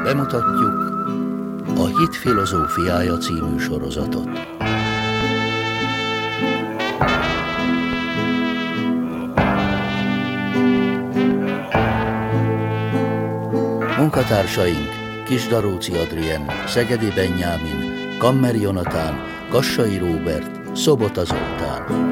Bemutatjuk a Hit filozófiája című sorozatot. Munkatársaink Kisdaróci Adrien, Szegedi Benyámin, Kammer Jonatán, Kassai Róbert, Szobota Zoltán.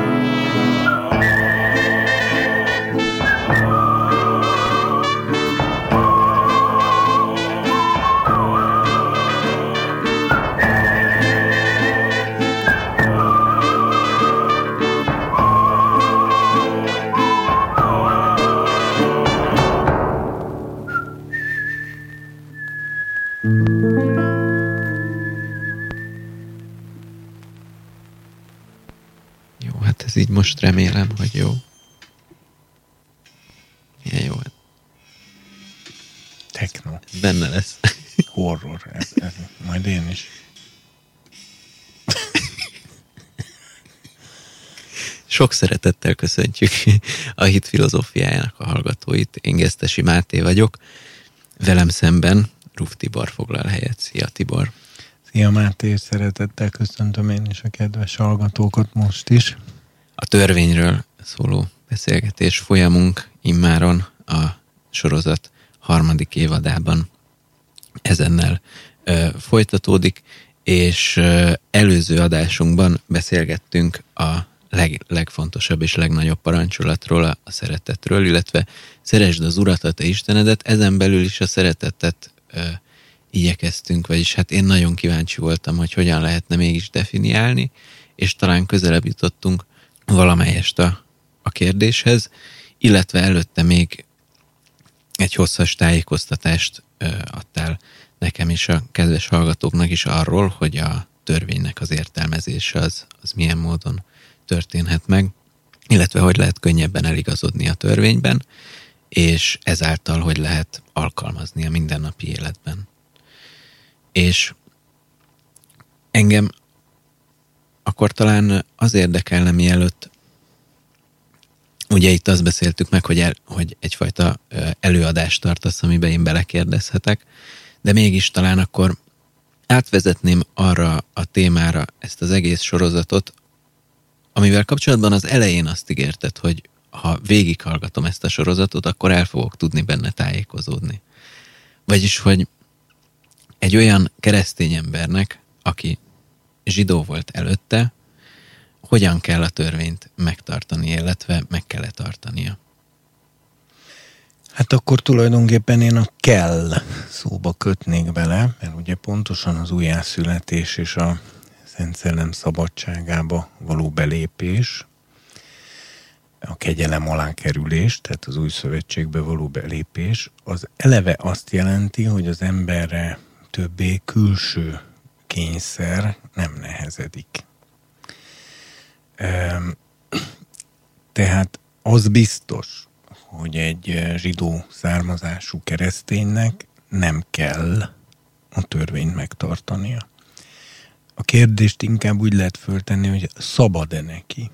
Így most remélem, hogy jó. Milyen jó. Techno. Benne lesz. Horror. Ez majd én is. Sok szeretettel köszöntjük a Hit filozófiájának a hallgatóit. Én Gesztesi Máté vagyok. Velem szemben Ruf Tibor foglal helyet. Szia, Tibor! Szia, Máté! Szeretettel köszöntöm én is a kedves hallgatókat most is. A törvényről szóló beszélgetés folyamunk immáron a sorozat harmadik évadában ezennel folytatódik, és előző adásunkban beszélgettünk a legfontosabb és legnagyobb parancsolatról, a szeretetről, illetve szeresd az Urat, a te Istenedet, ezen belül is a szeretetet igyekeztünk, vagyis hát én nagyon kíváncsi voltam, hogy hogyan lehetne mégis definiálni, és talán közelebb jutottunk valamelyest a kérdéshez, illetve előtte még egy hosszas tájékoztatást adtál nekem és a kedves hallgatóknak is arról, hogy a törvénynek az értelmezése az milyen módon történhet meg, illetve hogy lehet könnyebben eligazodni a törvényben, és ezáltal hogy lehet alkalmazni a mindennapi életben. És engem akkor talán az érdekelne, mielőtt, ugye itt azt beszéltük meg, hogy egyfajta előadást tartasz, amiben én belekérdezhetek, de mégis talán akkor átvezetném arra a témára ezt az egész sorozatot, amivel kapcsolatban az elején azt ígérted, hogy ha végighallgatom ezt a sorozatot, akkor el fogok tudni benne tájékozódni. Vagyis, hogy egy olyan keresztény embernek, aki zsidó volt előtte, hogyan kell a törvényt megtartani, illetve meg kell-e tartania? Hát akkor tulajdonképpen én a kell szóba kötnék bele, mert ugye pontosan az újjászületés és a Szent Szellem szabadságába való belépés, a kegyelem alá kerülés, tehát az új szövetségbe való belépés, az eleve azt jelenti, hogy az emberre többé külső kényszer nem nehezedik. Tehát az biztos, hogy egy zsidó származású kereszténynek nem kell a törvényt megtartania. A kérdést inkább úgy lehet föltenni, hogy szabad-e neki.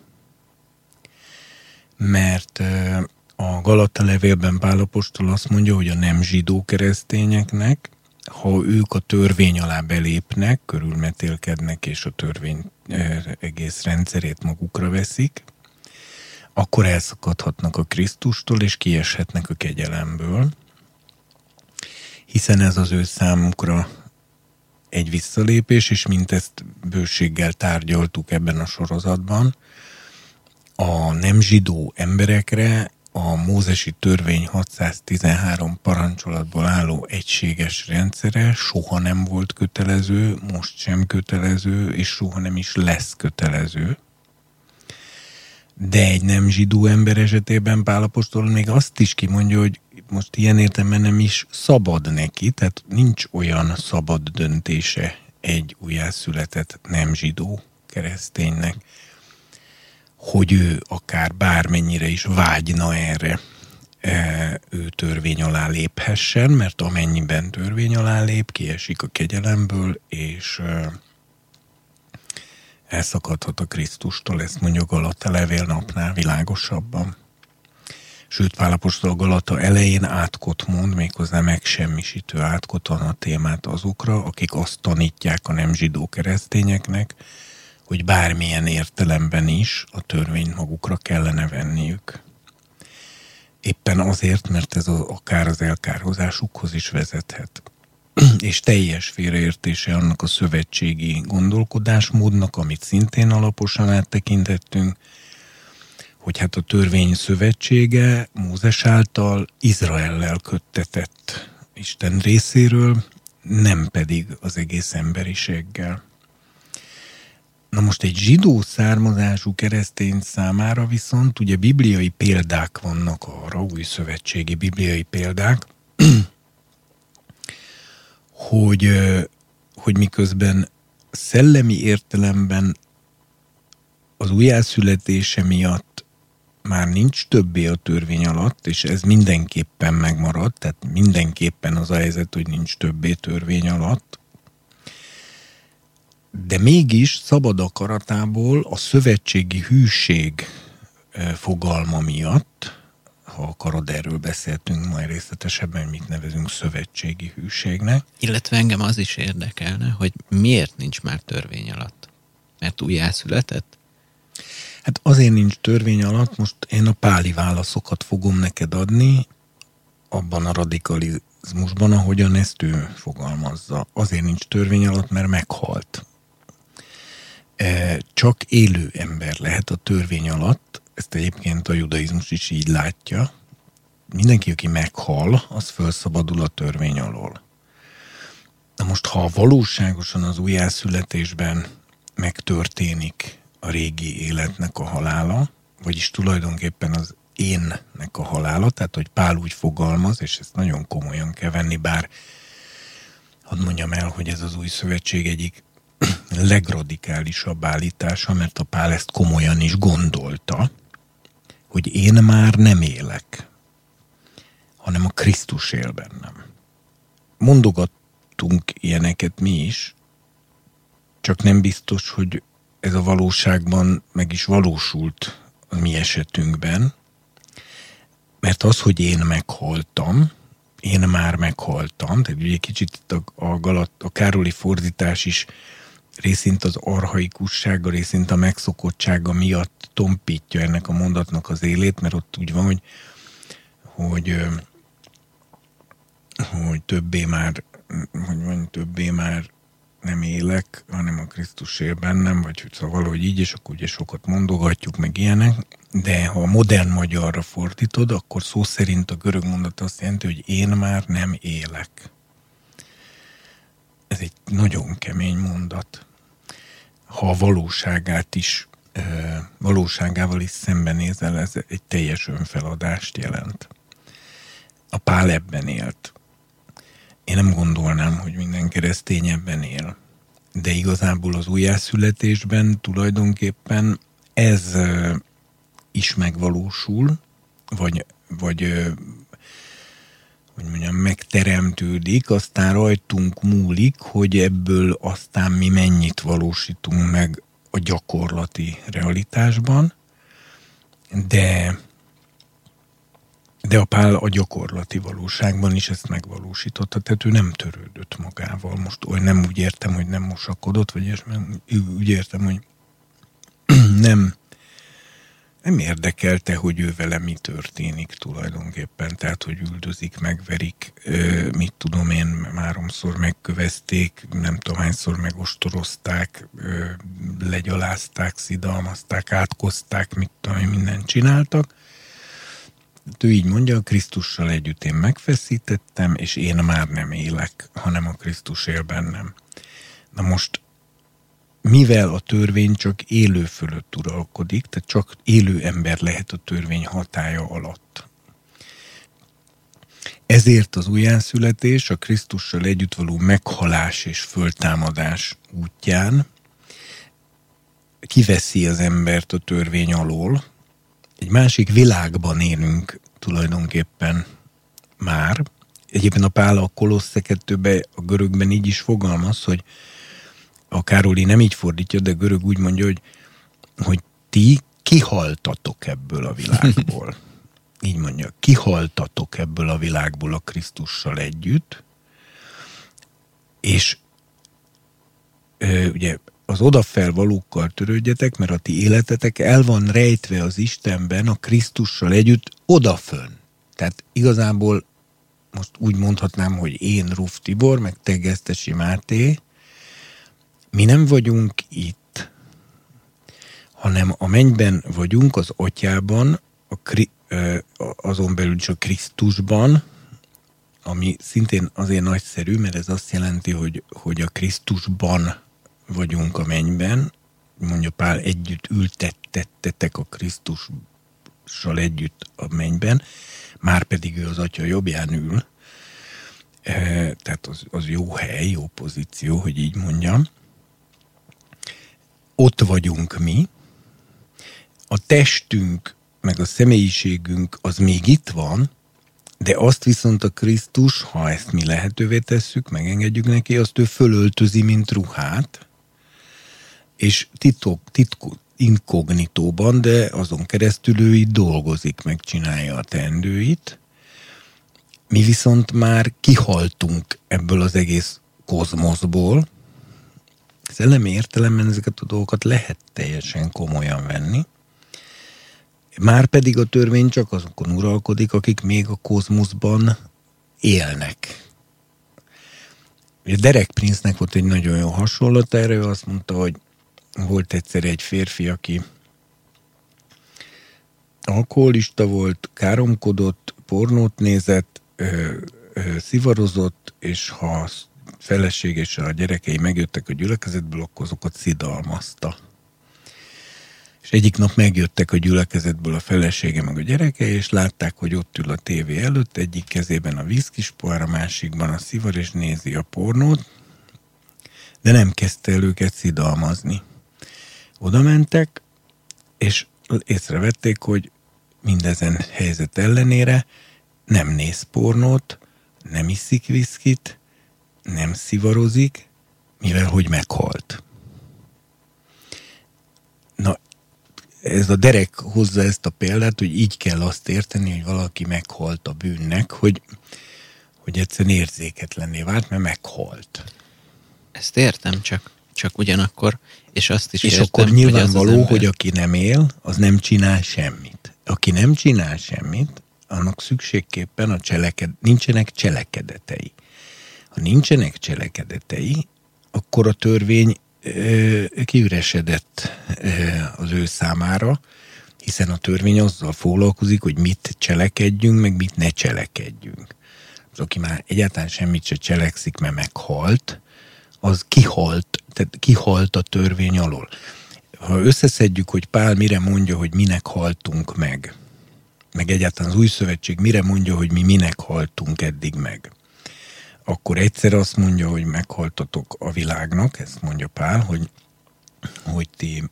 Mert a Galata levélben Pál apostol azt mondja, hogy a nem zsidó keresztényeknek, ha ők a törvény alá belépnek, körülmetélkednek, és a törvény egész rendszerét magukra veszik, akkor elszakadhatnak a Krisztustól, és kieshetnek a kegyelemből, hiszen ez az ő számukra egy visszalépés, és mint ezt bőséggel tárgyaltuk ebben a sorozatban, a nem zsidó emberekre a mózesi törvény 613 parancsolatból álló egységes rendszere soha nem volt kötelező, most sem kötelező, és soha nem is lesz kötelező. De egy nem zsidó ember esetében Pál apostol még azt is kimondja, hogy most ilyen értelemben nem is szabad neki, tehát nincs olyan szabad döntése egy újjászületett nem zsidó kereszténynek, hogy ő akár bármennyire is vágyna erre, ő törvény alá léphessen, mert amennyiben törvény alá lép, kiesik a kegyelemből, és elszakadhat a Krisztustól, ezt mondja Galata levél napnál világosabban. Sőt, Pál apostol a Galata elején átkot mond, méghozzá megsemmisítő átkot van a témát azokra, akik azt tanítják a nem zsidó keresztényeknek, hogy bármilyen értelemben is a törvényt magukra kellene venniük. Éppen azért, mert ez akár az elkárhozásukhoz is vezethet. És teljes félreértése annak a szövetségi gondolkodásmódnak, amit szintén alaposan áttekintettünk, hogy hát a törvény szövetsége Mózes által Izraellel köttetett Isten részéről, nem pedig az egész emberiséggel. Na most egy zsidó származású keresztény számára viszont ugye bibliai példák vannak arra, új szövetségi bibliai példák, hogy miközben szellemi értelemben az újjászületése miatt már nincs többé a törvény alatt, és ez mindenképpen megmarad, tehát mindenképpen az a helyzet, hogy nincs többé törvény alatt, de mégis szabad akaratából a szövetségi hűség fogalma miatt, ha akarod, erről beszéltünk majd részletesebben, mit nevezünk szövetségi hűségnek. Illetve engem az is érdekelne, hogy miért nincs már törvény alatt? Mert újjászületett? Hát azért nincs törvény alatt, most én a páli válaszokat fogom neked adni, abban a radikalizmusban, ahogyan ezt ő fogalmazza. Azért nincs törvény alatt, mert meghalt. Csak élő ember lehet a törvény alatt, ezt egyébként a judaizmus is így látja. Mindenki, aki meghal, az felszabadul a törvény alól. Na most, ha valóságosan az újjászületésben megtörténik a régi életnek a halála, vagyis tulajdonképpen az énnek a halála, tehát hogy Pál úgy fogalmaz, és ezt nagyon komolyan kell venni, bár hadd mondjam el, hogy ez az új szövetség egyik legradikálisabb állítása, mert a Pál ezt komolyan is gondolta, hogy én már nem élek, hanem a Krisztus él bennem. Mondogattunk ilyeneket mi is, csak nem biztos, hogy ez a valóságban meg is valósult a mi esetünkben, mert az, hogy én meghaltam, én már meghaltam, tehát ugye kicsit a Károli fordítás is részint az archaikussága, részint a megszokottsága miatt tompítja ennek a mondatnak az élét, mert ott úgy van, hogy többé már nem élek, hanem a Krisztus él bennem, vagy hogy szóval valahogy így, és akkor ugye sokat mondogatjuk, meg ilyenek, de ha a modern magyarra fordítod, akkor szó szerint a görög mondat azt jelenti, hogy én már nem élek. Ez egy nagyon kemény mondat. Ha a valóságával is szembenézel, ez egy teljes önfeladást jelent. A Pál ebben élt. Én nem gondolnám, hogy minden keresztény ebben él. De igazából az újjászületésben tulajdonképpen ez is megvalósul, vagy megteremtődik, aztán rajtunk múlik, hogy ebből aztán mi mennyit valósítunk meg a gyakorlati realitásban, de a Pál a gyakorlati valóságban is ezt megvalósította, tehát ő nem törődött magával. Most nem úgy értem, hogy nem mosakodott, vagy úgy értem, hogy nem érdekelte, hogy ő vele mi történik tulajdonképpen, tehát, hogy üldözik, megverik, mit tudom én, 3-szor megkövezték, nem tudom hányszor megostorozták, legyalázták, szidalmazták, átkozták, mit tudom én, mindent csináltak. Ő így mondja, a Krisztussal együtt én megfeszítettem, és én már nem élek, hanem a Krisztus él bennem. Na most, mivel a törvény csak élő fölött uralkodik, tehát csak élő ember lehet a törvény hatálya alatt. Ezért az újjászületés a Krisztussal együtt való meghalás és föltámadás útján kiveszi az embert a törvény alól. Egy másik világban élünk tulajdonképpen már. Egyébként a Pál a Kolossze 2-ben, a görögben így is fogalmaz, hogy a Károli nem így fordítja, de a görög úgy mondja, hogy ti kihaltatok ebből a világból. így mondja, kihaltatok ebből a világból a Krisztussal együtt, és ugye az odafelvalókkal törődjetek, mert a ti életetek el van rejtve az Istenben a Krisztussal együtt odafönn. Tehát igazából most úgy mondhatnám, hogy én, Ruf Tibor, meg te, Gesztesi Máté, mi nem vagyunk itt, hanem a mennyben vagyunk, az Atyában, azon belül is a Krisztusban, ami szintén azért nagyszerű, mert ez azt jelenti, hogy a Krisztusban vagyunk a mennyben, mondja Pál, együtt ültettetek a Krisztussal együtt a mennyben, már pedig ő az Atya jobbján ül, tehát az jó hely, jó pozíció, hogy így mondjam. Ott vagyunk mi, a testünk, meg a személyiségünk az még itt van, de azt viszont a Krisztus, ha ezt mi lehetővé tesszük, megengedjük neki, azt ő fölöltözi, mint ruhát, és inkognitóban, de azon keresztül ő itt dolgozik, megcsinálja a teendőit. Mi viszont már kihaltunk ebből az egész kozmoszból. Szellemi értelemben ezeket a dolgokat lehet teljesen komolyan venni. Márpedig a törvény csak azokon uralkodik, akik még a kozmoszban élnek. Derek Prince-nek volt egy nagyon jó hasonlat erre, ő azt mondta, hogy volt egyszer egy férfi, aki alkoholista volt, káromkodott, pornót nézett, szivarozott, és ha a feleség és a gyerekei megjöttek a gyülekezetből, akkor azokat szidalmazta. És egyik nap megjöttek a gyülekezetből a felesége meg a gyereke, és látták, hogy ott ül a tévé előtt, egyik kezében a viszkis pohár, a másikban a szivar, és nézi a pornót, de nem kezdte el őket szidalmazni. Oda mentek, és észrevették, hogy mindezen helyzet ellenére nem néz pornót, nem iszik viszkit, nem szivarozik, mivel hogy meghalt. Na, ez a Derek hozza ezt a példát, hogy így kell azt érteni, hogy valaki meghalt a bűnnek, hogy egyszerűen érzéketlenné vált, mert meghalt. Ezt értem, csak ugyanakkor, és azt is és értem, akkor nyilvánvaló, hogy, hogy aki nem él, az nem csinál semmit. Aki nem csinál semmit, annak szükségképpen nincsenek cselekedetei. Ha nincsenek cselekedetei, akkor a törvény kiüresedett az ő számára, hiszen a törvény azzal foglalkozik, hogy mit cselekedjünk, meg mit ne cselekedjünk. Az, aki már egyáltalán semmit se cselekszik, mert meghalt, az kihalt a törvény alól. Ha összeszedjük, hogy Pál mire mondja, hogy minek haltunk meg egyáltalán az Új Szövetség mire mondja, hogy mi minek haltunk eddig meg, akkor egyszer azt mondja, hogy meghaltatok a világnak, ezt mondja Pál, hogy ti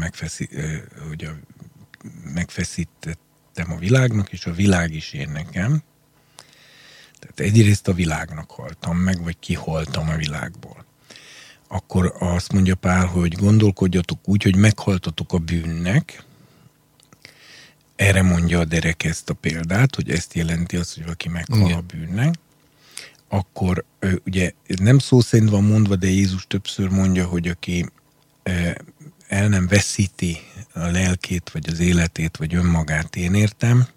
megfeszítettem a világnak, és a világ is én nekem. Tehát egyrészt a világnak haltam meg, vagy kihaltam a világból. Akkor azt mondja Pál, hogy gondolkodjatok úgy, hogy meghaltatok a bűnnek. Erre mondja a Derek ezt a példát, hogy ezt jelenti azt, hogy valaki meghal a bűnnek. Akkor ugye nem szó szerint van mondva, de Jézus többször mondja, hogy aki el nem veszíti a lelkét, vagy az életét, vagy önmagát, én értem,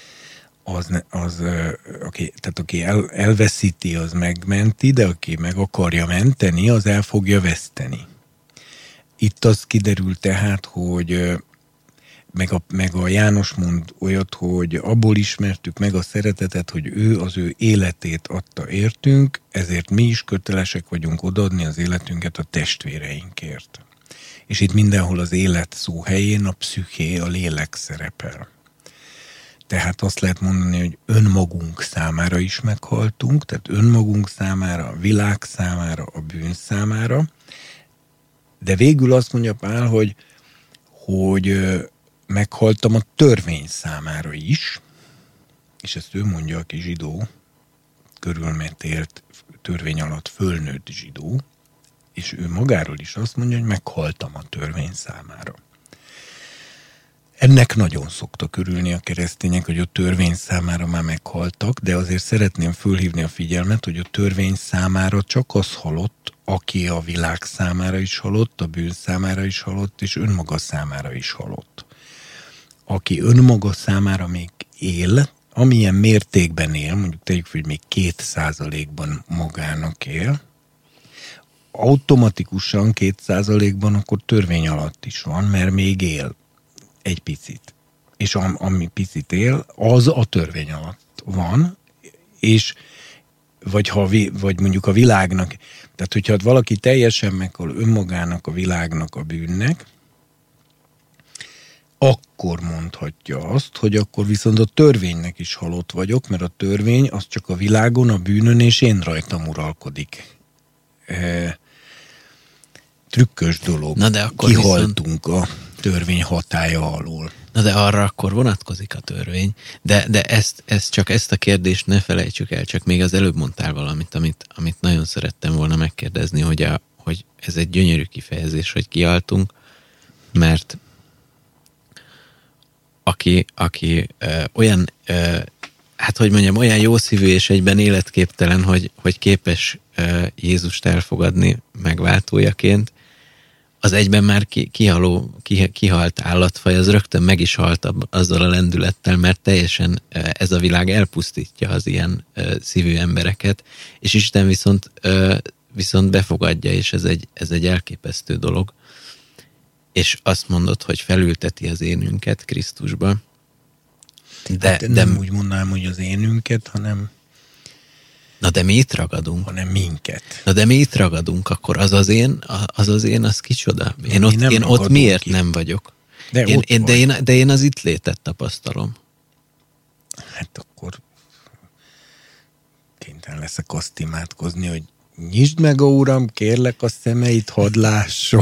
aki elveszíti, az megmenti, de aki meg akarja menteni, az el fogja veszteni. Itt az kiderül tehát, hogy meg a János mond olyat, hogy abból ismertük meg a szeretetet, hogy ő az ő életét adta értünk, ezért mi is kötelesek vagyunk odaadni az életünket a testvéreinkért. És itt mindenhol az élet szó helyén a psziché, a lélek szerepel. Tehát azt lehet mondani, hogy önmagunk számára is meghaltunk, tehát önmagunk számára, a világ számára, a bűn számára, de végül azt mondja Pál, hogy meghaltam a törvény számára is, és ezt ő mondja, aki zsidó, körülmetélt törvény alatt fölnőtt zsidó, és ő magáról is azt mondja, hogy meghaltam a törvény számára. Ennek nagyon szoktak örülni a keresztények, hogy a törvény számára már meghaltak, de azért szeretném fölhívni a figyelmet, hogy a törvény számára csak az halott, aki a világ számára is halott, a bűn számára is halott, és önmaga számára is halott. Aki önmaga számára még él, amilyen mértékben él, mondjuk tegyük, hogy még 2%-ban magának él, automatikusan 2%-ban akkor törvény alatt is van, mert még él egy picit. És ami picit él, az a törvény alatt van, és vagy mondjuk a világnak, tehát hogyha valaki teljesen meghal önmagának, a világnak, a bűnnek, akkor mondhatja azt, hogy akkor viszont a törvénynek is halott vagyok, mert a törvény az csak a világon, a bűnön és én rajtam uralkodik. Trükkös dolog. Na de akkor kihaltunk a törvény hatálya alól. Na de arra akkor vonatkozik a törvény. De ezt a kérdést ne felejtsük el, csak még az előbb mondtál valamit, amit nagyon szerettem volna megkérdezni, hogy ez egy gyönyörű kifejezés, hogy kihaltunk, mert aki olyan, hát hogy mondjam, olyan jószívű és egyben életképtelen, hogy képes Jézust elfogadni megváltójaként, az egyben már kihalt állatfaj, az rögtön meg is halt azzal a lendülettel, mert teljesen ez a világ elpusztítja az ilyen szívű embereket, és Isten viszont befogadja, és ez egy elképesztő dolog. És azt mondod, hogy felülteti az énünket Krisztusba. De nem úgy mondanám, hogy az énünket, hanem... Na de mi itt ragadunk? Hanem minket. Na de mi itt ragadunk, akkor az én, az kicsoda? Én ott miért ki. Nem vagyok? De én az itt létet tapasztalom. Hát akkor kénytelen leszek azt imádkozni, hogy nyisd meg, ó Uram, kérlek a szemeit, hadd lásson.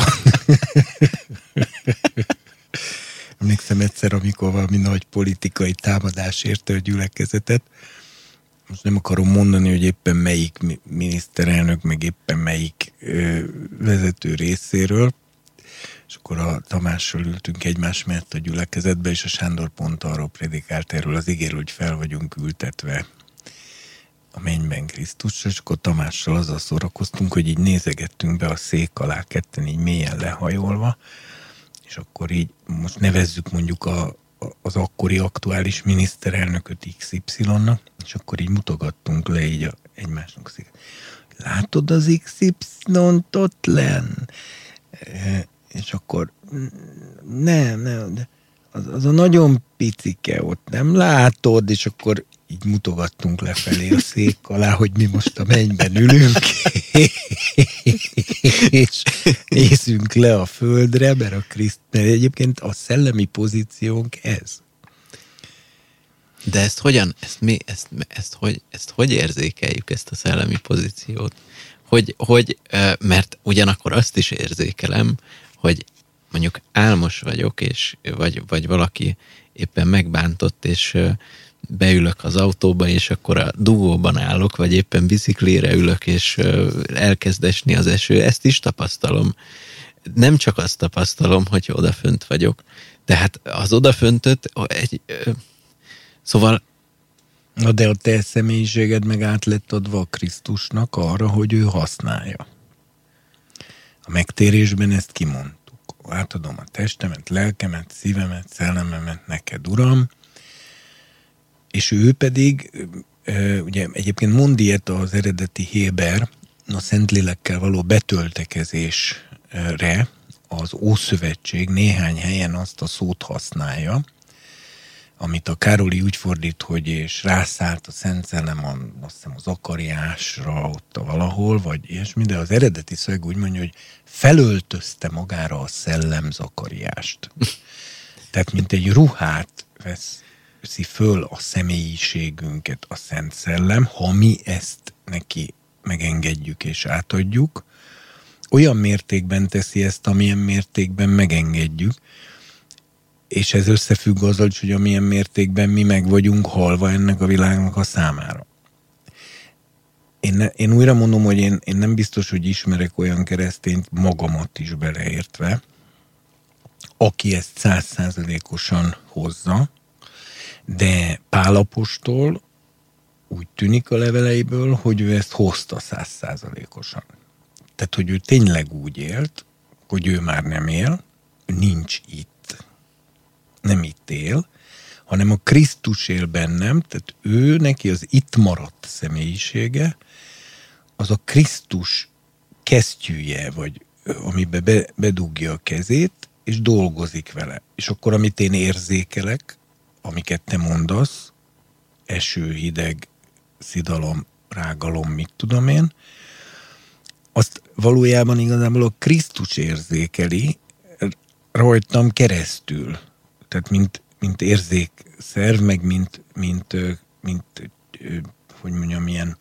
Emlékszem egyszer, amikor valami nagy politikai támadás érte a gyülekezetet. Most nem akarom mondani, hogy éppen melyik miniszterelnök, meg éppen melyik vezető részéről. És akkor a Tamással ültünk egymás mellett a gyülekezetbe, és a Sándor pont arról predikált erről az igéről, hogy fel vagyunk ültetve a mennyben Krisztusra, és akkor Tamással azzal szórakoztunk, hogy így nézegettünk be a szék alá ketten, így mélyen lehajolva, és akkor így most nevezzük mondjuk az akkori aktuális miniszterelnököt XY-nak, és akkor így mutogattunk le így egymásnak szék. Látod az XY-t ott lenn? És akkor nem, de az a nagyon picike ott, nem látod, és akkor így mutogattunk lefelé a szék alá, hogy mi most a mennyben ülünk, és nézzünk le a földre, mert egyébként a szellemi pozíciónk ez. De ezt hogyan, ezt hogy érzékeljük, ezt a szellemi pozíciót? Mert ugyanakkor azt is érzékelem, hogy mondjuk álmos vagyok, vagy valaki éppen megbántott, és beülök az autóba, és akkor a dugóban állok, vagy éppen biciklére ülök, és elkezd esni az eső. Ezt is tapasztalom. Nem csak azt tapasztalom, hogy odafönt vagyok. Tehát az odaföntöt szóval... Na de a te személyiséged meg át lett adva a Krisztusnak arra, hogy ő használja. A megtérésben ezt kimondtuk. Átadom a testemet, lelkemet, szívemet, szellememet neked, Uram, és ő pedig, ugye egyébként mond ilyet az eredeti Héber, a Szentlélekkel való betöltekezésre az Ószövetség néhány helyen azt a szót használja, amit a Károli úgy fordít, hogy és rászállt a Szent Szellem azt hiszem az Zakariásra ott valahol, vagy ilyesmi, de az eredeti szöveg úgy mondja, hogy felöltözte magára a Szellem Zakariást. Tehát mint egy ruhát veszi föl a személyiségünket a Szent Szellem, ha mi ezt neki megengedjük és átadjuk, olyan mértékben teszi ezt, amilyen mértékben megengedjük, és ez összefügg azzal is, hogy amilyen mértékben mi meg vagyunk halva ennek a világnak a számára. Én újra mondom, hogy én nem biztos, hogy ismerek olyan keresztényt, magamat is beleértve, aki ezt 100%-osan hozza, de Pál apostol úgy tűnik a leveleiből, hogy ő ezt hozta 100%-osan. Tehát, hogy ő tényleg úgy élt, hogy ő már nem él, nincs itt, nem itt él, hanem a Krisztus él bennem, tehát ő neki az itt maradt személyisége, az a Krisztus kesztyűje, vagy amiben bedugja a kezét, és dolgozik vele. És akkor, amit én érzékelek, amiket te mondasz, eső, hideg, szidalom, rágalom, mit tudom én, azt valójában igazából a Krisztus érzékeli rajtam keresztül. Tehát mint érzékszerv, meg mint hogy mondjam, ilyen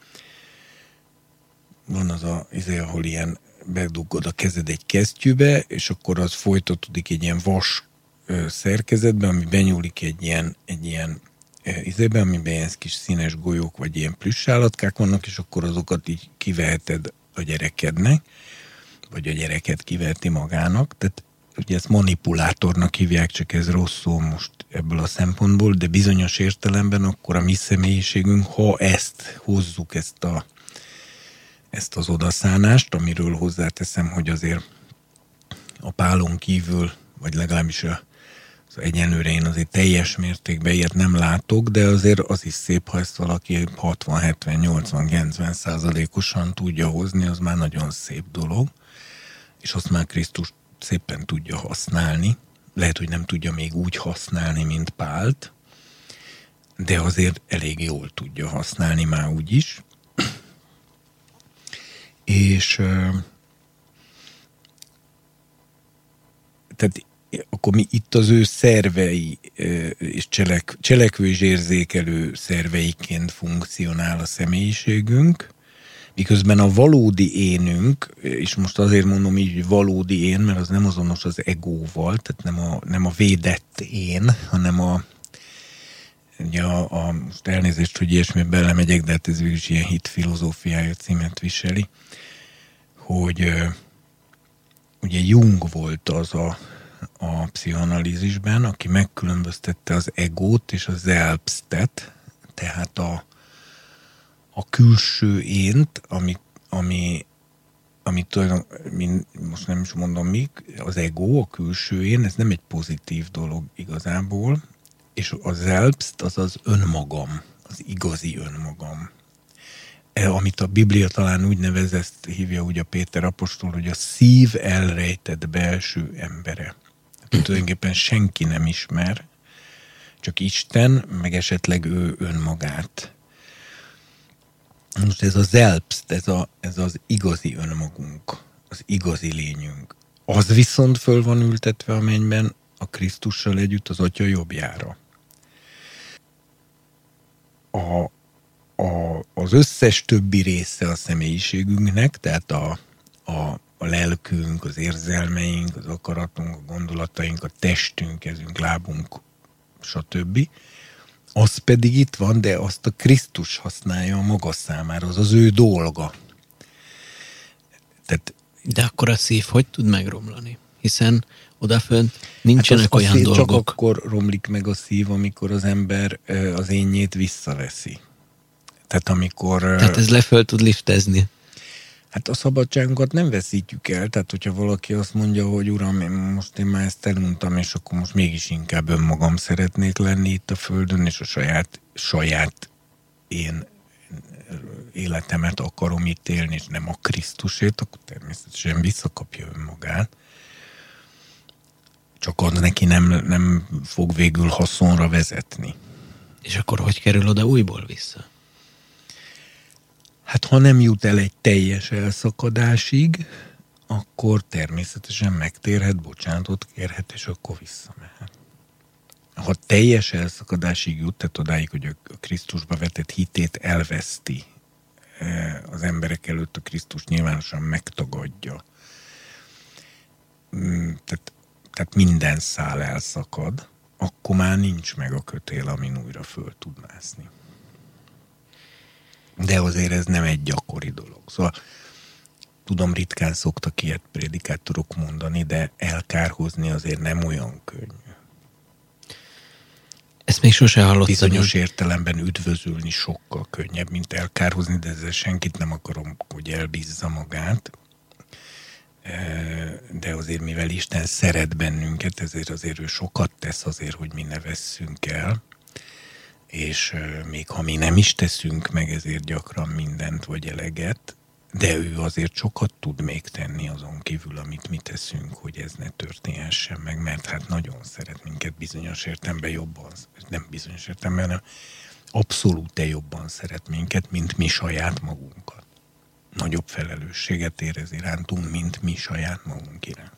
van az ahol ilyen bedugod a kezed egy kesztyűbe, és akkor az folytatódik egy ilyen vas szerkezetben, ami benyúlik egy ilyen amiben ilyen kis színes golyók, vagy ilyen plüssállatkák vannak, és akkor azokat így kiveheted a gyerekednek, vagy a gyereket kiveheti magának. Tehát ugye ezt manipulátornak hívják, csak ez rossz szó most ebből a szempontból, de bizonyos értelemben akkor a mi személyiségünk, ha ezt hozzuk, ezt az odaszánást, amiről hozzáteszem, hogy azért a Pálon kívül, vagy legalábbis az egyenlőre én azért teljes mértékben ilyet nem látok, de azért az is szép, ha ezt valaki 60, 70, 80, 90%-osan tudja hozni, az már nagyon szép dolog, és azt már Krisztus szépen tudja használni. Lehet, hogy nem tudja még úgy használni, mint Pált, de azért elég jól tudja használni már úgy is. És tehát akkor mi itt az ő szervei és cselekvő és érzékelő szerveiként funkcionál a személyiségünk, miközben a valódi énünk, és most azért mondom így, hogy valódi én, mert az nem azonos az egóval, tehát nem a védett én, hanem ugye most elnézést, hogy ilyesmibe belemegyek, de hát ez végülis ilyen hit filozófiája címet viseli, hogy ugye Jung volt az a pszichoanalízisben, aki megkülönböztette az egót és a selbstet, tehát a külső ént, ami most nem is mondom mi, az ego, a külső én, ez nem egy pozitív dolog igazából, és a selbst az az önmagam, az igazi önmagam. Amit a Biblia talán úgy nevez, ezt hívja úgy a Péter apostol, hogy a szív elrejtett belső embere. Tulajdonképpen senki nem ismer, csak Isten, meg esetleg ő önmagát. Most ez a selbst, ez az igazi önmagunk, az igazi lényünk. Az viszont föl van ültetve a mennyben a Krisztussal együtt az Atya jobbjára. Az összes többi része a személyiségünknek, tehát a lelkünk, az érzelmeink, az akaratunk, a gondolataink, a testünk, kezünk, lábunk, stb. Az pedig itt van, de azt a Krisztus használja a maga számára, az ő dolga. De akkor a szív hogy tud megromlani? Hiszen odafönt nincsenek olyan dolgok. Csak akkor romlik meg a szív, amikor az ember az énjét visszaveszi. Tehát ez leföl tud liftezni. Hát a szabadságunkat nem veszítjük el, tehát hogyha valaki azt mondja, hogy uram, most én már ezt eluntam, és akkor most mégis inkább önmagam szeretnék lenni itt a földön, és a saját én életemet akarom itt élni, és nem a Krisztusét, akkor természetesen visszakapja önmagát. Csak az neki nem fog végül haszonra vezetni. És akkor hogy kerül oda újból vissza? Hát ha nem jut el egy teljes elszakadásig, akkor természetesen megtérhet, bocsánatot kérhet, és akkor visszamehet. Ha teljes elszakadásig jut, tehát odáig, hogy a Krisztusba vetett hitét elveszti, az emberek előtt a Krisztus nyilvánosan megtagadja, tehát minden szál elszakad, akkor már nincs meg a kötél, amin újra föl tud mászni. De azért ez nem egy gyakori dolog. Szóval Tudom, ritkán szoktak ilyet prédikátorok mondani, de elkárhozni azért nem olyan könnyű. Ezt még sose hallottam. Bizonyos értelemben üdvözülni sokkal könnyebb, mint elkárhozni, de ezzel senkit nem akarom, hogy elbízza magát. De azért, mivel Isten szeret bennünket, ezért azért ő sokat tesz azért, hogy mi ne vesszünk el, és még ha mi nem is teszünk meg ezért gyakran mindent vagy eleget, de ő azért sokat tud még tenni azon kívül, amit mi teszünk, hogy ez ne történhessen meg, mert hát nagyon szeret minket bizonyos értelemben jobban, nem bizonyos értelemben, hanem abszolút jobban szeret minket, mint mi saját magunkat. Nagyobb felelősséget érez irántunk, mint mi saját magunk iránt.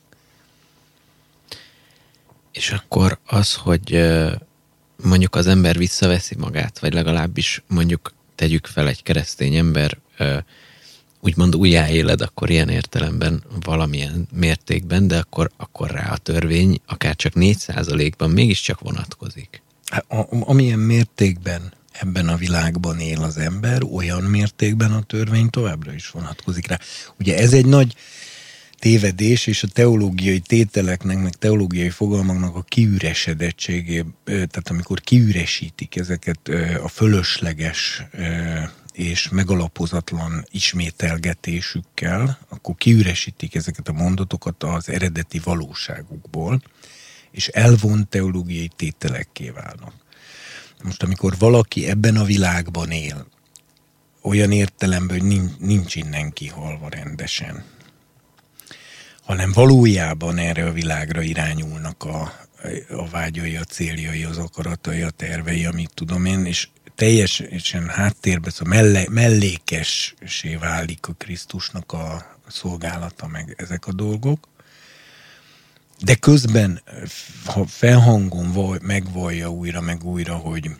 És akkor az, hogy mondjuk az ember visszaveszi magát, vagy legalábbis mondjuk tegyük fel egy keresztény ember, úgymond újjáéled akkor ilyen értelemben valamilyen mértékben, de akkor rá a törvény akár csak 4%-ban mégiscsak vonatkozik. Amilyen mértékben ebben a világban él az ember, olyan mértékben a törvény továbbra is vonatkozik rá. Ugye ez egy nagy tévedés, és a teológiai tételeknek, meg teológiai fogalmaknak a kiüresedettségé, tehát amikor kiüresítik ezeket a fölösleges és megalapozatlan ismételgetésükkel, akkor kiüresítik ezeket a mondatokat az eredeti valóságukból, és elvont teológiai tételekké válnak. Most amikor valaki ebben a világban él, olyan értelemben, hogy nincs innen kihalva rendesen, hanem valójában erre a világra irányulnak a vágyai, a céljai, az akaratai, a tervei, amit tudom én, és teljesen háttérbe, szóval mellékessé válik a Krisztusnak a szolgálata, meg ezek a dolgok, de közben, ha felhangon megvallja újra meg újra,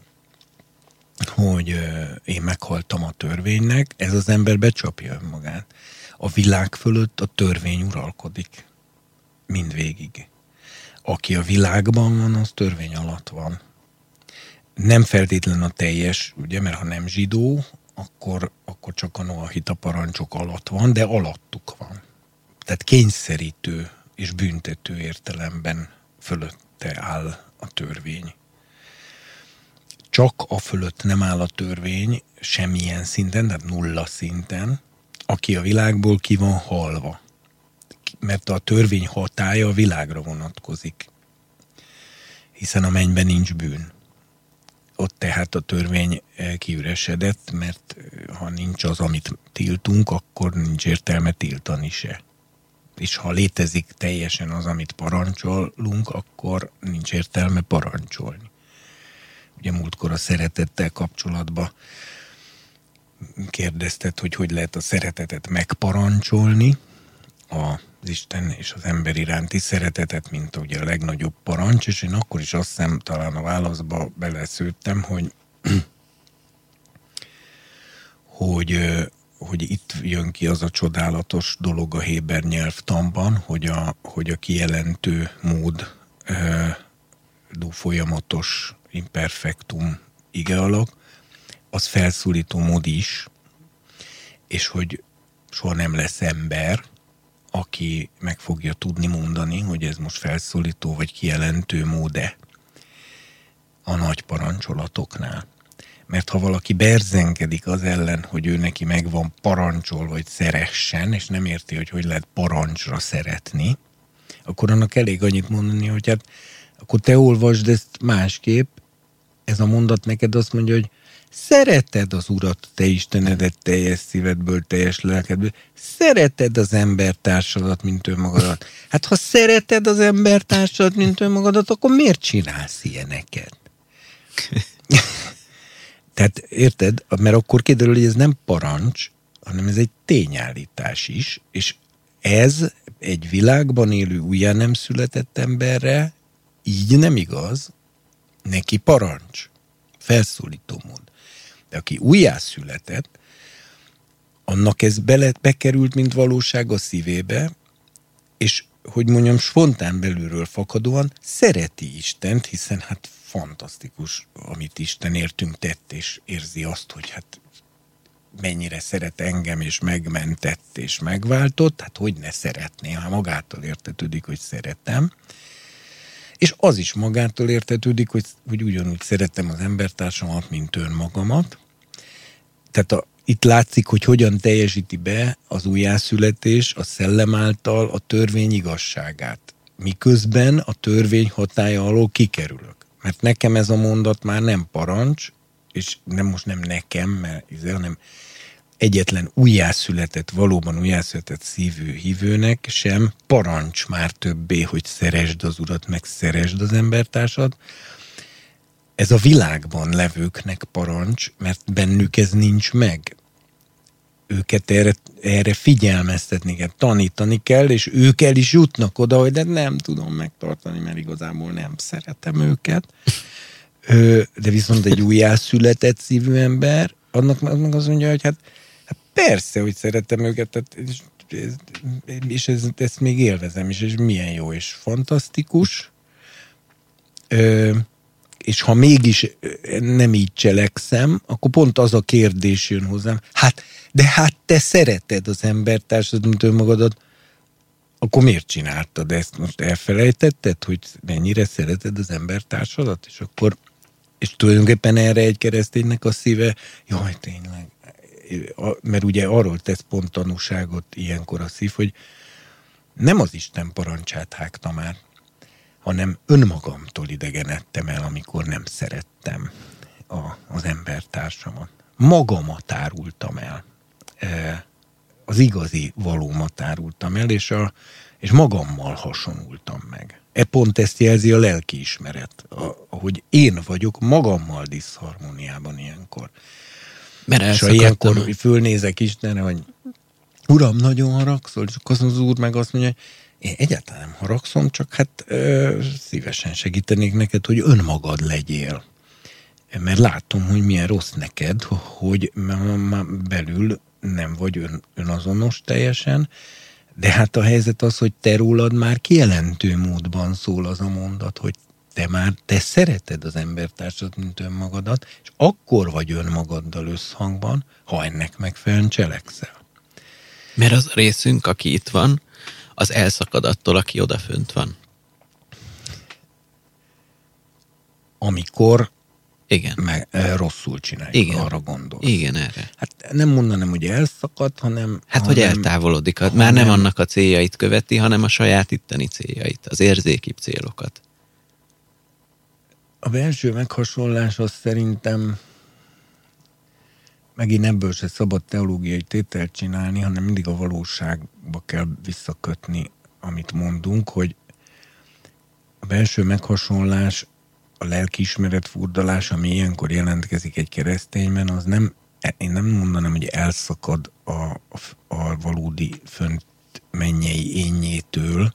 hogy én meghaltam a törvénynek, ez az ember becsapja önmagát. A világ fölött a törvény uralkodik. Mindvégig. Aki a világban van, az törvény alatt van. Nem feltétlen a teljes, ugye, mert ha nem zsidó, akkor csak a noahita parancsok alatt van, de alattuk van. Tehát kényszerítő és büntető értelemben fölötte áll a törvény. Csak a fölött nem áll a törvény semmilyen szinten, tehát nulla szinten, aki a világból ki van halva. Mert a törvény hatálya a világra vonatkozik. Hiszen a mennyben nincs bűn. Ott tehát a törvény kiüresedett, mert ha nincs az, amit tiltunk, akkor nincs értelme tiltani se. És ha létezik teljesen az, amit parancsolunk, akkor nincs értelme parancsolni. Ugye múltkor a szeretettel kapcsolatban kérdezted, hogy lehet a szeretetet megparancsolni, az Isten és az ember iránti szeretetet, mint ugye a legnagyobb parancs, és én akkor is azt hiszem, talán a válaszba beleszőttem, hogy itt jön ki az a csodálatos dolog a héber nyelvtanban, hogy a kijelentő mód folyamatos imperfektum igealak, az felszólító mód is, és hogy soha nem lesz ember, aki meg fogja tudni mondani, hogy ez most felszólító vagy kijelentő mód-e a nagy parancsolatoknál. Mert ha valaki berzenkedik az ellen, hogy ő neki meg van parancsol, hogy szeressen, és nem érti, hogy lehet parancsra szeretni, akkor annak elég annyit mondani, hogy hát akkor te olvasd ezt másképp, ez a mondat neked azt mondja, hogy szereted az Urat, te Istenedet teljes szívedből, teljes lelkedből, szereted az embertársadat, mint önmagadat. Hát ha szereted az embertársadat, mint önmagadat, akkor miért csinálsz ilyeneket? Tehát érted? Mert akkor kiderül, hogy ez nem parancs, hanem ez egy tényállítás is, és ez egy világban élő újján nem született emberre így nem igaz, neki parancs, felszólító mód. De aki újjászületett, annak ez bekerült, mint valóság a szívébe, és, hogy mondjam, spontán belülről fakadóan szereti Istent, hiszen hát fantasztikus, amit Isten értünk tett, és érzi azt, hogy hát mennyire szeret engem, és megmentett, és megváltott, hát hogy ne szeretné, ha magától értetődik, hogy szeretem. És az is magától értetődik, hogy ugyanúgy szeretem az embertársamat, mint önmagamat. Tehát itt látszik, hogy hogyan teljesíti be az újjászületés a szellem által a törvény igazságát. Miközben a törvény hatálya alól kikerülök. Mert nekem ez a mondat már nem parancs, és most nem nekem, hanem egyetlen újjászületett, valóban újjászületett szívű hívőnek sem parancs már többé, hogy szeresd az Urat, meg szeresd az embertársad. Ez a világban levőknek parancs, mert bennük ez nincs meg. Őket erre figyelmeztetni kell, tanítani kell, és ők el is jutnak oda, hogy de nem tudom megtartani, mert igazából nem szeretem őket. De viszont egy újjászületett szívű ember, annak azt mondja, hogy hát persze, hogy szeretem őket, és ezt még élvezem is, és milyen jó, és fantasztikus. És ha mégis nem így cselekszem, akkor pont az a kérdés jön hozzám, de te szereted az embertársadat, mint önmagadat, akkor miért csináltad ezt? Most elfelejtetted, hogy mennyire szereted az embertársadat? És tulajdonképpen erre egy kereszténynek a szíve, jaj, tényleg, mert ugye arról tesz pont tanúságot ilyenkor a szív, hogy nem az Isten parancsát hágta már, hanem önmagamtól idegenedtem el, amikor nem szerettem az embertársamat. Magamat árultam el. Az igazi valómat árultam el, és magammal hasonultam meg. Pont ezt jelzi a lelkiismeret, hogy én vagyok magammal diszharmóniában ilyenkor. És ha ilyenkor fölnézek Istenre, hogy Uram, nagyon haragszol, és akkor az Úr meg azt mondja, hogy én egyáltalán nem haragszom, csak szívesen segítenék neked, hogy önmagad legyél. Mert látom, hogy milyen rossz neked, hogy belül nem vagy önazonos teljesen, de hát a helyzet az, hogy te rólad már kijelentő módban szól az a mondat, hogy te szereted az embertársat, mint önmagadat, és akkor vagy önmagaddal összhangban, ha ennek megfelelően cselekszel. Mert az a részünk, aki itt van, az elszakad attól, aki odafönt van. Amikor igen. Rosszul csináljuk, igen. Arra gondolsz. Igen, erre. Hát nem mondanám, hogy elszakad, hanem... hogy eltávolodik. Már nem annak a céljait követi, hanem a saját itteni céljait, az érzékibb célokat. A belső meghasonlás az szerintem megint ebből se szabad teológiai tételt csinálni, hanem mindig a valóságba kell visszakötni, amit mondunk, hogy a belső meghasonlás, a lelkiismeret furdalás, ami ilyenkor jelentkezik egy keresztényben, az nem, én nem mondanám, hogy elszakad a valódi fönt mennyei énjétől,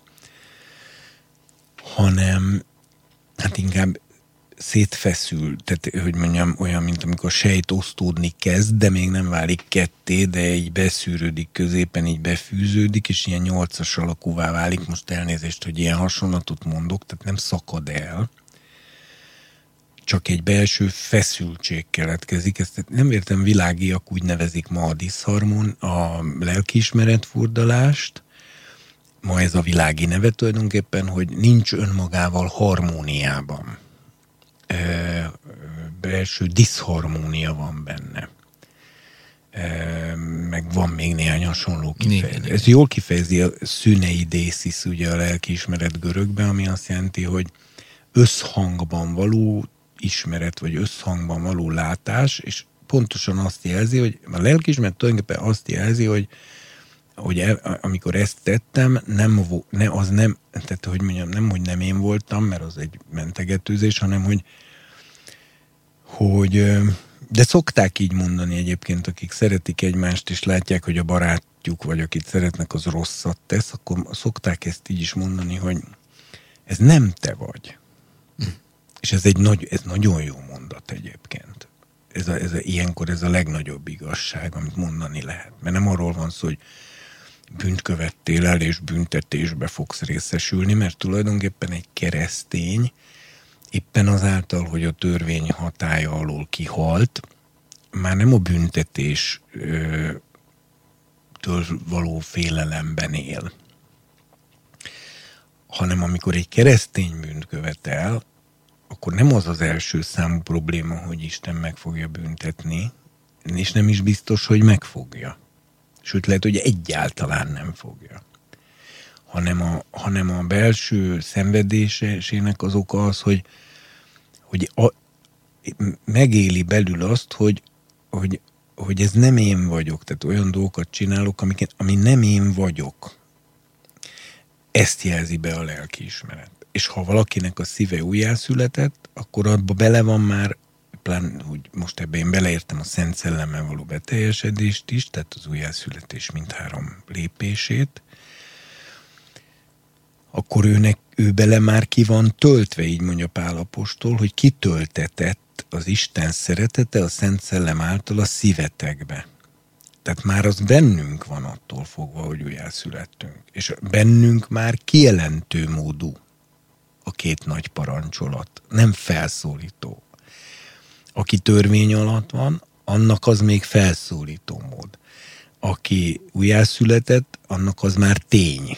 hanem hát inkább szétfeszül, tehát hogy mondjam, olyan, mint amikor sejt osztódni kezd, de még nem válik ketté, de így beszűrődik középen, így befűződik, és ilyen 8-as alakúvá válik. Most elnézést, hogy ilyen hasonlatot mondok, tehát nem szakad el, csak egy belső feszültség keletkezik. Ezt nem értem, világiak úgy nevezik ma a diszharmon, a lelkiismeret furdalást, ma ez a világi neve tulajdonképpen, hogy nincs önmagával harmóniában. Belső diszharmónia van benne. Meg van még néhány hasonló kifejezés. Ez jól kifejezi a szüneidesis, ugye a lelkiismeret görögben, ami azt jelenti, hogy összhangban való ismeret, vagy összhangban való látás, és pontosan azt jelzi, hogy a lelkiismeret tulajdonképpen azt jelzi, hogy amikor ezt tettem, tehát hogy mondjam, nem, hogy nem én voltam, mert az egy mentegetőzés, hanem hogy de szokták így mondani egyébként, akik szeretik egymást, és látják, hogy a barátjuk, vagy akit szeretnek, az rosszat tesz, akkor szokták ezt így is mondani, hogy ez nem te vagy. És ez nagyon jó mondat egyébként. Ilyenkor ez a legnagyobb igazság, amit mondani lehet. Mert nem arról van szó, hogy bűnt követtél el, és büntetésbe fogsz részesülni, mert tulajdonképpen egy keresztény éppen azáltal, hogy a törvény hatálya alól kihalt, már nem a büntetés től való félelemben él, hanem amikor egy keresztény bűnt követel, akkor nem az az első számú probléma, hogy Isten meg fogja büntetni, és nem is biztos, hogy megfogja. Sőt, lehet, hogy egyáltalán nem fogja. Hanem a belső szenvedésének az oka az, hogy megéli belül azt, hogy ez nem én vagyok, tehát olyan dolgokat csinálok, ami nem én vagyok. Ezt jelzi be a lelkiismeret. És ha valakinek a szíve újjászületett, akkor abba bele van már, plán, hogy most ebben én beleértem a Szent Szellemmel való beteljesedést is, tehát az újjászületés mindhárom lépését, akkor ő bele már ki van töltve, így mondja Pál apostol, hogy kitöltetett az Isten szeretete a Szent Szellem által a szívetekbe. Tehát már az bennünk van attól fogva, hogy újjászülettünk. És bennünk már kijelentő módú a két nagy parancsolat. Nem felszólító. Aki törvény alatt van, annak az még felszólító mód. Aki újjászületett, annak az már tény.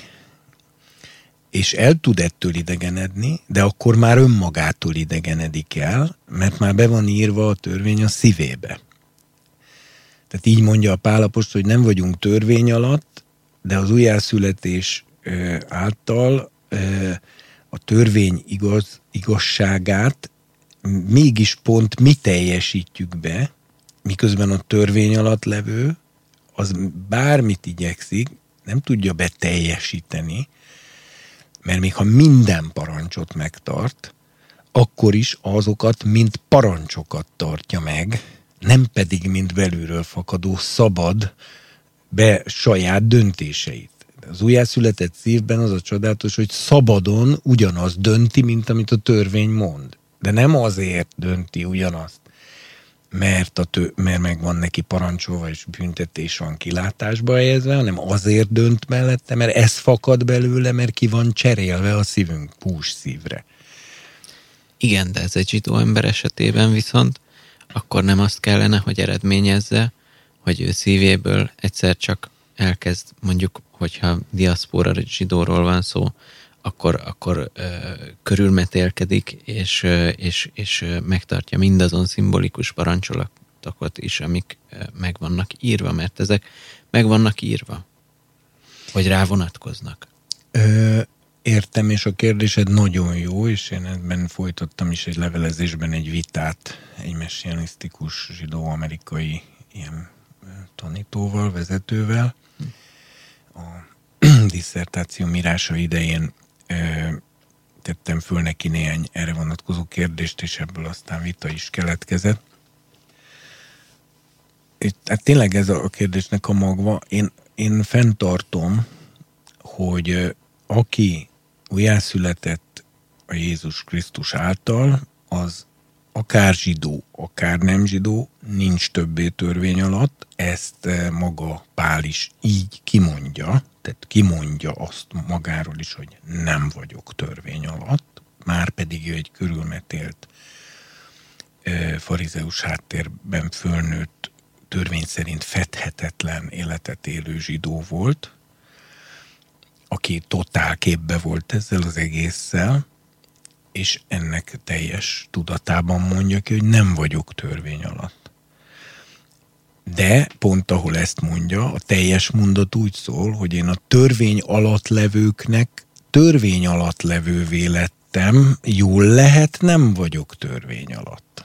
És el tud ettől idegenedni, de akkor már önmagától idegenedik el, mert már be van írva a törvény a szívébe. Tehát így mondja a Pál apostol, hogy nem vagyunk törvény alatt, de az újjászületés által a törvény igazságát mégis pont mi teljesítjük be, miközben a törvény alatt levő, az bármit igyekszik, nem tudja beteljesíteni, mert még ha minden parancsot megtart, akkor is azokat mint parancsokat tartja meg, nem pedig mint belülről fakadó szabad be saját döntéseit. Az újjászületett szívben az a csodálatos, hogy szabadon ugyanaz dönti, mint amit a törvény mond. De nem azért dönti ugyanazt, mert megvan neki parancsolva, és büntetés van kilátásba helyezve, hanem azért dönt mellette, mert ez fakad belőle, mert ki van cserélve a szívünk pús szívre. Igen, de ez egy zsidó ember esetében viszont akkor nem azt kellene, hogy eredményezze, hogy ő szívéből egyszer csak elkezd, mondjuk, hogyha diaszpóra zsidóról van szó, akkor körülmetélkedik, és megtartja mindazon szimbolikus parancsolatokat is, amik meg vannak írva, mert ezek meg vannak írva, vagy rá vonatkoznak. Értem, és a kérdésed nagyon jó, és én ebben folytattam is egy levelezésben egy vitát egy messianisztikus zsidó-amerikai ilyen tanítóval, vezetővel. A disszertáció írása idején tettem föl neki néhány erre vonatkozó kérdést, és ebből aztán vita is keletkezett. Hát tényleg ez a kérdésnek a magva. Én fenntartom, hogy aki újjászületett a Jézus Krisztus által, az akár zsidó, akár nem zsidó, nincs többé törvény alatt. Ezt maga Pál is így kimondja, tehát kimondja azt magáról is, hogy nem vagyok törvény alatt, már pedig ő egy körülmetélt farizeus háttérben fölnőtt, törvény szerint fedhetetlen életet élő zsidó volt, aki totál képbe volt ezzel az egésszel, és ennek teljes tudatában mondja ki, hogy nem vagyok törvény alatt. De pont ahol ezt mondja, a teljes mondat úgy szól, hogy én a törvény alatt levőknek törvény alatt levővé lettem, jól lehet, nem vagyok törvény alatt.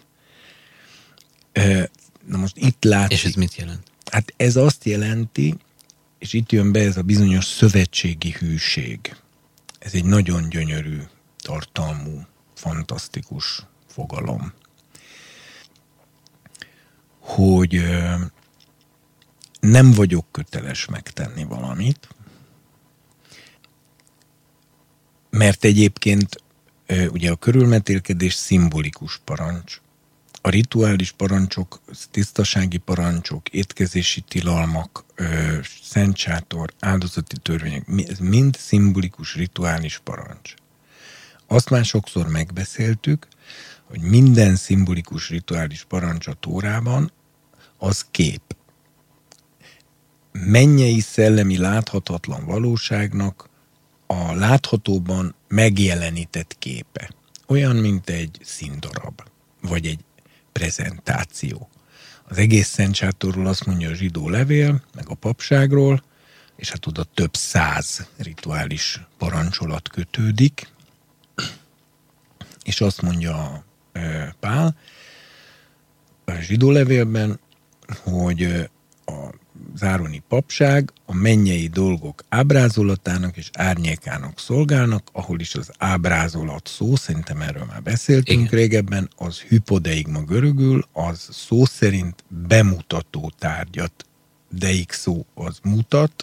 Na most itt látszik. És ez mit jelent? Hát ez azt jelenti, és itt jön be ez a bizonyos szövetségi hűség. Ez egy nagyon gyönyörű tartalmú, fantasztikus fogalom. Hogy nem vagyok köteles megtenni valamit, mert egyébként ugye a körülmetélkedés szimbolikus parancs. A rituális parancsok, tisztasági parancsok, étkezési tilalmak, szentsátor, áldozati törvények, ez mind szimbolikus rituális parancs. Azt már sokszor megbeszéltük, hogy minden szimbolikus rituális parancs a Tórában az kép. Mennyei szellemi láthatatlan valóságnak a láthatóban megjelenített képe. Olyan, mint egy színdarab, vagy egy prezentáció. Az egész Szent Sátorról azt mondja a zsidó levél, meg a papságról, és hát oda több 100 rituális parancsolat kötődik, és azt mondja Pál a zsidó levélben, hogy az ároni papság a mennyei dolgok ábrázolatának és árnyékának szolgálnak, ahol is az ábrázolat szó, szerintem erről már beszéltünk igen. Régebben, az hypodeigma görögül, az szó szerint bemutató tárgyat, deik szó az mutat,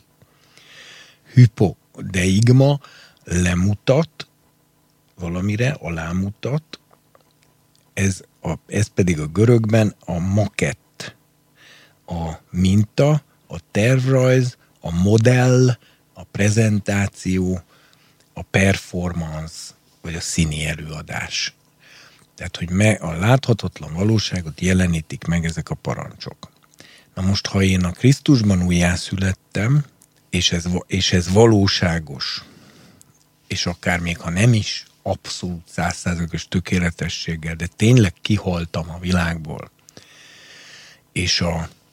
hypodeigma lemutat valamire, alámutat, ez pedig a görögben a makett, a minta, a tervrajz, a modell, a prezentáció, a performance, vagy a színi előadás. Tehát, hogy a láthatatlan valóságot jelenítik meg ezek a parancsok. Na most, ha én a Krisztusban újjászülettem, és ez valóságos, és akár még ha nem is abszolút 100%-os tökéletességgel, de tényleg kihaltam a világból, és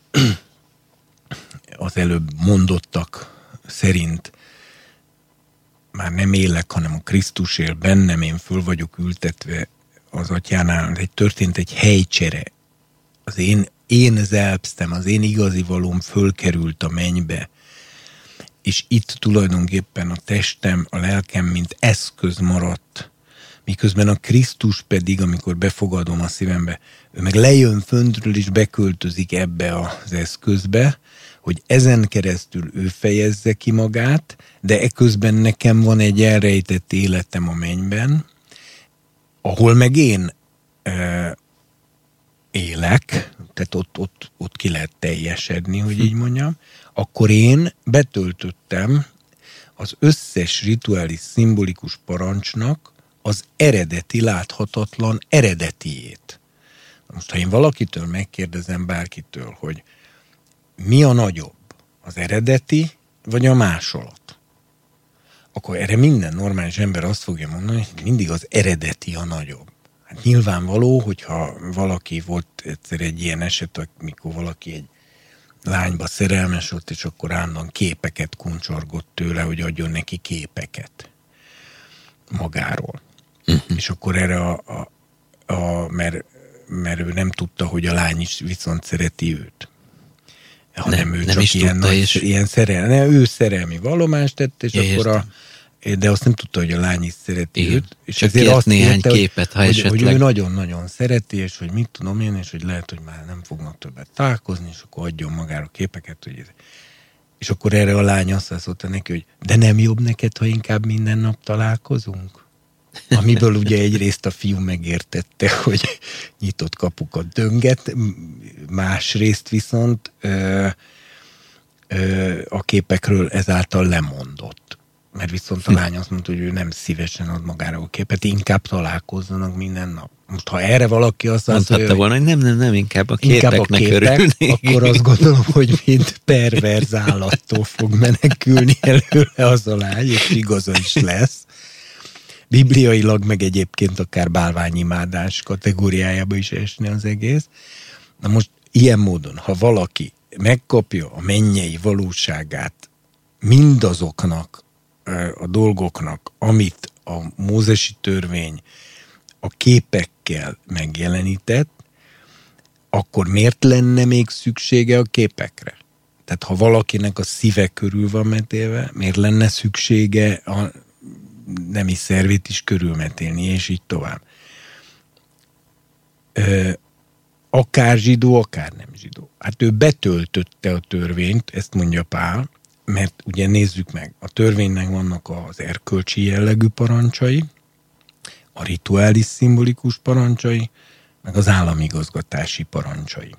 az előbb mondottak szerint már nem élek, hanem a Krisztus él bennem, én föl vagyok ültetve az Atyánál, történt egy helycsere. Az én zelpsztem, az én igazi valóm fölkerült a mennybe, és itt tulajdonképpen a testem, a lelkem, mint eszköz maradt, miközben a Krisztus pedig, amikor befogadom a szívembe, ő meg lejön föntről és beköltözik ebbe az eszközbe, hogy ezen keresztül ő fejezze ki magát, de eközben nekem van egy elrejtett életem a mennyben, ahol meg én élek, tehát ott ki lehet teljesedni, hogy így mondjam, akkor én betöltöttem az összes rituális szimbolikus parancsnak az eredeti, láthatatlan eredetiét. Most, ha én valakitől megkérdezem, bárkitől, hogy mi a nagyobb, az eredeti, vagy a másolat, akkor erre minden normális ember azt fogja mondani, hogy mindig az eredeti a nagyobb. Hát nyilvánvaló, hogyha valaki volt egyszer egy ilyen eset, amikor valaki egy lányba szerelmes volt, és akkor állandóan képeket kuncsorgott tőle, hogy adjon neki képeket magáról. Uh-huh. És akkor erre mert ő nem tudta, hogy a lány is viszont szereti őt. Hanem ő csak ilyen ő szerelmi vallomást tett, és akkor de azt nem tudta, hogy a lány is szereti őt. És csak ezért azt néhány érte, képet, hogy ő nagyon-nagyon szereti, és hogy mit tudom én, és hogy lehet, hogy már nem fognak többet találkozni, és akkor adjon magára képeket. És akkor erre a lány azt mondta neki, hogy de nem jobb neked, ha inkább minden nap találkozunk? Amiből ugye egyrészt a fiú megértette, hogy nyitott kapukat dönget, másrészt viszont a képekről ezáltal lemondott. Mert viszont a lány azt mondta, hogy ő nem szívesen ad magára a képet, inkább találkozzanak minden nap. Most ha erre valaki azt mondhatta volna, hogy nem, inkább a képeknek örülni. Akkor azt gondolom, hogy mint perverz állattól fog menekülni előle az a lány, és igaza is lesz. Bibliailag meg egyébként akár bálványimádás kategóriájába is esne az egész. Na most ilyen módon, ha valaki megkapja a mennyei valóságát mindazoknak a dolgoknak, amit a mózesi törvény a képekkel megjelenített, akkor miért lenne még szüksége a képekre? Tehát ha valakinek a szíve körül van metélve, miért lenne szüksége a nemi szervét is körülmetélni, és így tovább. Akár zsidó, akár nem zsidó. Hát ő betöltötte a törvényt, ezt mondja Pál, mert ugye nézzük meg, a törvénynek vannak az erkölcsi jellegű parancsai, a rituális szimbolikus parancsai, meg az államigazgatási parancsai.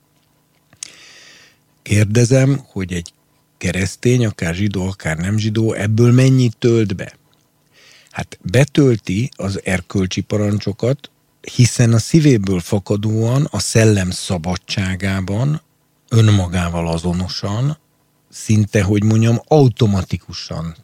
Kérdezem, hogy egy keresztény, akár zsidó, akár nem zsidó, ebből mennyit tölt be? Hát betölti az erkölcsi parancsokat, hiszen a szívéből fakadóan, a szellem szabadságában önmagával azonosan, szinte, hogy mondjam, automatikusan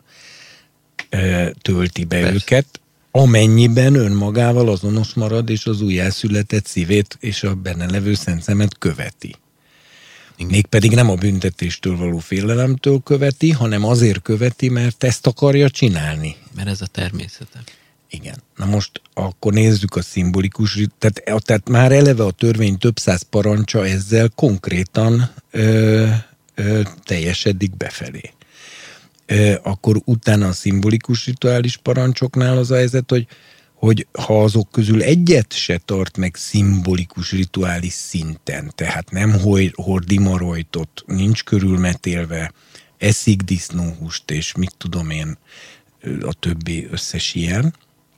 tölti be Persze. őket, amennyiben önmagával azonos marad, és az újjászületett szívét és a benne levő szent szemet követi. Mégpedig nem a büntetéstől való félelemtől követi, hanem azért követi, mert ezt akarja csinálni. Mert ez a természete. Igen. Na most akkor nézzük a szimbolikus, tehát már eleve a törvény több száz parancsa ezzel konkrétan teljesedik befelé. Akkor utána a szimbolikus rituális parancsoknál az a helyzet, hogy ha azok közül egyet se tart meg szimbolikus rituális szinten, tehát nem hordi marojtot, nincs körülmetélve, eszik disznóhúst, és mit tudom én, a többi összes ilyen,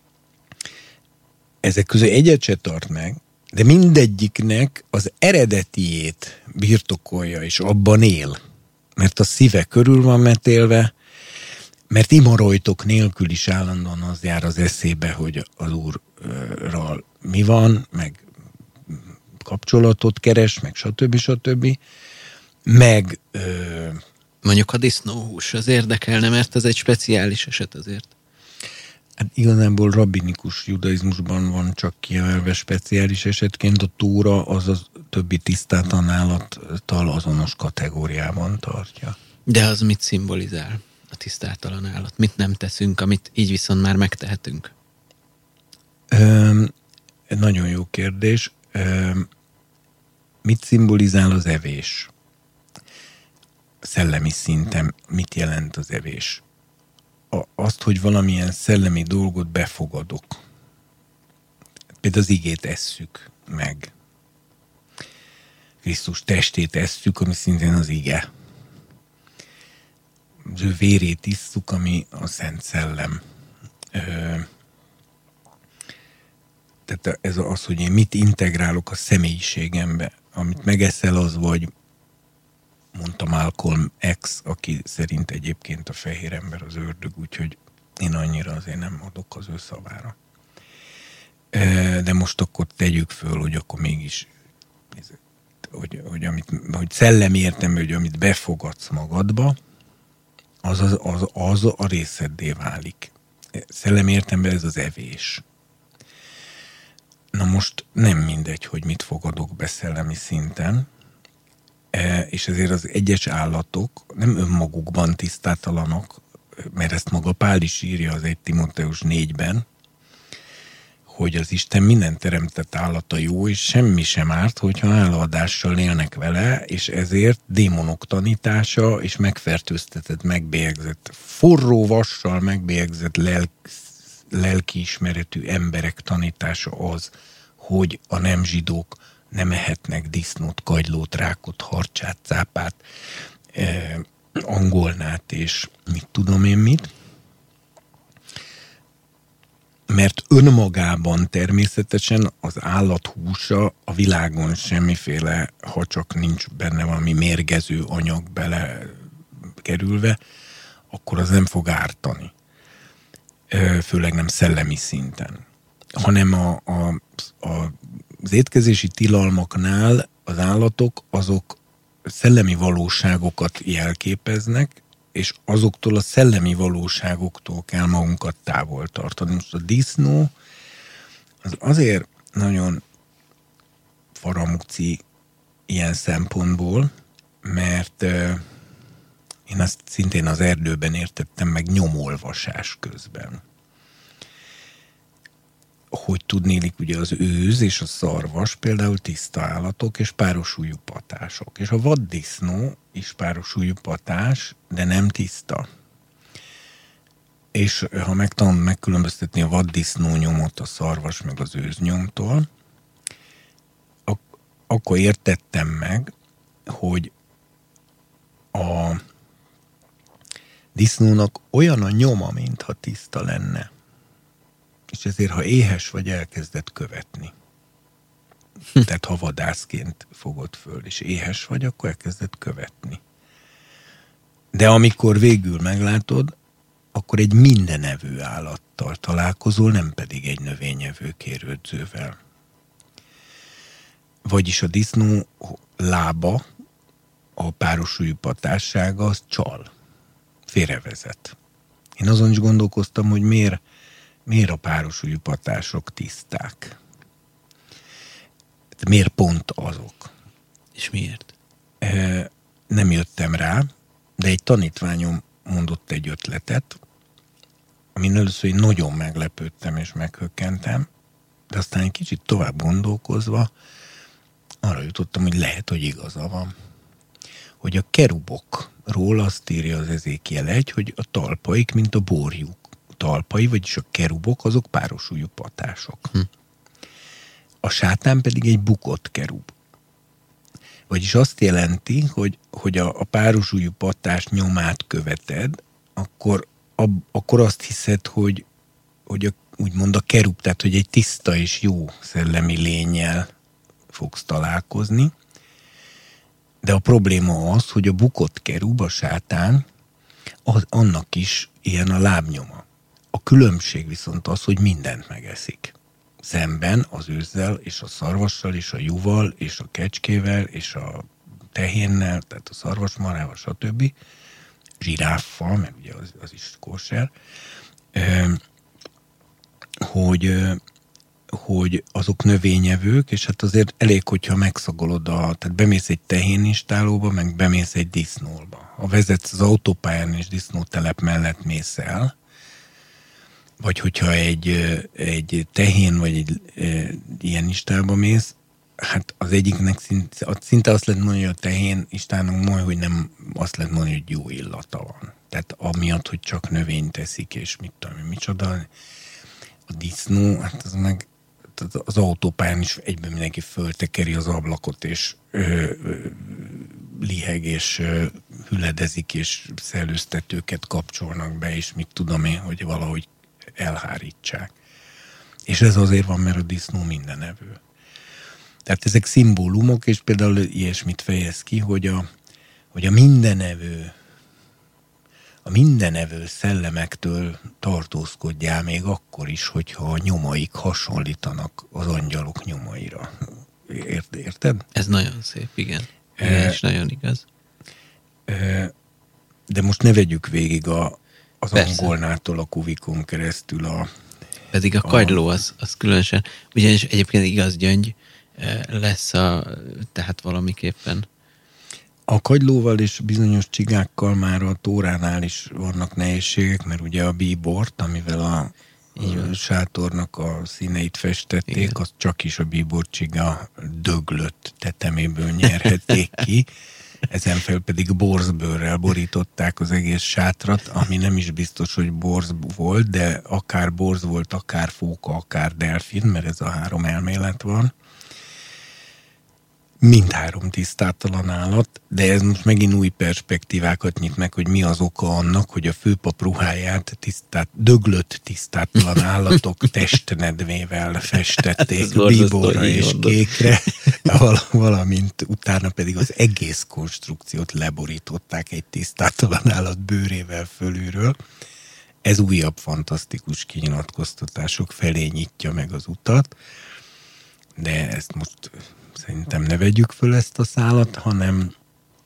ezek közül egyet se tart meg, de mindegyiknek az eredetiét birtokolja, és abban él. Mert a szíve körül van metélve, mert imarojtok nélkül is állandóan az jár az eszébe, hogy az Úrral mi van, meg kapcsolatot keres, meg stb. Meg... Mondjuk a disznóhús, az érdekelne, mert ez egy speciális eset azért. Hát igazából rabbinikus judaizmusban van csak kiemelve speciális esetként, a Tóra az a többi tisztátalan állattal azonos kategóriában tartja. De az mit szimbolizál, a tisztátalan állat? Mit nem teszünk, amit így viszont már megtehetünk? Nagyon jó kérdés. Mit szimbolizál az evés? Szellemi szinten mit jelent az evés? Azt, hogy valamilyen szellemi dolgot befogadok. Például az igét esszük meg. Krisztus testét esszük, ami szintén az ige. Az ő vérét isszuk, ami a Szent Szellem. Tehát ez az, hogy én mit integrálok a személyiségembe. Amit megeszel, az vagy, mondta Malcolm X, aki szerint egyébként a fehér ember az ördög, úgyhogy én annyira azért nem adok az ő szavára. De most akkor tegyük föl, hogy akkor mégis, hogy szellemi értelemben, hogy amit befogadsz magadba, az a részeddé válik. Szellemi értelemben ez az evés. Na most nem mindegy, hogy mit fogadok be szellemi szinten, és ezért az egyes állatok nem önmagukban tisztátalanok, mert ezt maga Pál is írja az 1 Timóteus 4-ben, hogy az Isten minden teremtett állata jó, és semmi sem árt, hogyha háladással élnek vele, és ezért démonok tanítása és megfertőztetett, megbélyegzett, forró vassal megbélyegzett lelkiismeretű emberek tanítása az, hogy a nem zsidók nem ehetnek disznót, kagylót, rákot, harcsát, cápát, angolnát és mit tudom én mit. Mert önmagában természetesen az állat húsa a világon semmiféle, ha csak nincs benne valami mérgező anyag bele kerülve, akkor az nem fog ártani. Főleg nem szellemi szinten. Hanem az étkezési tilalmaknál az állatok azok szellemi valóságokat jelképeznek, és azoktól a szellemi valóságoktól kell magunkat távol tartani. Most a disznó az azért nagyon faramúci ilyen szempontból, mert én azt szintén az erdőben értettem meg nyomolvasás közben. Hogy tudnélik, ugye az őz és a szarvas például tiszta állatok és párosúlyú patások. És a vaddisznó is párosúlyú patás, de nem tiszta. És ha megtanulod megkülönböztetni a vaddisznó nyomot a szarvas meg az őz nyomtól, akkor értettem meg, hogy a disznónak olyan a nyoma, mintha tiszta lenne. És ezért, ha éhes vagy, elkezded követni. Tehát ha vadászként fogod föl, és éhes vagy, akkor elkezded követni. De amikor végül meglátod, akkor egy mindenevő állattal találkozol, nem pedig egy növényevő kérődzővel. Vagyis a disznó lába a párosúlyú patássága az csal, félrevezet. Én azon is gondolkoztam, hogy miért a párosúlyú patások tiszták. Miért pont azok? És miért? Nem jöttem rá, de egy tanítványom mondott egy ötletet, amin először én nagyon meglepődtem és meghökkentem, de aztán egy kicsit tovább gondolkozva arra jutottam, hogy lehet, hogy igaza van. Hogy a kerubokról azt írja az Ezékiel 1, hogy a talpaik, mint a borjú talpai, vagyis a kerubok, azok párosúlyú patások. A sátán pedig egy bukott kerub. Vagyis azt jelenti, hogy a párosúlyú patás nyomát követed, akkor azt hiszed, hogy úgymond a kerub, tehát hogy egy tiszta és jó szellemi lénnyel fogsz találkozni. De a probléma az, hogy a bukott kerub, a sátán, annak is ilyen a lábnyoma. A különbség viszont az, hogy mindent megeszik. Szemben az őzzel, és a szarvassal, és a juhval, és a kecskével, és a tehénnel, tehát a szarvasmarhával, stb. Zsiráffal, mert ugye az is kóser, hogy azok növényevők, és hát azért elég, hogyha megszagolod tehát bemész egy tehénistálóba, meg bemész egy disznóba. Ha vezetsz az autópályán és disznótelep mellett mész el, vagy hogyha egy tehén vagy egy ilyen istába mész, hát az egyiknek szinte azt lehet mondani, hogy a tehén istának majd, hogy nem azt lehet mondani, hogy jó illata van. Tehát amiatt, hogy csak növényt teszik, és mit tudom, micsoda. A disznó, hát az meg az autópályán is egyben mindenki föltekeri az ablakot, és liheg, és hüledezik, és szellőztetőket kapcsolnak be, és mit tudom én, hogy valahogy elhárítsák. És ez azért van, mert a disznó mindenevő. Tehát ezek szimbólumok, és például ilyesmit fejez ki, hogy a mindenevő szellemektől tartózkodjál még akkor is, hogyha a nyomaik hasonlítanak az angyalok nyomaira. Érted? Ez nagyon szép, igen. És nagyon igaz. De most ne vegyük végig az angolnától a kuvikon keresztül pedig a kagyló az különösen, ugyanis egyébként igaz gyöngy lesz tehát valamiképpen. A kagylóval és bizonyos csigákkal már a Tóránál is vannak nehézségek, mert ugye a bíbort, amivel a sátornak a színeit festették, igen, az csak is a bíborcsiga döglött teteméből nyerhették ki. Ezen fel pedig borzbőrrel borították az egész sátrat, ami nem is biztos, hogy borz volt, de akár borz volt, akár fóka, akár delfin, mert ez a 3 elmélet van. Mindhárom tisztátalan állat, de ez most megint új perspektívákat nyit meg, hogy mi az oka annak, hogy a főpap ruháját döglött tisztátalan állatok testnedvével festették bíborra és kékre, valamint utána pedig az egész konstrukciót leborították egy tisztátalan állat bőrével fölülről. Ez újabb fantasztikus kinyilatkoztatások felé nyitja meg az utat, de ezt most szerintem ne vegyük föl ezt a szálat, hanem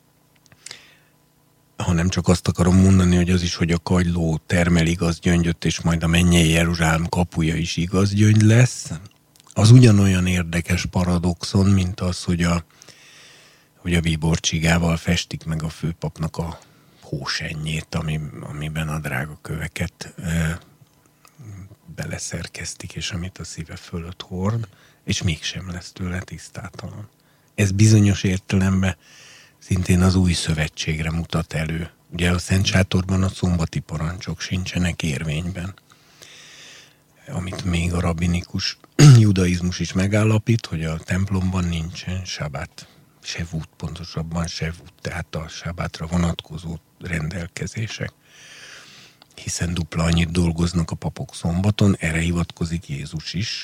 csak azt akarom mondani, hogy az is, hogy a kagyló termel igaz gyöngyöt, és majd a mennyei Jeruzsálem kapuja is igaz gyöngy lesz. Az ugyanolyan érdekes paradoxon, mint az, hogy a bíborcsigával festik meg a főpapnak a hósennyét, amiben a drága köveket beleszerkeztik, és amit a szíve fölött hord, és mégsem lesz tőle tisztátalan. Ez bizonyos értelemben szintén az új szövetségre mutat elő. Ugye a Szent Sátorban a szombati parancsok sincsenek érvényben, amit még a rabbinikus judaizmus is megállapít, hogy a templomban nincsen sábát, sevút, pontosabban sevút, tehát a sábátra vonatkozó rendelkezések, hiszen dupla annyit dolgoznak a papok szombaton, erre hivatkozik Jézus is.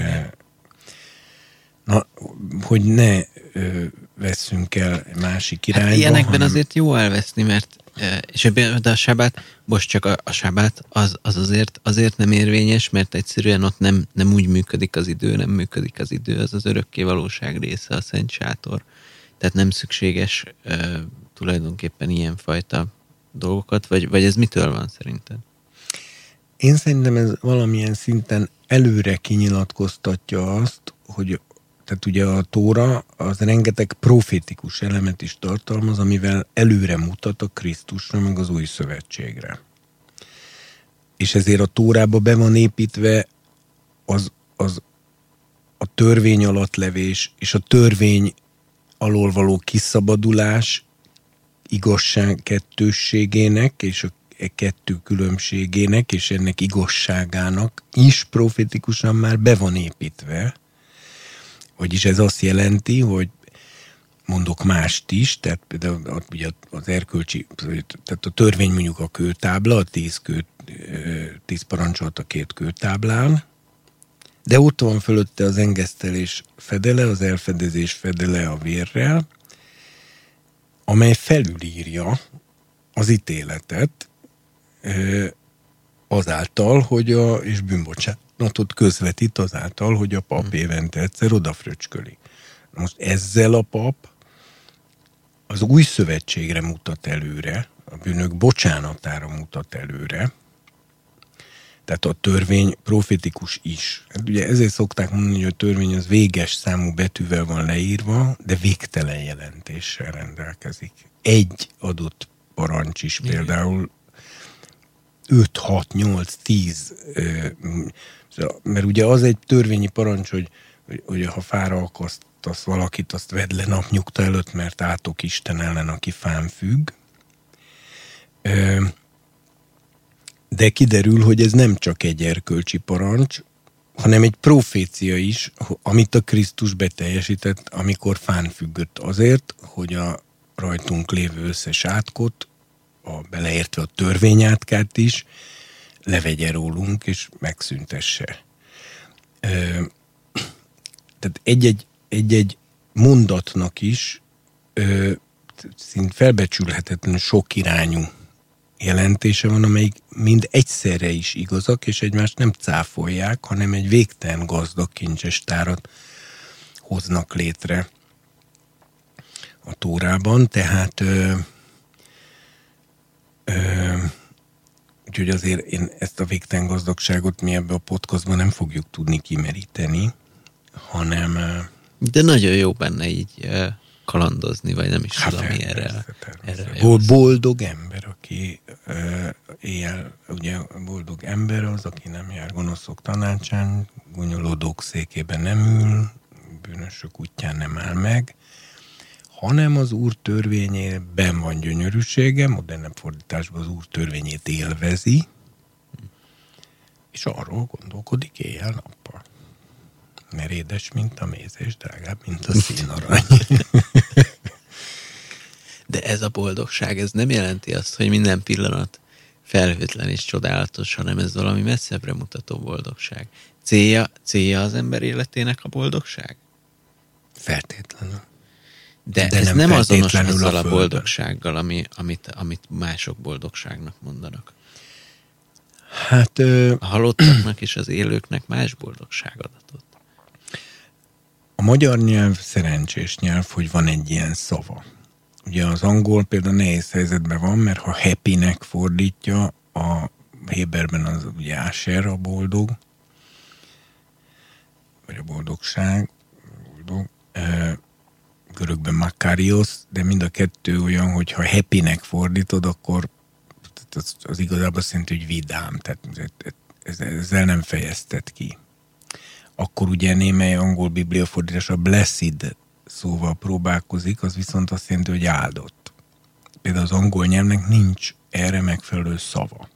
Na, hogy ne vesszünk el másik irányba. Hát ilyenekben azért jó elveszni, mert de a sábát, csak a sábát az azért nem érvényes, mert egyszerűen ott nem úgy működik az idő, nem működik az idő, az örökké valóság része, a Szent Sátor. Tehát nem szükséges tulajdonképpen ilyenfajta dolgokat, vagy ez mitől van szerinted? Én szerintem ez valamilyen szinten előre kinyilatkoztatja azt, hogy tehát ugye a Tóra az rengeteg profétikus elemet is tartalmaz, amivel előre mutat a Krisztusra, meg az új szövetségre. És ezért a Tórába be van építve a törvény alatt levés, és a törvény alól való kiszabadulás igazság kettősségének, és a kettő különbségének, és ennek igazságának is profétikusan már be van építve. Vagyis ez azt jelenti, hogy mondok mást is, tehát például ugye az erkölcsi, tehát a törvény mondjuk a kőtábla, a 10 parancsolat a 2 kőtáblán, de ott van fölötte az engesztelés fedele, az elfedezés fedele a vérrel, amely felülírja az ítéletet azáltal, hogy és bűnbocsánatot közvetít azáltal, hogy a pap évente egyszer odafröcsköli. Most ezzel a pap az új szövetségre mutat előre, a bűnök bocsánatára mutat előre, tehát a törvény profétikus is. Hát ugye ezért szokták mondani, hogy a törvény az véges számú betűvel van leírva, de végtelen jelentéssel rendelkezik. Egy adott parancs is például 5, 6, 8, 10, mert ugye az egy törvényi parancs, hogy ha fára akasztasz valakit, azt vedd le napnyugta előtt, mert átok Isten ellen, aki fán függ. De kiderül, hogy ez nem csak egy erkölcsi parancs, hanem egy profécia is, amit a Krisztus beteljesített, amikor fán függött azért, hogy a rajtunk lévő összes átkot, beleértve a törvényátkát is, levegye rólunk és megszüntesse. Tehát egy-egy mondatnak is szint felbecsülhetetlen sok irányú jelentése van, amelyik mind egyszerre is igazak, és egymást nem cáfolják, hanem egy végtelen gazdag kincses tárat hoznak létre a Tórában, tehát úgyhogy azért én ezt a végtelen gazdagságot mi ebbe a podcastban nem fogjuk tudni kimeríteni, hanem... De nagyon jó benne így kalandozni, vagy nem is tudom, mi erre boldog ember, aki éjjel, ugye boldog ember az, aki nem jár gonoszok tanácsán, gonyolódók székében nem ül, bűnösök útján nem áll meg, hanem az Úr törvényében van gyönyörűsége, modernebb fordításban az Úr törvényét élvezi, és arról gondolkodik éjjel-nappal. Mert édes, mint a méz, és drágább, mint a színarany. De ez a boldogság, ez nem jelenti azt, hogy minden pillanat felhőtlen és csodálatos, hanem ez valami messzebbre mutató boldogság. Célja az ember életének a boldogság? Feltétlenül. De ez nem azonos azzal a boldogsággal, amit mások boldogságnak mondanak. Hát... A halottaknak és az élőknek más boldogság adatot. A magyar nyelv szerencsés nyelv, hogy van egy ilyen szava. Ugye az angol például nehéz helyzetben van, mert ha happy-nek fordítja, a héberben az ugye asher, a boldog, vagy a boldogság, boldog, görögben makarios, de mind a kettő olyan, hogy ha happy-nek fordítod, akkor az igazából azt jelenti, hogy vidám, tehát ezzel nem fejezted ki. Akkor ugye némely angol bibliafordítás a blessed szóval próbálkozik, az viszont azt jelenti, hogy áldott. Például az angol nyelvnek nincs erre megfelelő szava.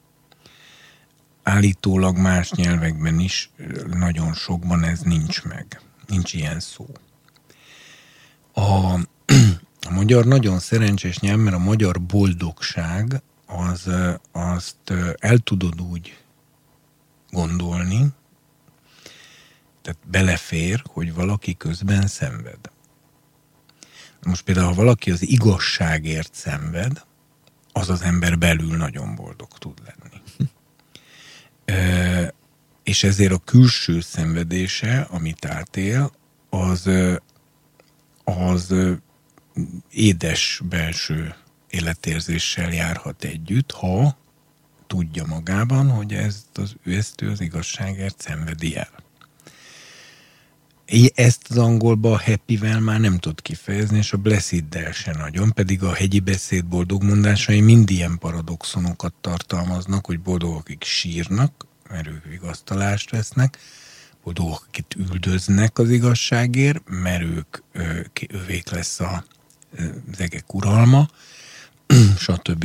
Állítólag más nyelvekben is, nagyon sokban ez nincs meg. Nincs ilyen szó. A magyar nagyon szerencsés nyelv, mert a magyar boldogság azt el tudod úgy gondolni, tehát belefér, hogy valaki közben szenved. Most például, ha valaki az igazságért szenved, az ember belül nagyon boldog tud lenni. És ezért a külső szenvedése, amit átél, az édes belső életérzéssel járhat együtt, ha tudja magában, hogy ezt ő az igazságért szenvedi el. Ezt az angolban a happy-vel már nem tud kifejezni, és a blessed-del se nagyon, pedig a hegyi beszéd boldog mondásai mind ilyen paradoxonokat tartalmaznak, hogy boldogok, akik sírnak, mert ők vigasztalást vesznek, boldogok, akik üldöznek az igazságért, mert ővék lesz az egek uralma, stb.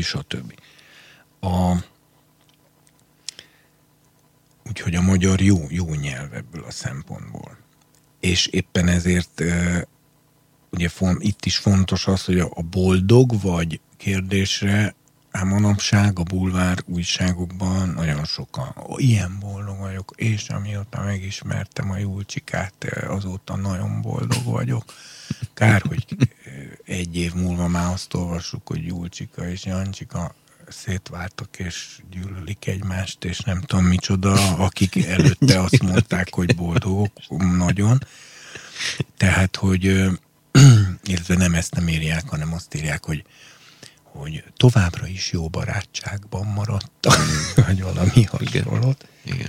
Úgyhogy a magyar jó nyelv ebből a szempontból. És éppen ezért ugye itt is fontos az, hogy a boldog vagy kérdésre manapság a bulvár újságokban nagyon sokan ilyen boldog vagyok, és amióta megismertem a Julcsikát, azóta nagyon boldog vagyok. Kár, hogy egy év múlva már azt olvassuk, hogy Julcsika és Jancsika szétváltak és gyűlölik egymást, és nem tudom micsoda, akik előtte azt mondták, hogy boldogok nagyon. Tehát, hogy illetve nem ezt nem írják, hanem azt írják, hogy továbbra is jó barátságban maradtak, vagy valami hasonlót. Igen.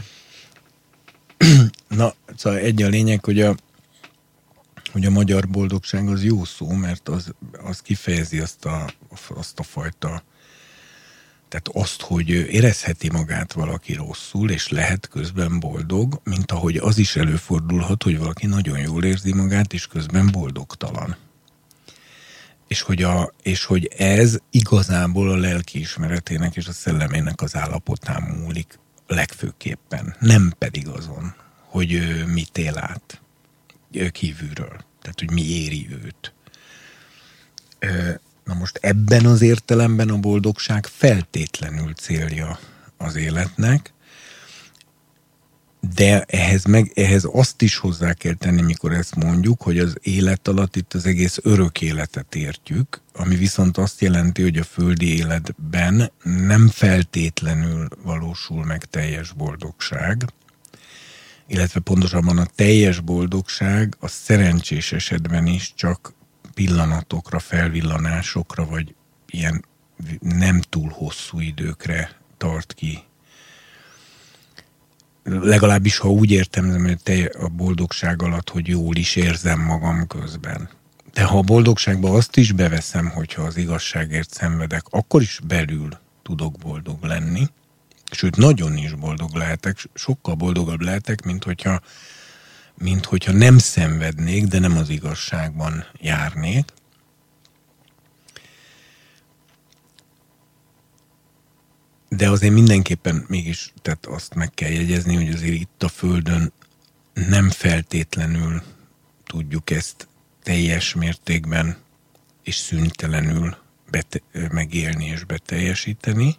Na, szóval egy a lényeg, hogy a magyar boldogság az jó szó, mert az kifejezi azt a fajta, tehát azt, hogy érezheti magát valaki rosszul, és lehet közben boldog, mint ahogy az is előfordulhat, hogy valaki nagyon jól érzi magát, és közben boldogtalan. És hogy ez igazából a lelkiismeretének és a szellemének az állapotán múlik legfőképpen. Nem pedig azon, hogy ő mit él át kívülről. Tehát, hogy mi éri őt. Na most ebben az értelemben a boldogság feltétlenül célja az életnek, de ehhez azt is hozzá kell tenni, mikor ezt mondjuk, hogy az élet alatt itt az egész örök életet értjük, ami viszont azt jelenti, hogy a földi életben nem feltétlenül valósul meg teljes boldogság, illetve pontosabban a teljes boldogság a szerencsés esetben is csak pillanatokra, felvillanásokra, vagy ilyen nem túl hosszú időkre tart ki. Legalábbis, ha úgy értem, hogy a boldogság alatt, hogy jól is érzem magam közben. De ha a boldogságban azt is beveszem, hogyha az igazságért szenvedek, akkor is belül tudok boldog lenni. Sőt, nagyon is boldog lehetek, sokkal boldogabb lehetek, mint hogyha nem szenvednék, de nem az igazságban járnék. De azért mindenképpen mégis, tehát azt meg kell jegyezni, hogy azért itt a Földön nem feltétlenül tudjuk ezt teljes mértékben és szüntelenül megélni és beteljesíteni.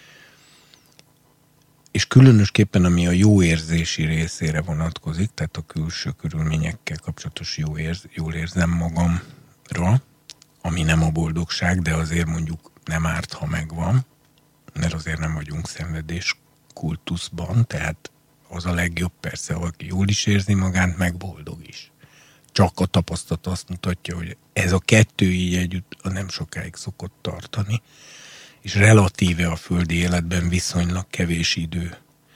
És különösképpen, ami a jó érzési részére vonatkozik, tehát a külső körülményekkel kapcsolatos jól érzem magamra, ami nem a boldogság, de azért mondjuk nem árt, ha megvan, mert azért nem vagyunk szenvedés kultuszban, tehát az a legjobb persze, aki jól is érzi magát, meg boldog is. Csak a tapasztalat azt mutatja, hogy ez a kettő így együtt nem sokáig szokott tartani, és relatíve a földi életben viszonylag kevés idő.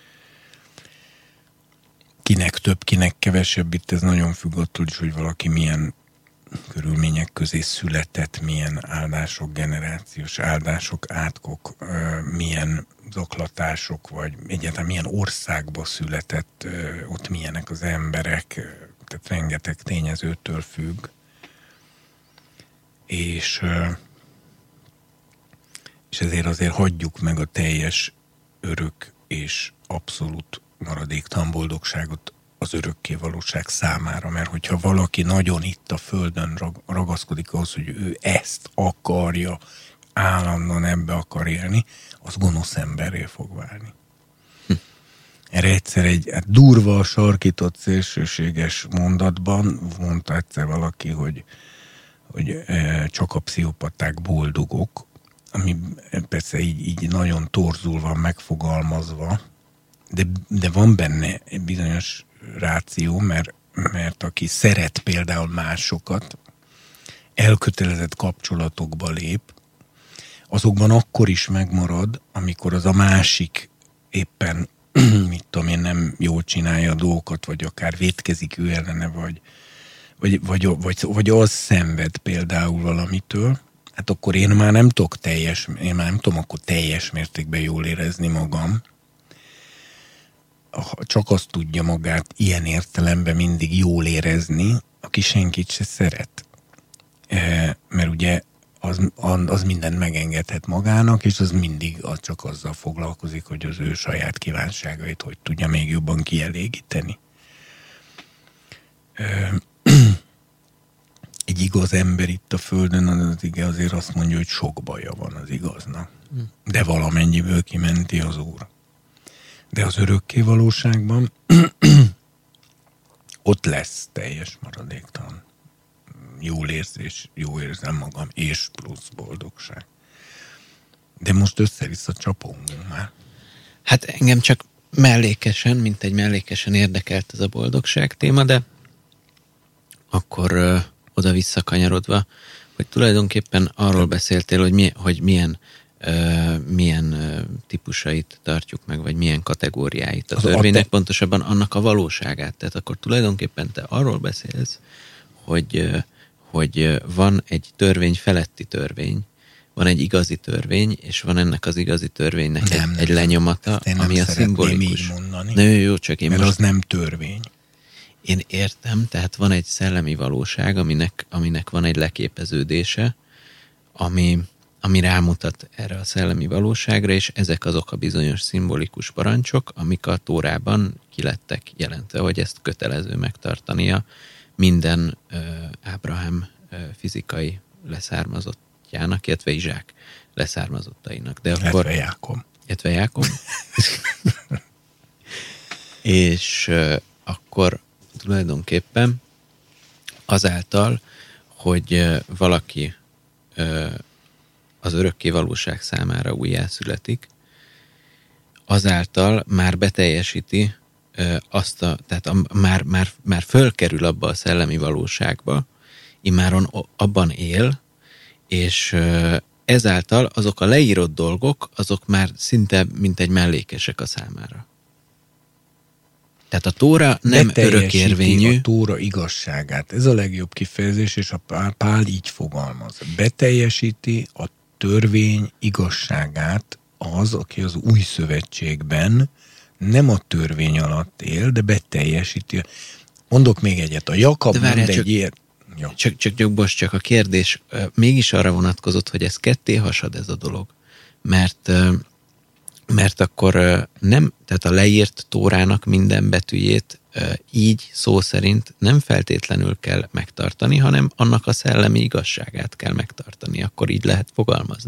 Kinek több, kinek kevesebb, itt ez nagyon függ attól is, hogy valaki milyen körülmények közé született, milyen áldások, generációs áldások, átkok, milyen zaklatások, vagy egyáltalán milyen országba született, ott milyenek az emberek, tehát rengeteg tényezőtől függ. És ezért azért hagyjuk meg a teljes örök és abszolút maradéktalan boldogságot az örökké valóság számára, mert hogyha valaki nagyon itt a Földön ragaszkodik ahhoz, hogy ő ezt akarja, állandóan ebbe akar élni, az gonosz emberré fog válni. Erre egyszer egy durva, sarkított, szélsőséges mondatban mondta egyszer valaki, hogy csak a pszichopaták boldogok, ami persze így nagyon torzul van megfogalmazva, de van benne egy bizonyos ráció, mert aki szeret például másokat, elkötelezett kapcsolatokba lép, azokban akkor is megmarad, amikor az a másik éppen, mit tudom én, nem jól csinálja a dolgokat, vagy akár vétkezik ő ellene, vagy az szenved például valamitől, hát akkor én már nem tudom akkor teljes mértékben jól érezni magam. Csak azt tudja magát ilyen értelemben mindig jól érezni, aki senkit se szeret. Mert ugye az mindent megengedhet magának, és az mindig csak azzal foglalkozik, hogy az ő saját kívánságait hogy tudja még jobban kielégíteni. Egy igaz ember itt a Földön, az ige azért azt mondja, hogy sok baja van az igaznak. De valamennyiből kimenti az Úr. De az örökké valóságban ott lesz teljes maradéktalan jól érzés, jól érzem magam, és plusz boldogság. De most össze-vissza csapongunk már. Hát engem csak mellékesen érdekelt ez a boldogság téma, de akkor oda visszakanyarodva, hogy tulajdonképpen arról beszéltél, hogy milyen típusait tartjuk meg, vagy milyen kategóriáit a törvénynek, pontosabban annak a valóságát. Tehát akkor tulajdonképpen te arról beszélsz, hogy van egy törvény feletti törvény, van egy igazi törvény, és van ennek az igazi törvénynek egy lenyomata, ami a szimbolikus. Jó, csak én mert most... az nem törvény. Én értem, tehát van egy szellemi valóság, aminek van egy leképeződése, ami rámutat erre a szellemi valóságra, és ezek azok a bizonyos szimbolikus parancsok, amik a Tórában kilettek jelentve, hogy ezt kötelező megtartania minden Ábrahám fizikai leszármazottjának, illetve Izsák leszármazottainak. De akkor, illetve Jákob. És akkor tulajdonképpen azáltal, hogy valaki az örökké valóság számára újjászületik, azáltal már beteljesíti tehát már fölkerül abba a szellemi valóságba, immáron abban él, és ezáltal azok a leírott dolgok, azok már szinte mint egy mellékesek a számára. Tehát a Tóra nem örökérvényű. A Tóra igazságát. Ez a legjobb kifejezés, és a Pál így fogalmaz. Beteljesíti a törvény igazságát az, aki az új szövetségben nem a törvény alatt él, de beteljesíti. Mondok még egyet. A Jakab mond egy ilyet. Ja. Csak a kérdés mégis arra vonatkozott, hogy ez ketté hasad ez a dolog. Mert akkor nem, tehát a leírt Tórának minden betűjét így szó szerint nem feltétlenül kell megtartani, hanem annak a szellemi igazságát kell megtartani. Akkor így lehet fogalmazni.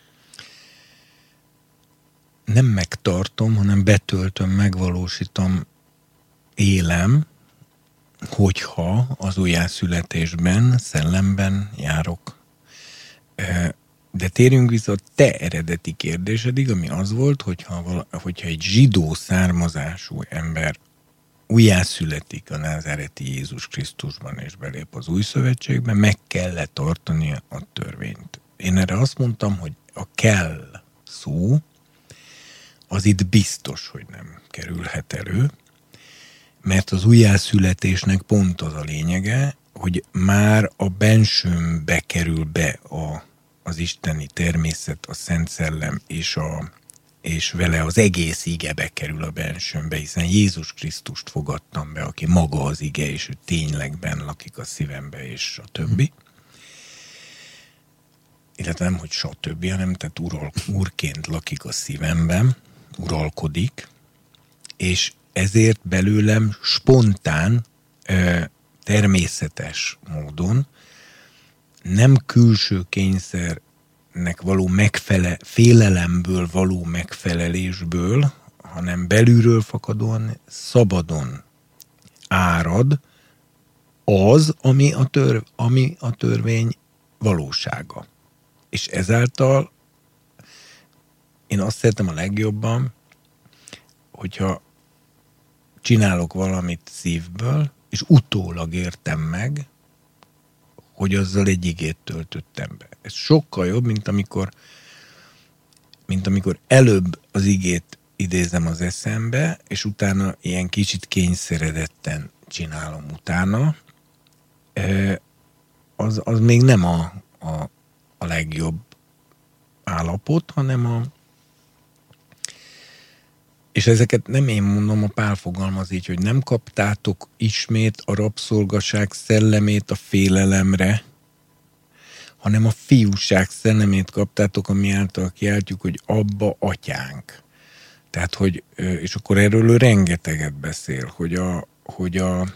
Nem megtartom, hanem betöltöm, megvalósítom, élem, hogyha az újjászületésben, szellemben járok. De térjünk vissza a te eredeti kérdésedig, ami az volt, hogyha egy zsidó származású ember újjászületik a názáreti Jézus Krisztusban és belép az új szövetségbe, meg kellett tartania a törvényt. Én erre azt mondtam, hogy a kell szó, az itt biztos, hogy nem kerülhet elő, mert az újjászületésnek pont az a lényege, hogy már a bensőmbe kerül be az isteni természet, a Szent Szellem és vele az egész ige bekerül a bensőmbe, hiszen Jézus Krisztust fogadtam be, aki maga az ige, és ő tényleg benn lakik a szívembe, és a többi. Illetve nem, hogy stb., hanem tehát úrként lakik a szívemben, uralkodik, és ezért belőlem spontán, természetes módon nem külső kényszernek való félelemből való megfelelésből, hanem belülről fakadóan szabadon árad az, ami a törvény valósága. És ezáltal én azt szeretem a legjobban, hogyha csinálok valamit szívből, és utólag értem meg, hogy azzal egy igét töltöttem be. Ez sokkal jobb, mint amikor előbb az igét idézem az eszembe, és utána ilyen kicsit kényszeredetten csinálom utána. Az még nem a legjobb állapot, hanem és ezeket nem én mondom, a Pál fogalmaz így, hogy nem kaptátok ismét a rabszolgaság szellemét a félelemre, hanem a fiúság szellemét kaptátok, ami által kiáltjuk, hogy Abba, atyánk. Tehát, hogy, és akkor erről ő rengeteget beszél, hogy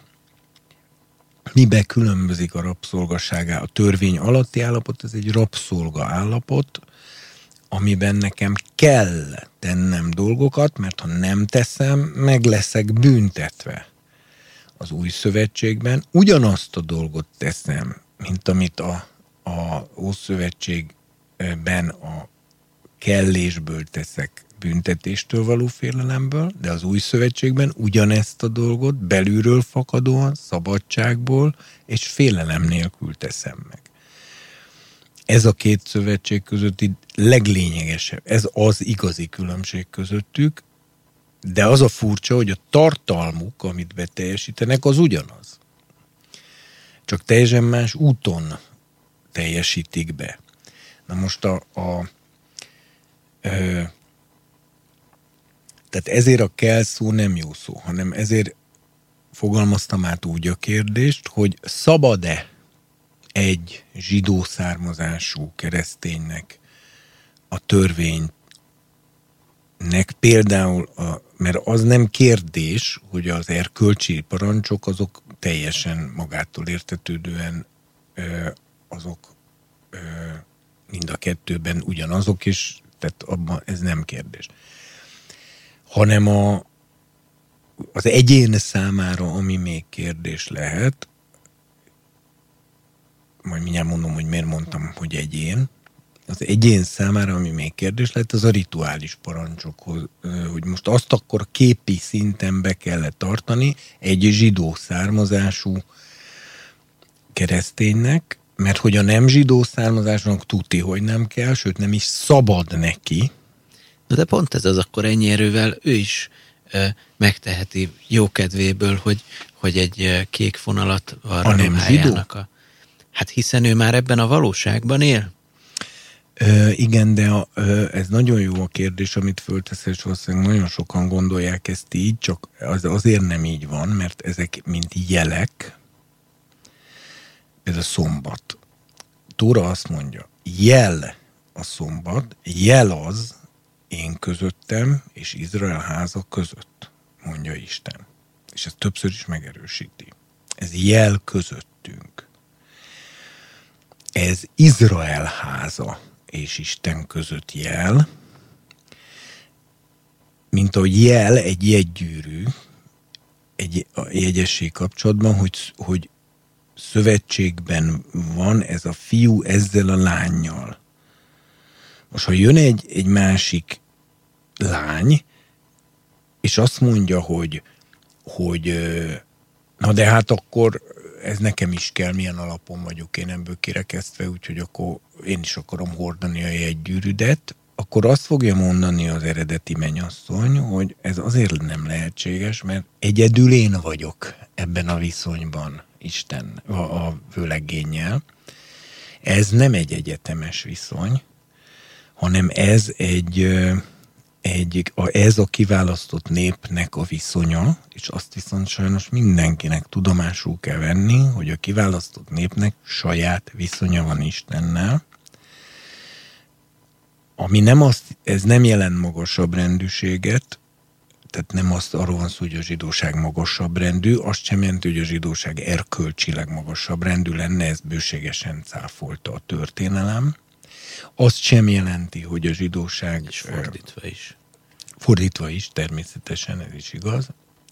mibe különbözik a rabszolgaságá. A törvény alatti állapot, ez egy rabszolga állapot, amiben nekem kell tennem dolgokat, mert ha nem teszem, meg leszek büntetve. Az új szövetségben ugyanazt a dolgot teszem, mint amit a Ószövetségben a kellésből teszek büntetéstől való félelemből, de az új szövetségben ugyanezt a dolgot belülről fakadóan, szabadságból és félelem nélkül teszem meg. Ez a két szövetség közötti leglényegesebb, ez az igazi különbség közöttük, de az a furcsa, hogy a tartalmuk, amit beteljesítenek, az ugyanaz. Csak teljesen más úton teljesítik be. Na most tehát ezért a kell szó nem jó szó, hanem ezért fogalmaztam át úgy a kérdést, hogy szabad-e egy zsidó származású kereszténynek a törvénynek például, mert az nem kérdés, hogy az erkölcsi parancsok azok teljesen magától értetődően azok mind a kettőben ugyanazok, és tehát abban ez nem kérdés. Hanem az egyén számára, ami még kérdés lehet, majd mindjárt mondom, hogy miért mondtam, hogy egyén, az egyén számára, ami még kérdés lehet, az a rituális parancsokhoz, hogy most azt akkor képi szinten be kellett tartani egy zsidó származású kereszténynek, mert hogy a nem zsidó származásnak tuti, hogy nem kell, sőt nem is szabad neki. De pont ez az, akkor ennyi erővel ő is megteheti jókedvéből, hogy egy kék fonalat arra a ruhájának Hát hiszen ő már ebben a valóságban él? Igen, de ez nagyon jó a kérdés, amit föltesz, és valószínűleg nagyon sokan gondolják ezt így, csak azért nem így van, mert ezek mint jelek, ez a szombat. Tóra azt mondja, jel a szombat, jel az én közöttem és Izrael háza között, mondja Isten. És ezt többször is megerősíti. Ez jel közöttünk. Ez Izrael háza és Isten között jel, mint ahogy jel egy jegygyűrű, egy jegyesség kapcsolatban, hogy szövetségben van ez a fiú ezzel a lánnyal. Most, ha jön egy másik lány, és azt mondja, hogy na de hát akkor ez nekem is kell, milyen alapon vagyok én ebből kirekesztve, úgyhogy akkor én is akarom hordani a jegygyűrűdet, akkor azt fogja mondani az eredeti mennyasszony, hogy ez azért nem lehetséges, mert egyedül én vagyok ebben a viszonyban Isten, a vőlegénnyel. Ez nem egy egyetemes viszony, hanem ez ez a kiválasztott népnek a viszonya, és azt viszont sajnos mindenkinek tudomásul kell venni, hogy a kiválasztott népnek saját viszonya van Istennel, ami nem ez nem jelent magasabb rendűséget, tehát nem arról van szó, hogy a zsidóság magasabb rendű, azt sem jelenti, hogy a zsidóság erkölcsileg magasabb rendű lenne, ezt bőségesen cáfolta a történelem. Azt sem jelenti, hogy a zsidóság... És fordítva is. Fordítva is, természetesen, ez is igaz.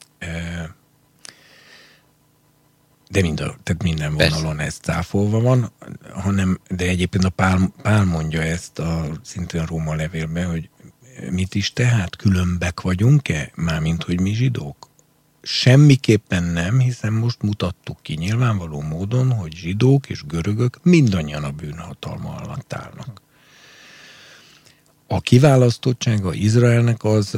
De tehát minden vonalon ez cáfolva van, de egyébként a Pál mondja ezt szintén a Róma levélben, hogy mit is tehát különbek vagyunk-e? Mármint, hogy mi zsidók? semmiképpen nem, hiszen most mutattuk ki nyilvánvaló módon, hogy zsidók és görögök mindannyian a bűnhatalma alatt állnak. A kiválasztottsága Izraelnek az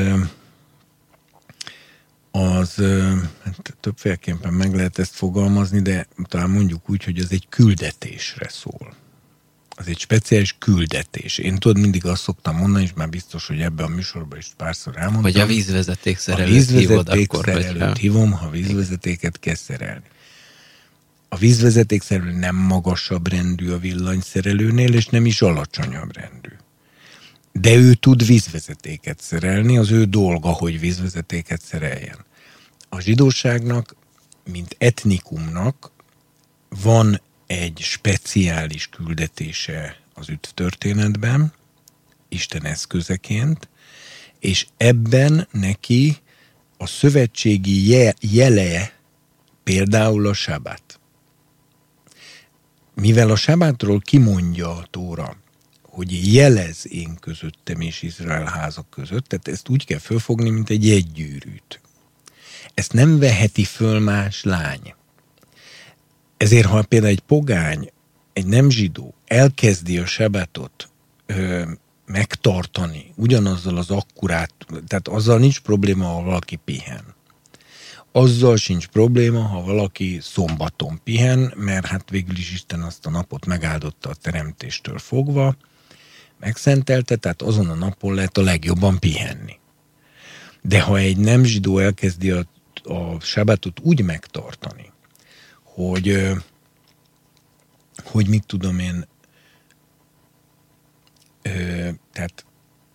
hát többféleképpen meg lehet ezt fogalmazni, de talán mondjuk úgy, hogy az egy küldetésre szól. Az egy speciális küldetés. Én tudod, mindig azt szoktam mondani, és már biztos, hogy ebben a műsorban is párszor elmondtam. Hogy a vízvezeték szerelőt hívod akkor, hogyha hívom, ha vízvezetéket kell szerelni. A vízvezeték szerelő nem magasabb rendű a villanyszerelőnél, és nem is alacsonyabb rendű. De ő tud vízvezetéket szerelni, az ő dolga, hogy vízvezetéket szereljen. A zsidóságnak, mint etnikumnak van egy speciális küldetése az üdvtörténetben, Isten eszközeként, és ebben neki a szövetségi jele például a sábát. Mivel a sábátról kimondja a Tóra, hogy jelez én közöttem és Izrael házak között, tehát ezt úgy kell fölfogni, mint egy jegygyűrűt. Ezt nem veheti föl más lány. Ezért, ha például egy pogány, egy nem zsidó elkezdi a sábátot megtartani ugyanazzal az akkurát, tehát azzal nincs probléma, ha valaki pihen. Azzal sincs probléma, ha valaki szombaton pihen, mert hát végül is Isten azt a napot megáldotta a teremtéstől fogva, megszentelte, tehát azon a napon lehet a legjobban pihenni. De ha egy nem zsidó elkezdi a sábátot úgy megtartani, hogy mit tudom én, tehát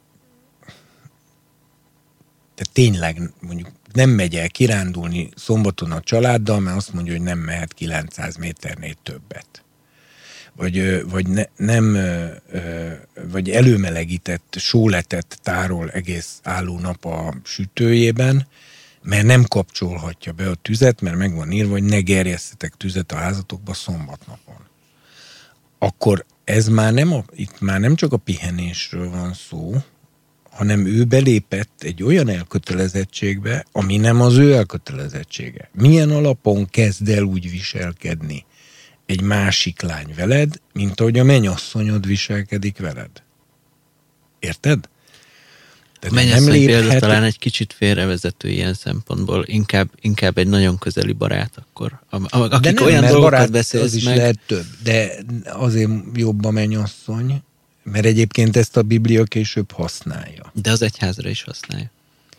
tényleg mondjuk nem megy el kirándulni szombaton a családdal, mert azt mondja, hogy nem mehet 900 méternél többet. Vagy előmelegített sóletet tárol egész álló nap a sütőjében, mert nem kapcsolhatja be a tüzet, mert meg van írva, hogy ne gerjesztetek tüzet a házatokba szombatnapon. Akkor ez itt már nem csak a pihenésről van szó, hanem ő belépett egy olyan elkötelezettségbe, ami nem az ő elkötelezettsége. Milyen alapon kezd el úgy viselkedni egy másik lány veled, mint ahogy a mennyasszonyod viselkedik veled? Érted? A mennyasszony például talán egy kicsit félrevezető ilyen szempontból, inkább egy nagyon közeli barát akkor. Akik olyan dolgokat beszélsz az is meg. Lehet több, de azért jobb a mennyasszony, mert egyébként ezt a Biblia később használja. De az egyházra is használja.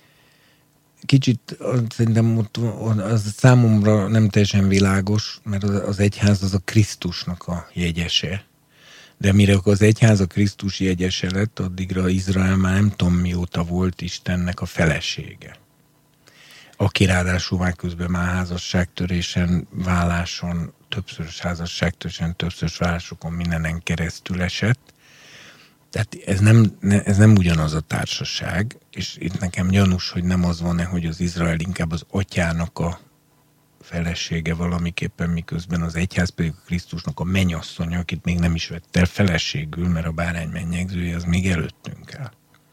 Kicsit szerintem az számomra nem teljesen világos, mert az egyház az a Krisztusnak a jegyese. De mire az egyház a Krisztus jegyese lett, addigra Izrael már nem tudom mióta volt Istennek a felesége. Aki ráadásul már közben már házasságtörésen, válláson, többszörös házasságtörésen, többszörös vállásokon mindenen keresztül esett. Tehát ez nem ugyanaz a társaság, és itt nekem gyanús, hogy nem az van-e, hogy az Izrael inkább az atyának a felesége valamiképpen, miközben az egyház pedig a Krisztusnak a mennyasszonya, akit még nem is vett el feleségül, mert a bárány mennyegzője az még előttünk áll.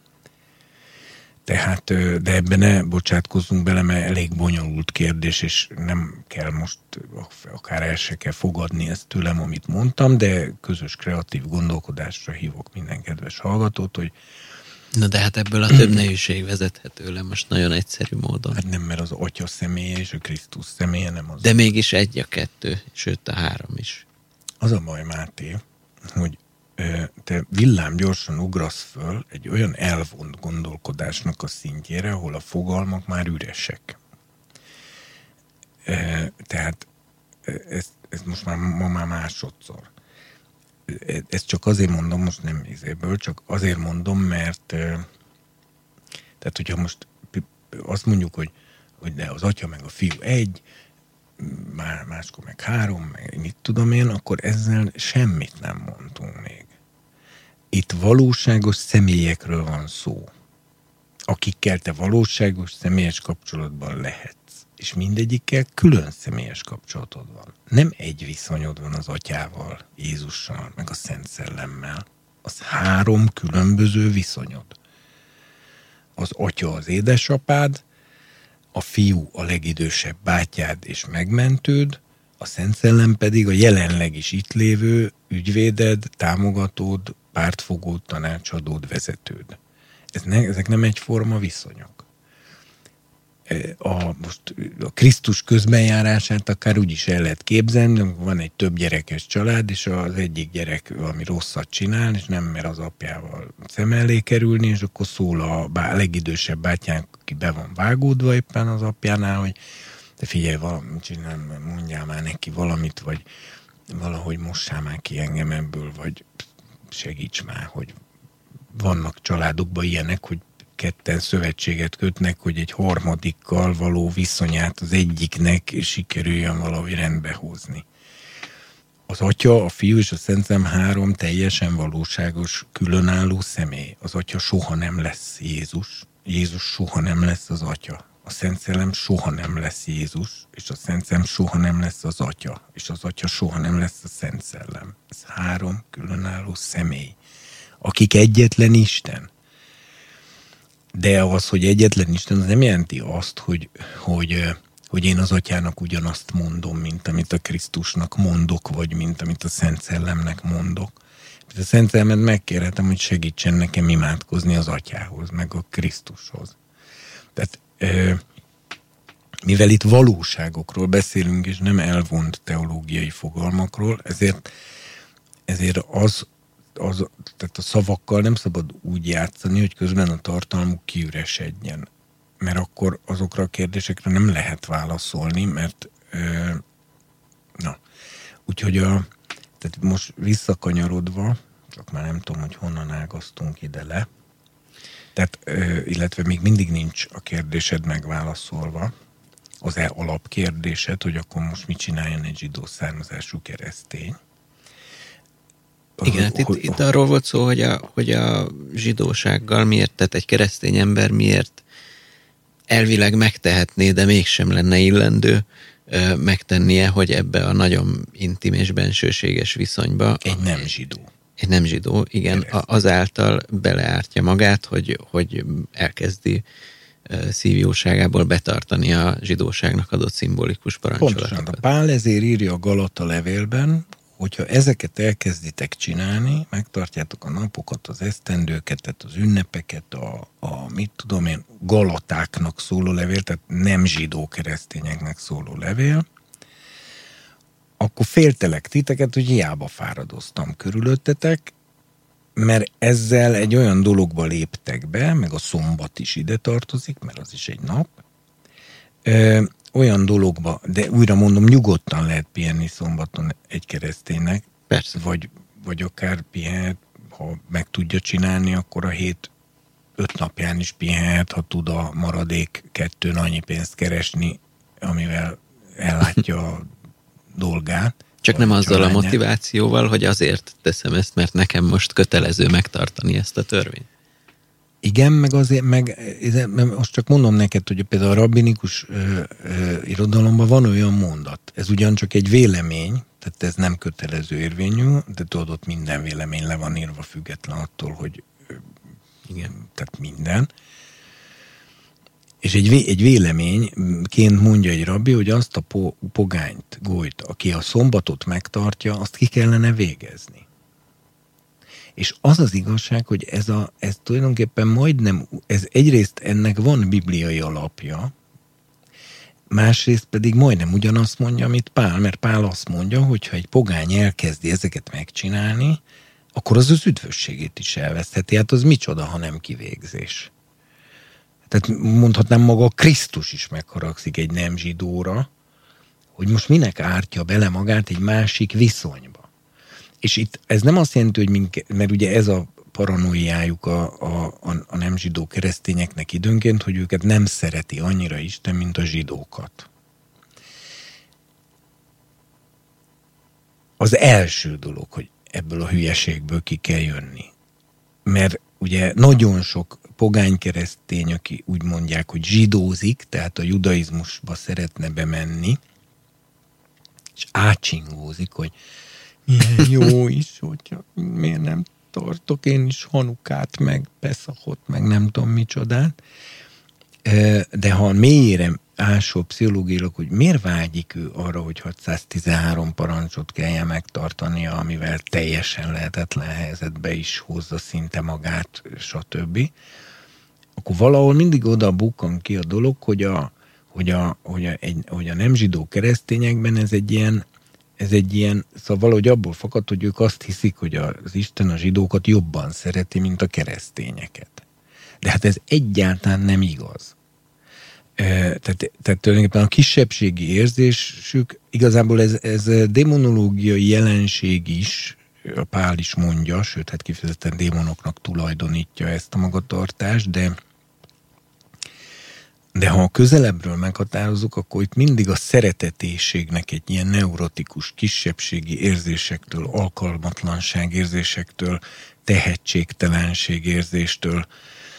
Tehát, de ebben ne bocsátkozzunk bele, mert elég bonyolult kérdés, és nem kell most, akár el se kell fogadni ezt tőlem, amit mondtam, de közös kreatív gondolkodásra hívok minden kedves hallgatót, hogy na de hát ebből a több nehézség vezethető le most nagyon egyszerű módon. Hát nem, mert az Atya személye és a Krisztus személye nem az. De mégis egy a kettő, sőt a három is. Az a baj, Máté, hogy te villámgyorsan ugrasz föl egy olyan elvont gondolkodásnak a szintjére, ahol a fogalmak már üresek. Tehát ez most már másodszor. Ezt csak azért mondom, most nem izéből, csak azért mondom, mert tehát hogyha most azt mondjuk, hogy de az atya meg a fiú egy, máskor meg három, meg mit tudom én, akkor ezzel semmit nem mondtunk még. Itt valóságos személyekről van szó, akikkel te valóságos személyes kapcsolatban lehetsz. És mindegyikkel külön személyes kapcsolatod van. Nem egy viszonyod van az atyával, Jézussal, meg a Szent Szellemmel. Az 3 különböző viszonyod. Az atya az édesapád, a Fiú a legidősebb bátyád és megmentőd, a Szent Szellem pedig a jelenleg is itt lévő ügyvéded, támogatód, pártfogód, tanácsadód, vezetőd. Ezek nem egyforma viszonyok. Most a Krisztus közbenjárását akár úgy is el lehet képzelni, van egy több gyerekes család, és az egyik gyerek valami rosszat csinál, és nem mer az apjával szem elé kerülni, és akkor szól a legidősebb bátyánk, aki be van vágódva éppen az apjánál, hogy de figyelj, mondjál már neki valamit, vagy valahogy mossál már ki engem ebből, vagy segíts már, hogy vannak családokban ilyenek, hogy ketten szövetséget kötnek, hogy egy harmadikkal való viszonyát az egyiknek sikerüljön valahogy rendbe hozni. Az Atya, a Fiú és a Szent Szellem 3 teljesen valóságos, különálló személy. Az Atya soha nem lesz Jézus, Jézus soha nem lesz az Atya. A Szent Szellem soha nem lesz Jézus, és a Szent Szellem soha nem lesz az Atya, és az Atya soha nem lesz a Szent Szellem. Ez 3 különálló személy, akik egyetlen Isten. De az, hogy egyetlen Isten, az nem jelenti azt, hogy én az Atyának ugyanazt mondom, mint amit a Krisztusnak mondok, vagy mint amit a Szent Szellemnek mondok. A Szent Szellemet megkérhetem, hogy segítsen nekem imádkozni az Atyához, meg a Krisztushoz. Tehát mivel itt valóságokról beszélünk, és nem elvont teológiai fogalmakról, ezért tehát a szavakkal nem szabad úgy játszani, hogy közben a tartalmuk kiüresedjen. Mert akkor azokra a kérdésekre nem lehet válaszolni, mert úgyhogy tehát most visszakanyarodva, csak már nem tudom, hogy honnan ágaztunk ide le, tehát, illetve még mindig nincs a kérdésed megválaszolva, az alapkérdésed, hogy akkor most mit csináljon egy zsidó származású keresztény. Igen, itt arról volt szó, hogy a zsidósággal miért, tehát egy keresztény ember miért elvileg megtehetné, de mégsem lenne illendő megtennie, hogy ebbe a nagyon intim és bensőséges viszonyba... Egy nem zsidó, igen, azáltal beleártja magát, hogy elkezdi szívjóságából betartani a zsidóságnak adott szimbolikus parancsolatokat. Pontosan, a Pál ezért írja a Galata levélben, hogyha ezeket elkezditek csinálni, megtartjátok a napokat, az esztendőket, tehát az ünnepeket, a mit tudom én, galatáknak szóló levél, tehát nem zsidó keresztényeknek szóló levél, akkor féltelek titeket, hogy hiába fáradoztam körülöttetek, mert ezzel egy olyan dologba léptek be, meg a szombat is ide tartozik, mert az is egy nap, olyan dologba, de újra mondom, nyugodtan lehet pihenni szombaton egy kereszténynek. Persze. Vagy akár pihenhet, ha meg tudja csinálni, akkor a 5 napján is pihenhet, ha tud a maradék 2 annyi pénzt keresni, amivel ellátja a dolgát. Csak nem azzal a motivációval, hogy azért teszem ezt, mert nekem most kötelező megtartani ezt a törvényt. Igen, meg azért, most csak mondom neked, hogy például a rabbinikus irodalomban van olyan mondat. Ez ugyancsak egy vélemény, tehát ez nem kötelező érvényű, de tudod, ott minden vélemény le van írva független attól, hogy igen, tehát minden. És egy véleményként mondja egy rabbi, hogy azt a pogányt, gólyt, aki a szombatot megtartja, azt ki kellene végezni. És az az igazság, hogy ez tulajdonképpen majdnem, ez egyrészt ennek van bibliai alapja, másrészt pedig majdnem ugyanazt mondja, amit Pál, mert Pál azt mondja, hogy ha egy pogány elkezdi ezeket megcsinálni, akkor az üdvösségét is elvesztheti. Hát az micsoda, ha nem kivégzés. Tehát mondhatnám, maga Krisztus is megharagszik egy nem zsidóra, hogy most minek ártja bele magát egy másik viszonyba. És itt ez nem azt jelenti, hogy mert ugye ez a paranoiájuk a nem zsidó keresztényeknek időnként, hogy őket nem szereti annyira Isten, mint a zsidókat. Az első dolog, hogy ebből a hülyeségből ki kell jönni. Mert ugye nagyon sok pogány keresztény, aki úgy mondják, hogy zsidózik, tehát a judaizmusba szeretne bemenni, és átsingózik, hogy milyen jó is, hogyha miért nem tartok én is Hanukát, meg Peszachot, meg nem tudom micsodát. De ha mélyére ásó pszichológiailag, hogy miért vágyik ő arra, hogy 613 parancsot kelljen megtartania, amivel teljesen lehetetlen helyzetbe is hozza szinte magát, stb. Akkor valahol mindig oda bukkan ki a dolog, hogy a nem zsidó keresztényekben ez egy ilyen, szóval valahogy abból fakad, hogy ők azt hiszik, hogy az Isten a zsidókat jobban szereti, mint a keresztényeket. De hát ez egyáltalán nem igaz. Tehát tulajdonképpen a kisebbségi érzésük, igazából ez démonológiai jelenség is, a Pál is mondja, sőt, hát kifejezetten démonoknak tulajdonítja ezt a magatartást, de ha közelebbről meghatározzuk, akkor itt mindig a szeretetéségnek egy ilyen neurotikus kisebbségi érzésektől, alkalmatlanság érzésektől, tehetségtelenség érzéstől,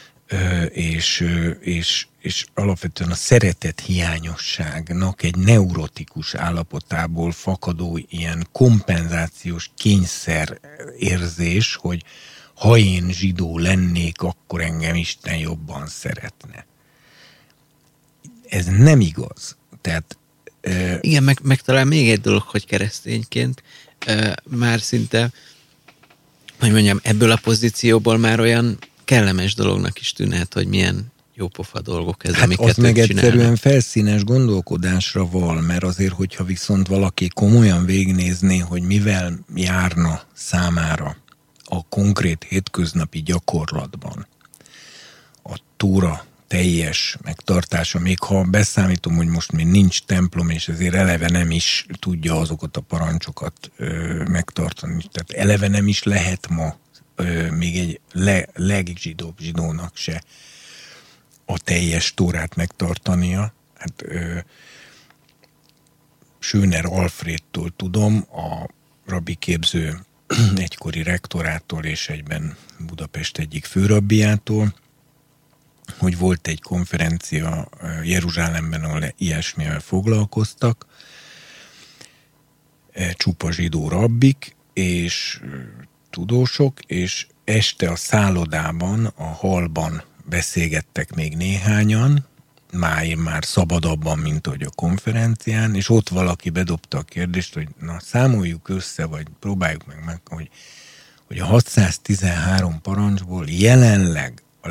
és alapvetően a szeretet hiányosságnak egy neurotikus állapotából fakadó ilyen kompenzációs kényszer érzés, hogy ha én zsidó lennék, akkor engem Isten jobban szeretne. Ez nem igaz. Tehát, igen, meg talán még egy dolog, hogy keresztényként már szinte, hogy mondjam, ebből a pozícióból már olyan kellemes dolognak is tűnhet, hogy milyen jópofa dolgok ez, amiket az meg csinálnak. Egyszerűen felszínes gondolkodásra val, mert azért, hogyha viszont valaki komolyan végignézné, hogy mivel járna számára a konkrét hétköznapi gyakorlatban a Tóra teljes megtartása, még ha beszámítom, hogy most még nincs templom, és ezért eleve nem is tudja azokat a parancsokat megtartani. Tehát eleve nem is lehet ma még egy legzsidóbb zsidónak se a teljes Tórát megtartania. Hát Schöner Alfredtól tudom, a rabbi képző egykori rektorától és egyben Budapest egyik főrabbiától, hogy volt egy konferencia Jeruzsálemben, ahol ilyesmivel foglalkoztak, csupa zsidó rabbik és tudósok, és este a szállodában, a hallban beszélgettek még néhányan, már szabadabban, mint ahogy a konferencián, és ott valaki bedobta a kérdést, hogy na, számoljuk össze, vagy próbáljuk meg hogy a 613 parancsból jelenleg a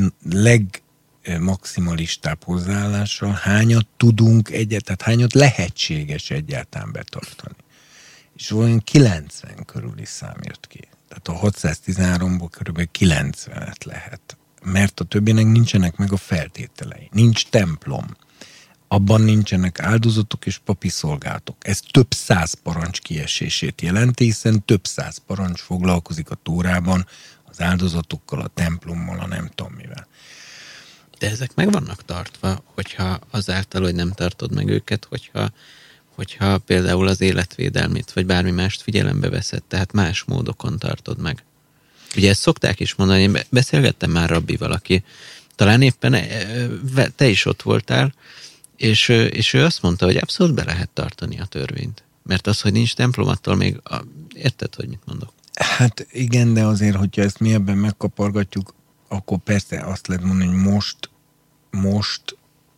legmaximalistább hozzáállással hányat tudunk tehát hányat lehetséges egyáltalán betartani. És olyan 90 körüli szám jött ki. Tehát a 613-ból körülbelül 90-et lehet. Mert a többinek nincsenek meg a feltételei. Nincs templom. Abban nincsenek áldozatok és papi szolgálatok. Ez több száz parancs kiesését jelenti, hiszen több száz parancs foglalkozik a Tórában az áldozatokkal, a templommal, a nem tudom mivel. De ezek meg vannak tartva, hogyha azáltal, hogy nem tartod meg őket, hogyha például az életvédelmét, vagy bármi mást figyelembe veszed, tehát más módokon tartod meg. Ugye ezt szokták is mondani, én beszélgettem már rabbival, aki talán éppen te is ott voltál, és ő azt mondta, hogy abszolút be lehet tartani a törvényt. Mert az, hogy nincs templom, attól még érted, hogy mit mondok? Hát igen, de azért, hogyha ezt mi ebben megkapargatjuk, akkor persze azt lehet mondani, hogy most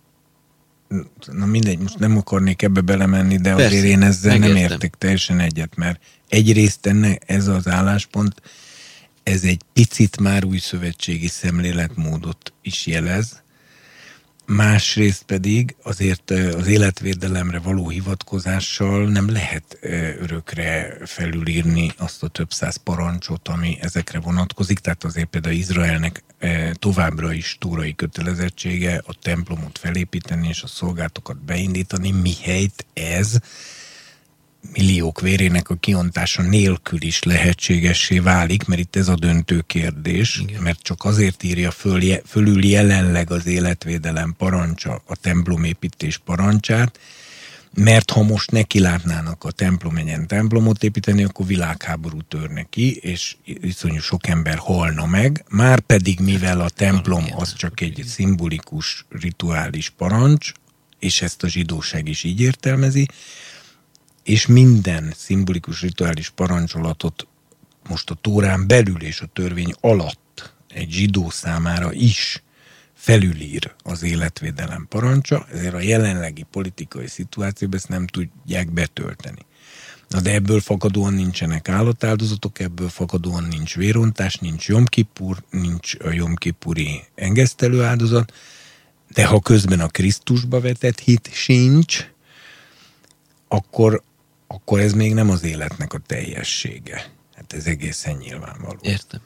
na mindegy, most nem akarnék ebbe belemenni, de persze, azért én ezzel megértem. Nem értek teljesen egyet, mert egyrészt ez az álláspont, ez egy picit már új szövetségi szemléletmódot is jelez, másrészt pedig azért az életvédelemre való hivatkozással nem lehet örökre felülírni azt a több száz parancsot, ami ezekre vonatkozik, tehát azért például Izraelnek továbbra is tórai kötelezettsége a templomot felépíteni és a szolgálatokat beindítani, mihelyt ez milliók vérének a kiontása nélkül is lehetségessé válik, mert itt ez a döntő kérdés, igen. Mert csak azért írja fölül jelenleg az életvédelem parancsa a templomépítés parancsát, mert ha most nekilátnának a templomot építeni, akkor világháború törne ki, és iszonyú sok ember halna meg, már pedig mivel a templom az csak egy szimbolikus, rituális parancs, és ezt a zsidóság is így értelmezi, és minden szimbolikus rituális parancsolatot most a Tórán belül és a törvény alatt egy zsidó számára is felülír az életvédelem parancsa, ezért a jelenlegi politikai szituációban ezt nem tudják betölteni. Na de ebből fakadóan nincsenek állatáldozatok, ebből fakadóan nincs vérontás, nincs Jom Kippur, nincs a Jom Kippuri engesztelő áldozat, de ha közben a Krisztusba vetett hit sincs, akkor ez még nem az életnek a teljessége. Hát ez egészen nyilvánvaló. Értem.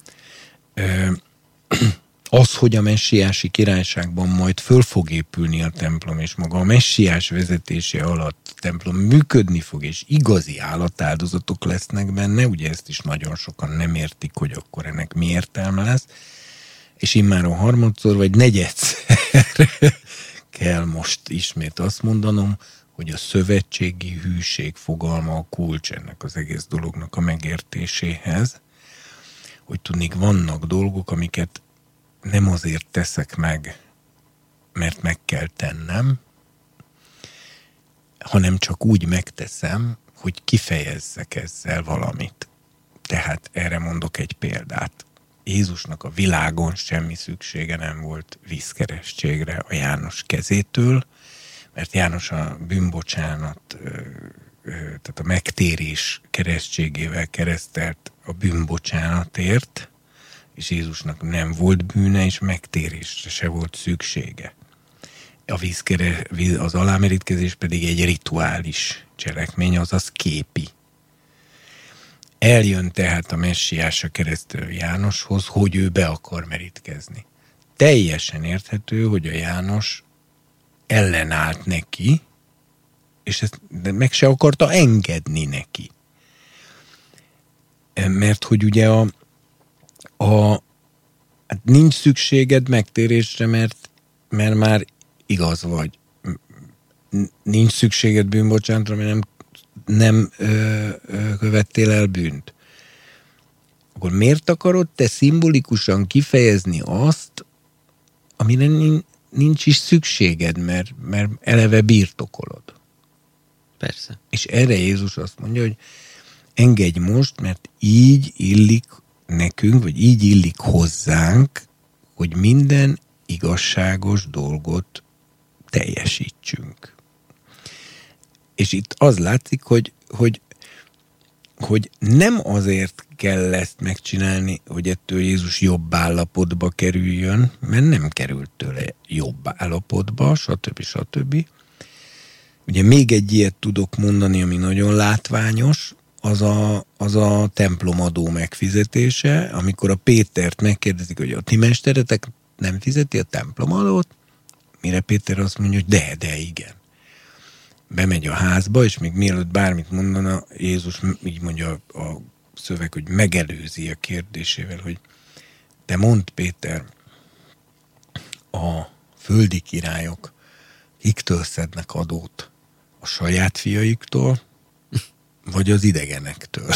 Az, hogy a messiási királyságban majd föl fog épülni a templom, és maga a messiás vezetése alatt a templom működni fog, és igazi állatáldozatok lesznek benne, ugye ezt is nagyon sokan nem értik, hogy akkor ennek mi értelme lesz, és immáron harmadszor vagy negyedszer kell most ismét azt mondanom, hogy a szövetségi hűség fogalma a kulcs ennek az egész dolognak a megértéséhez, hogy tudnék, vannak dolgok, amiket nem azért teszek meg, mert meg kell tennem, hanem csak úgy megteszem, hogy kifejezzek ezzel valamit. Tehát erre mondok egy példát. Jézusnak a világon semmi szüksége nem volt vízkeresztségre a János kezétől, mert János a bűnbocsánat, tehát a megtérés keresztségével keresztelt a bűnbocsánatért, és Jézusnak nem volt bűne, és megtérésre se volt szüksége. Az alámerítkezés pedig egy rituális cselekmény, azaz képi. Eljön tehát a messiás a keresztelő Jánoshoz, hogy ő be akar merítkezni. Teljesen érthető, hogy a János ellenállt neki, és ezt meg se akarta engedni neki. Mert hogy ugye hát nincs szükséged megtérésre, mert már igaz vagy. Nincs szükséged bűnbocsánatra, mert nem követtél el bűnt. Akkor miért akarod te szimbolikusan kifejezni azt, amire nincs is szükséged, mert eleve birtokolod? Persze. És erre Jézus azt mondja, hogy engedj most, mert így illik nekünk, vagy így illik hozzánk, hogy minden igazságos dolgot teljesítsünk. És itt az látszik, hogy nem azért kell ezt megcsinálni, hogy ettől Jézus jobb állapotba kerüljön, mert nem került tőle jobb állapotba, stb. Ugye még egy ilyet tudok mondani, ami nagyon látványos, az a templomadó megfizetése, amikor a Pétert megkérdezik, hogy a ti mesteretek nem fizeti a templomadót, mire Péter azt mondja, hogy de igen. Bemegy a házba, és még mielőtt bármit mondana, Jézus így mondja a szöveg, hogy megelőzi a kérdésével, hogy te mondd, Péter, a földi királyok kiktől szednek adót? A saját fiaiktól, vagy az idegenektől?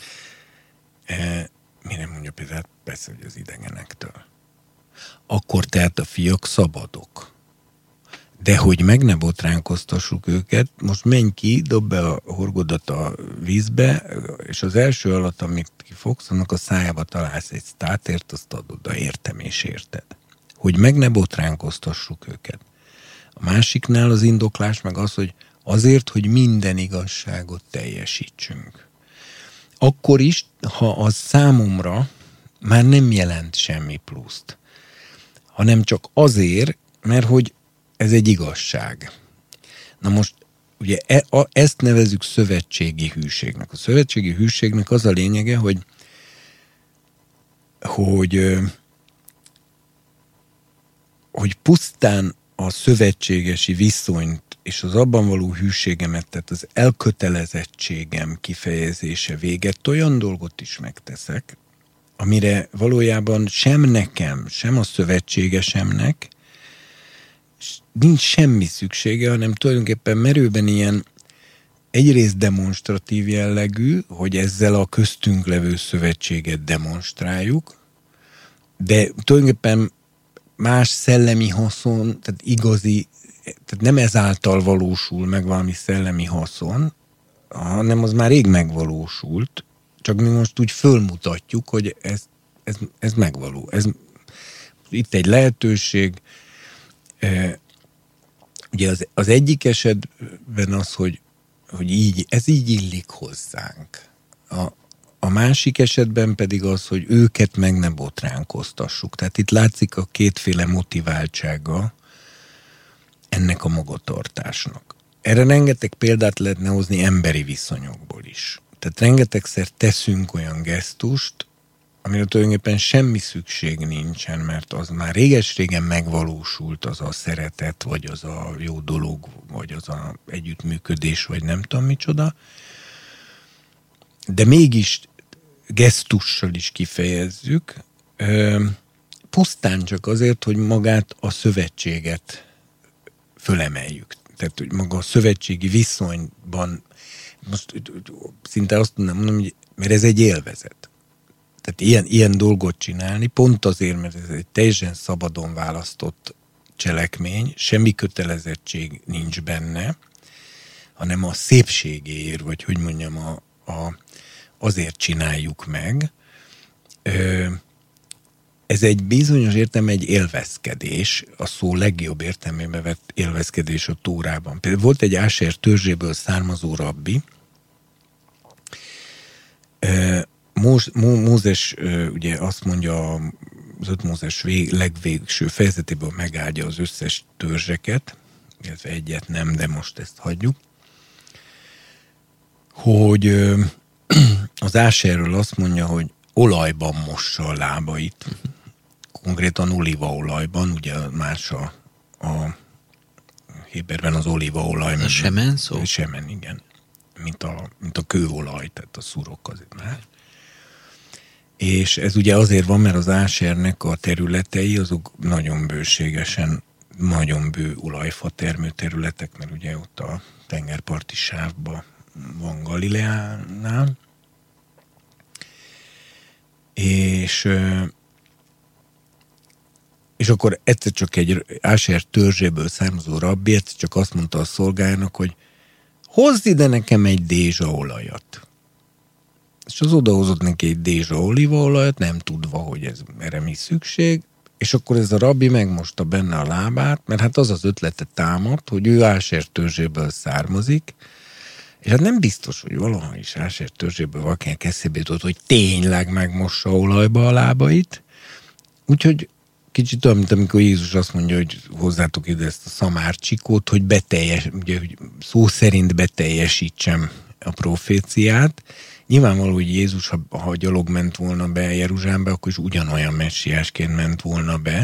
Mire mondja Péter? Persze, hogy az idegenektől. Akkor tehát a fiak szabadok. De hogy meg ne botránkoztassuk őket, most menj ki, dob be a horgodat a vízbe, és az első alatt, amit kifogsz, annak a szájába találsz egy sztátért, azt adod oda, értem és érted. Hogy meg ne botránkoztassuk őket. A másiknál az indoklás meg az, hogy azért, hogy minden igazságot teljesítsünk. Akkor is, ha az számomra már nem jelent semmi pluszt, hanem csak azért, mert hogy ez egy igazság. Na most, ugye ezt nevezzük szövetségi hűségnek. A szövetségi hűségnek az a lényege, hogy pusztán a szövetségesi viszonyt és az abban való hűségemet, tehát az elkötelezettségem kifejezése véget, olyan dolgot is megteszek, amire valójában sem nekem, sem a szövetségesemnek nincs semmi szüksége, hanem tulajdonképpen merőben ilyen egyrészt demonstratív jellegű, hogy ezzel a köztünk levő szövetséget demonstráljuk, de tulajdonképpen más szellemi haszon, tehát igazi, tehát nem ezáltal valósul meg valami szellemi haszon, hanem az már rég megvalósult, csak mi most úgy fölmutatjuk, hogy ez megvaló. Itt egy lehetőség, Ugye az egyik esetben az, hogy így, ez így illik hozzánk. A másik esetben pedig az, hogy őket meg ne botránkoztassuk. Tehát itt látszik a kétféle motiváltsága ennek a magatartásnak. Erre rengeteg példát lehetne hozni emberi viszonyokból is. Tehát rengetegszer teszünk olyan gesztust, amire tulajdonképpen semmi szükség nincsen, mert az már réges-régen megvalósult, az a szeretet, vagy az a jó dolog, vagy az a együttműködés, vagy nem tudom micsoda. De mégis gesztussal is kifejezzük, pusztán csak azért, hogy magát a szövetséget fölemeljük. Tehát, hogy maga a szövetségi viszonyban, most szinte azt tudnám mondani, hogy mert ez egy élvezet. Tehát ilyen dolgot csinálni, pont azért, mert ez egy teljesen szabadon választott cselekmény, semmi kötelezettség nincs benne, hanem a szépségéért, vagy hogy mondjam, azért csináljuk meg. Ez egy bizonyos értelme egy élvezkedés, a szó legjobb értelmében vett élvezkedés a Tórában. Például volt egy Áser törzséből származó rabbi, Mózes ugye azt mondja, az 5 Mózes legvégső fejezetéből megáldja az összes törzseket, illetve egyet nem, de most ezt hagyjuk, hogy az Áserről azt mondja, hogy olajban mossa a lábait, konkrétan olívaolajban, ugye más a Héberben az olívaolaj. A semen szó? Semen, igen. Mint a kőolaj, tehát a szurok azért más. És ez ugye azért van, mert az Ásernek a területei azok nagyon bőségesen, nagyon bő olajfa termő területek, mert ugye ott a tengerparti sávban van Galileánál. És akkor egyszer csak egy Áser törzséből származó rabbi egyszer csak azt mondta a szolgájának, hogy hozd ide nekem egy dézsaolajat. És az odahozott neki egy dézsa olívaolajat, nem tudva, hogy erre mi szükség, és akkor ez a rabbi megmosta benne a lábát, mert hát az az ötlete támadt, hogy ő Áser törzséből származik, és hát nem biztos, hogy valaha is Áser törzséből valakinek eszébe jutott, hogy tényleg megmossa olajba a lábait. Úgyhogy kicsit olyan, mint amikor Jézus azt mondja, hogy hozzátok ide ezt a szamárcsikót, hogy ugye, hogy szó szerint beteljesítsem a proféciát. Nyilvánvaló, hogy Jézus, ha gyalog ment volna be Jeruzsálembe, akkor is ugyanolyan messiásként ment volna be.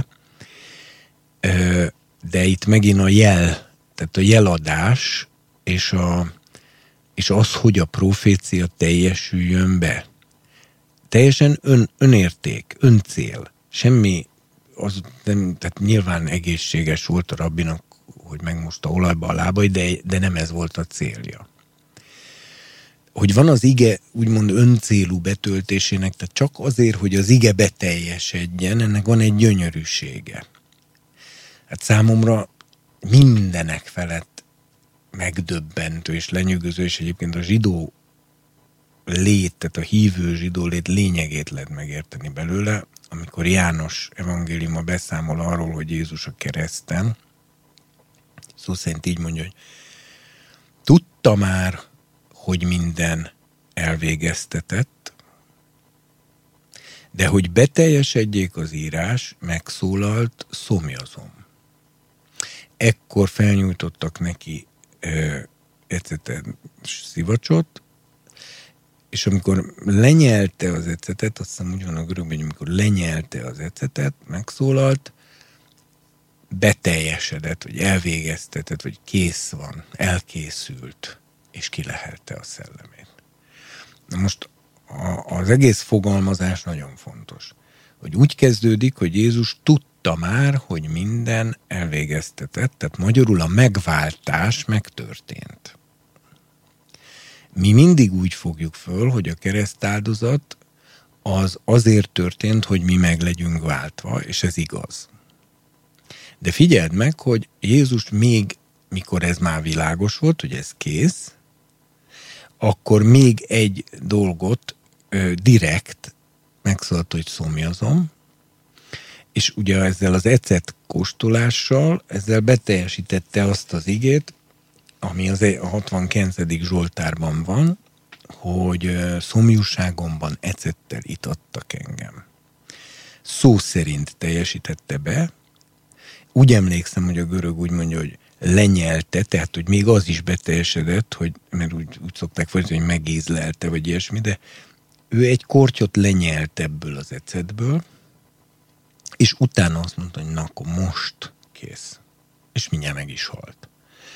De itt megint a jel, tehát a jeladás és az, hogy a profécia teljesüljön be. Teljesen önérték, öncél. Semmi, tehát nyilván egészséges volt a rabbinak, hogy megmosta olajba a lábai, de nem ez volt a célja. Hogy van az ige úgymond öncélú betöltésének, tehát csak azért, hogy az ige beteljesedjen, ennek van egy gyönyörűsége. Hát számomra mindenek felett megdöbbentő és lenyűgöző, és egyébként a zsidó lét, tehát a hívő zsidó lét lényegét lehet megérteni belőle, amikor János evangéliuma beszámol arról, hogy Jézus a kereszten, szó szerint így mondja, hogy tudta már, hogy minden elvégeztetett, de hogy beteljesedjék az írás, megszólalt, szomjazom. Ekkor felnyújtottak neki ecetet, szivacsot, és amikor lenyelte az ecetet, azt hiszem úgy van a görögben, hogy amikor lenyelte az ecetet, megszólalt, beteljesedett, vagy elvégeztetett, vagy kész van, elkészült, és kilehelte a szellemét. Na most az egész fogalmazás nagyon fontos, hogy úgy kezdődik, hogy Jézus tudta már, hogy minden elvégeztetett, tehát magyarul a megváltás megtörtént. Mi mindig úgy fogjuk föl, hogy a keresztáldozat az azért történt, hogy mi meg legyünk váltva, és ez igaz. De figyeld meg, hogy Jézus még, mikor ez már világos volt, hogy ez kész, akkor még egy dolgot direkt megszólalt, hogy szomjazom, És ugye ezzel az ecet kóstolással, ezzel beteljesítette azt az igét, ami a 69. Zsoltárban van, hogy szomjúságomban ecettel itattak engem. Szó szerint teljesítette be. Úgy emlékszem, hogy a görög úgy mondja, hogy lenyelte, tehát hogy még az is beteljesedett, hogy, mert úgy szokták fordítani, hogy megízlelte, vagy ilyesmi, de ő egy kortyot lenyelt ebből az ecetből, és utána azt mondta, hogy na, akkor most kész. És mindjárt meg is halt.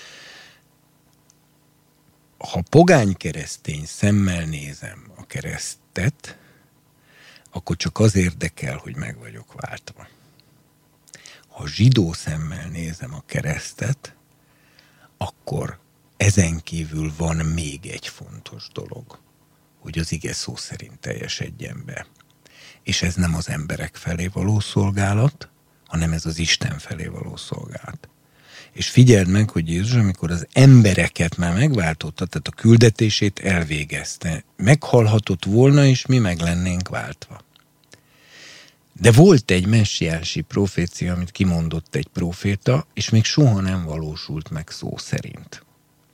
Ha pogány keresztény szemmel nézem a keresztet, akkor csak az érdekel, hogy meg vagyok váltva. Ha zsidó szemmel nézem a keresztet, akkor ezen kívül van még egy fontos dolog, hogy az ige szó szerint teljesedjen be. És ez nem az emberek felé való szolgálat, hanem ez az Isten felé való szolgálat. És figyeld meg, hogy Jézus, amikor az embereket már megváltotta, tehát a küldetését elvégezte, meghalhatott volna, és mi meg lennénk váltva. De volt egy messiási profécia, amit kimondott egy proféta, és még soha nem valósult meg szó szerint.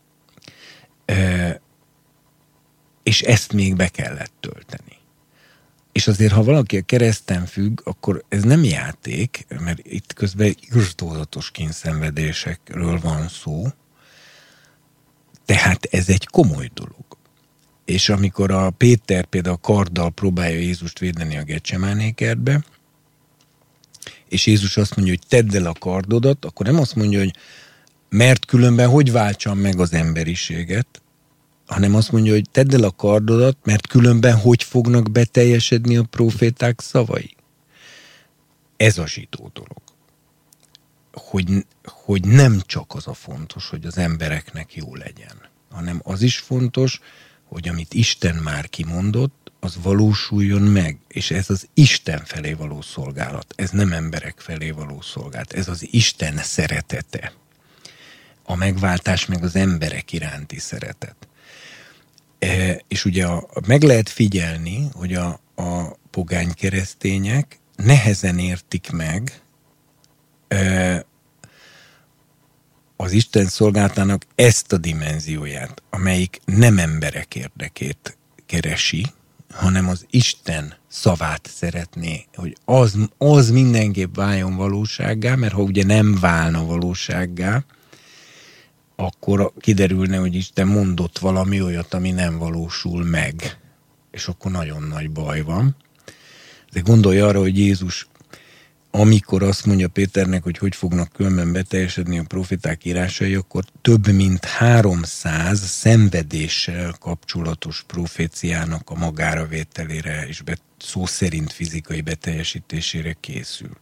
És ezt még be kellett tölteni. És azért, ha valaki a kereszten függ, akkor ez nem játék, mert itt közben irtózatos kényszenvedésekről van szó, tehát ez egy komoly dolog. És amikor a Péter például karddal próbálja Jézust védeni a Getsemáné kertbe, és Jézus azt mondja, hogy tedd el a kardodat, akkor nem azt mondja, hogy mert különben hogy váltsam meg az emberiséget, hanem azt mondja, hogy tedd el a kardodat, mert különben hogy fognak beteljesedni a proféták szavai. Ez a zsidó dolog. Hogy nem csak az a fontos, hogy az embereknek jó legyen, hanem az is fontos, hogy amit Isten már kimondott, az valósuljon meg, és ez az Isten felé való szolgálat. Ez nem emberek felé való szolgálat, ez az Isten szeretete. A megváltás meg az emberek iránti szeretet. És ugye meg lehet figyelni, hogy a pogány keresztények nehezen értik meg az Isten szolgálatának ezt a dimenzióját, amelyik nem emberek érdekét keresi, hanem az Isten szavát szeretné, hogy az mindenképp váljon valósággá, mert ha ugye nem válna valósággá, akkor kiderülne, hogy Isten mondott valami olyat, ami nem valósul meg. És akkor nagyon nagy baj van. De gondolj arra, hogy Jézus, amikor azt mondja Péternek, hogy fognak különben beteljesedni a proféták írásai, akkor több mint 300 szenvedéssel kapcsolatos proféciának a magára vételére és szó szerint fizikai beteljesítésére készül.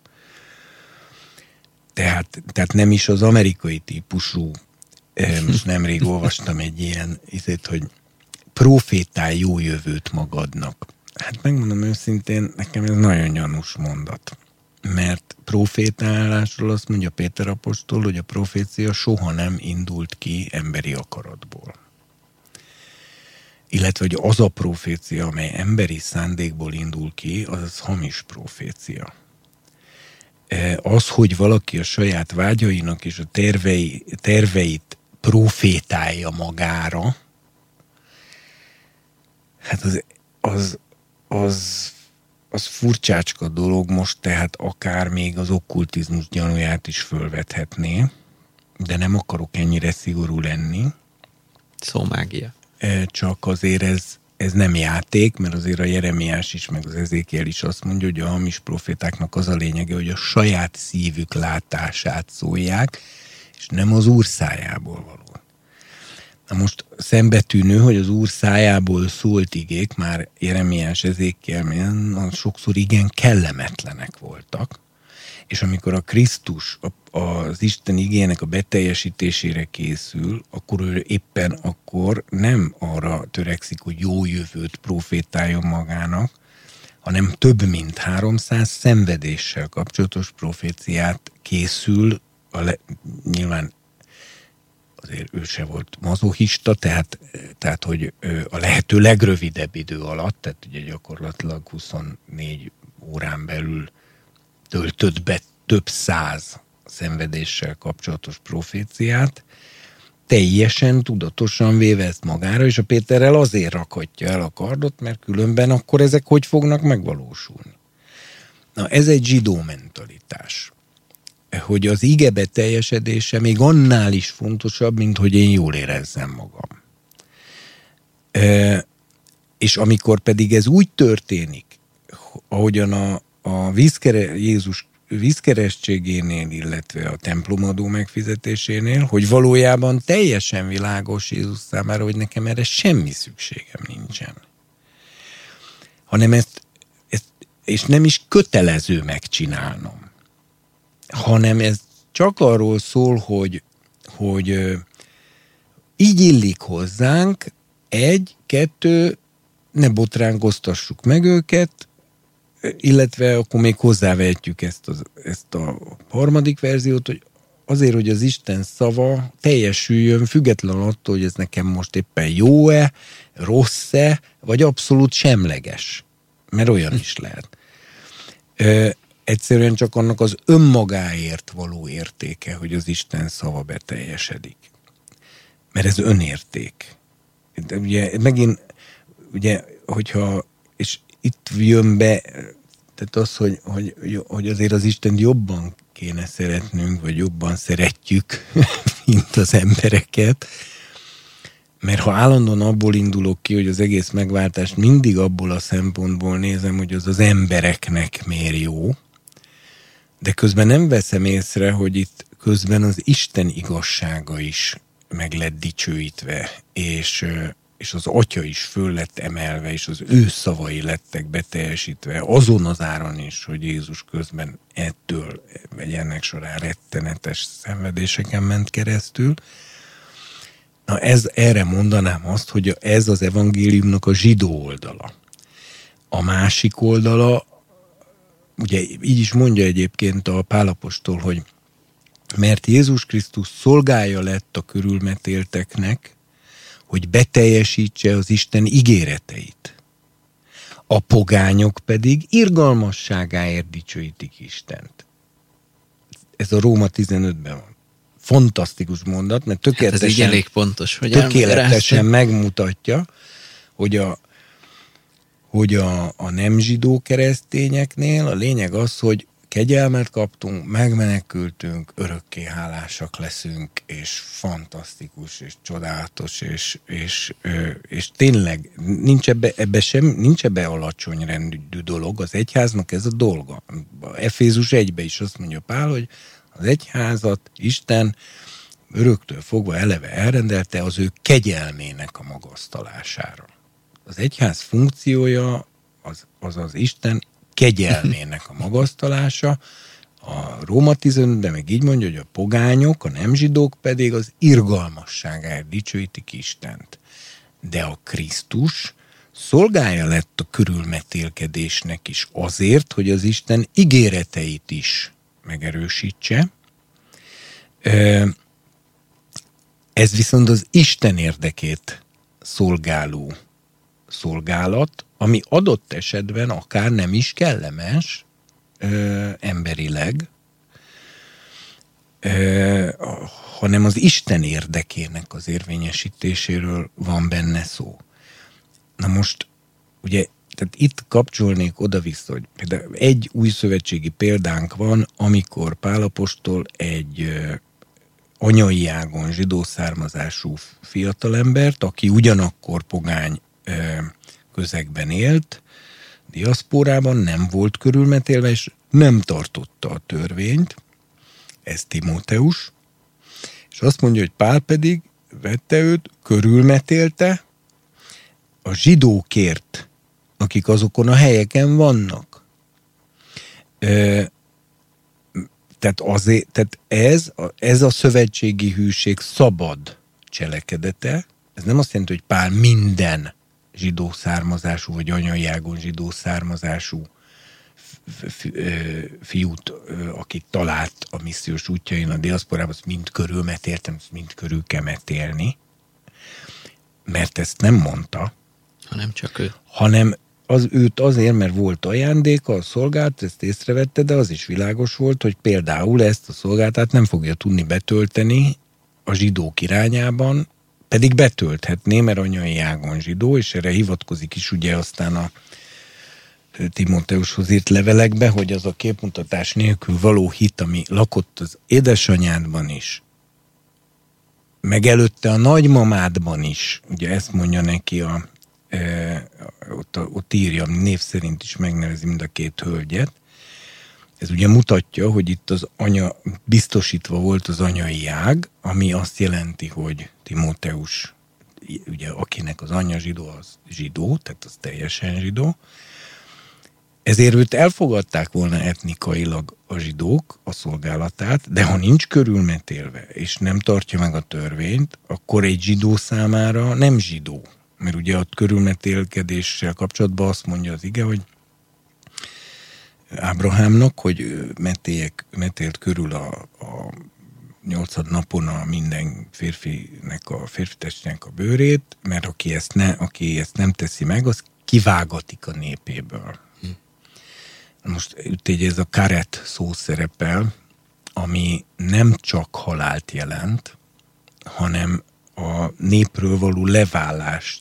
Tehát nem is az amerikai típusú. Most nemrég olvastam egy ilyen hogy profétálj jó jövőt magadnak. Hát megmondom őszintén, nekem ez nagyon gyanús mondat. Mert profétálásról azt mondja Péter apostol, hogy a profécia soha nem indult ki emberi akaratból. Illetve, hogy az a profécia, amely emberi szándékból indul ki, az hamis profécia. Az, hogy valaki a saját vágyainak és a terveit profétálja magára, hát az furcsácska dolog most, tehát akár még az okkultizmus gyanúját is fölvethetné, de nem akarok ennyire szigorú lenni. Szómágia. Csak azért ez nem játék, mert azért a Jeremiás is, meg az Ezékiel is azt mondja, hogy a hamis profétáknak az a lényege, hogy a saját szívük látását szólják, és nem az Úr szájából való. Na most szembetűnő, hogy az Úr szájából szólt igék, már Jeremiás, Ezékiel sokszor igen kellemetlenek voltak, és amikor a Krisztus az Isten igének a beteljesítésére készül, akkor ő éppen akkor nem arra törekszik, hogy jó jövőt profétáljon magának, hanem több mint 300 szenvedéssel kapcsolatos proféciát készül, nyilván azért ő se volt mazochista, tehát hogy a lehető legrövidebb idő alatt, tehát ugye gyakorlatilag 24 órán belül töltött be több 100 szenvedéssel kapcsolatos proféciát, teljesen tudatosan véve ezt magára, és a Péterrel azért rakhatja el a kardot, mert különben akkor ezek hogy fognak megvalósulni. Na, ez egy zsidó mentalitás. Hogy az ige beteljesedése még annál is fontosabb, mint hogy én jól érezzem magam. És amikor pedig ez úgy történik, ahogyan a Jézus vízkeresztségénél, illetve a templomadó megfizetésénél, hogy valójában teljesen világos Jézus számára, hogy nekem erre semmi szükségem nincsen. Hanem ezt és nem is kötelező megcsinálnom, hanem ez csak arról szól, hogy így illik hozzánk, 1, 2, ne botránkoztassuk meg őket, illetve akkor még hozzávehetjük ezt a harmadik verziót, hogy azért, hogy az Isten szava teljesüljön, független attól, hogy ez nekem most éppen jó-e, rossz-e, vagy abszolút semleges. Mert olyan is lehet. Egyszerűen csak annak az önmagáért való értéke, hogy az Isten szava beteljesedik. Mert ez önérték. De ugye megint, hogyha, és itt jön be, tehát az, hogy azért az Istent jobban kéne szeretnünk, vagy jobban szeretjük, mint az embereket, mert ha állandóan abból indulok ki, hogy az egész megváltást mindig abból a szempontból nézem, hogy az embereknek miért jó, de közben nem veszem észre, hogy itt közben az Isten igazsága is meg lett dicsőítve, és az Atya is föl lett emelve, és az ő szavai lettek beteljesítve, azon az áron is, hogy Jézus közben ettől, vagy ennek során rettenetes szenvedéseken ment keresztül. Na erre mondanám azt, hogy ez az evangéliumnak a zsidó oldala. A másik oldala, ugye így is mondja egyébként a Pál apostol, hogy mert Jézus Krisztus szolgája lett a körülmetélteknek, hogy beteljesítse az Isten ígéreteit. A pogányok pedig irgalmasságáért dicsőítik Istent. Ez a Róma 15-ben van. Fantasztikus mondat, mert tökéletesen, ez így elég pontos, hogy tökéletesen megmutatja, hogy a nem zsidó keresztényeknél a lényeg az, hogy kegyelmet kaptunk, megmenekültünk, örökké hálásak leszünk, és fantasztikus, és csodálatos, és tényleg nincs ebbe alacsony rendű dolog, az egyháznak ez a dolga. Efézus 1-ben is azt mondja Pál, hogy az egyházat Isten öröktől fogva eleve elrendelte az ő kegyelmének a magasztalására. Az egyház funkciója az Isten kegyelmének a magasztalása. A Róma 15-ben meg így mondja, hogy a pogányok, a nem zsidók pedig az irgalmasságáért dicsőítik Istent. De a Krisztus szolgája lett a körülmetélkedésnek is azért, hogy az Isten ígéreteit is megerősítse. Ez viszont az Isten érdekét szolgáló szolgálat, ami adott esetben akár nem is kellemes emberileg, hanem az Isten érdekének az érvényesítéséről van benne szó. Na most, ugye, tehát itt kapcsolnék oda-vissza, hogy például egy újszövetségi példánk van, amikor Pál apostol egy anyai ágon zsidó származású fiatalembert, aki ugyanakkor pogány közegben élt, diaszpórában nem volt körülmetélve, és nem tartotta a törvényt, ez Timóteus, és azt mondja, hogy Pál pedig vette őt, körülmetélte a zsidókért, akik azokon a helyeken vannak. Tehát ez a szövetségi hűség szabad cselekedete. Ez nem azt jelenti, hogy Pál minden zsidó származású, vagy anyai ágon zsidó származású fiút, akit talált a missziós útjain a diaszporában, azt mind körülmetéltem, mind körül kell metélni. Mert ezt nem mondta. Hanem csak ő. Hanem őt azért, mert volt ajándéka, a szolgált, ezt észrevette, de az is világos volt, hogy például ezt a szolgáltát nem fogja tudni betölteni a zsidók irányában, pedig betölthetné, mert anyai ágon zsidó, és erre hivatkozik is ugye aztán a Timóteushoz írt levelekbe, hogy az a képmutatás nélkül való hit, ami lakott az édesanyádban is, meg előtte a nagymamádban is, ugye ezt mondja neki ott írja, név szerint is megnevezi mind a két hölgyet. Ez ugye mutatja, hogy itt az anya, biztosítva volt az anyai ág, ami azt jelenti, hogy Timóteus, ugye akinek az anyja zsidó, az zsidó, tehát az teljesen zsidó. Ezért őt elfogadták volna etnikailag a zsidók a szolgálatát, de ha nincs körülmetélve, és nem tartja meg a törvényt, akkor egy zsidó számára nem zsidó. Mert ugye a körülmetélkedéssel kapcsolatban azt mondja az ige, hogy Ábrahámnak, hogy metélt körül a 8. napon a minden férfi testének a bőrét, mert aki ezt nem teszi meg, az kivágatik a népéből. Most ez a karet szó szerepel, ami nem csak halált jelent, hanem a népről való leválást.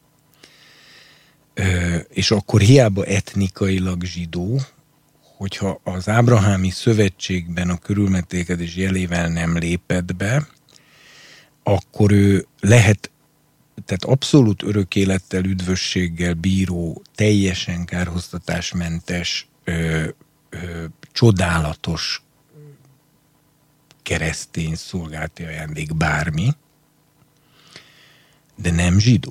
És akkor hiába etnikailag zsidó, hogyha az ábrahámi szövetségben a körülmetélkedés jelével nem lépett be, akkor ő lehet, tehát abszolút örök élettel, üdvösséggel bíró, teljesen kárhoztatásmentes, csodálatos keresztény szolgálati ajándék bármi, de nem zsidó.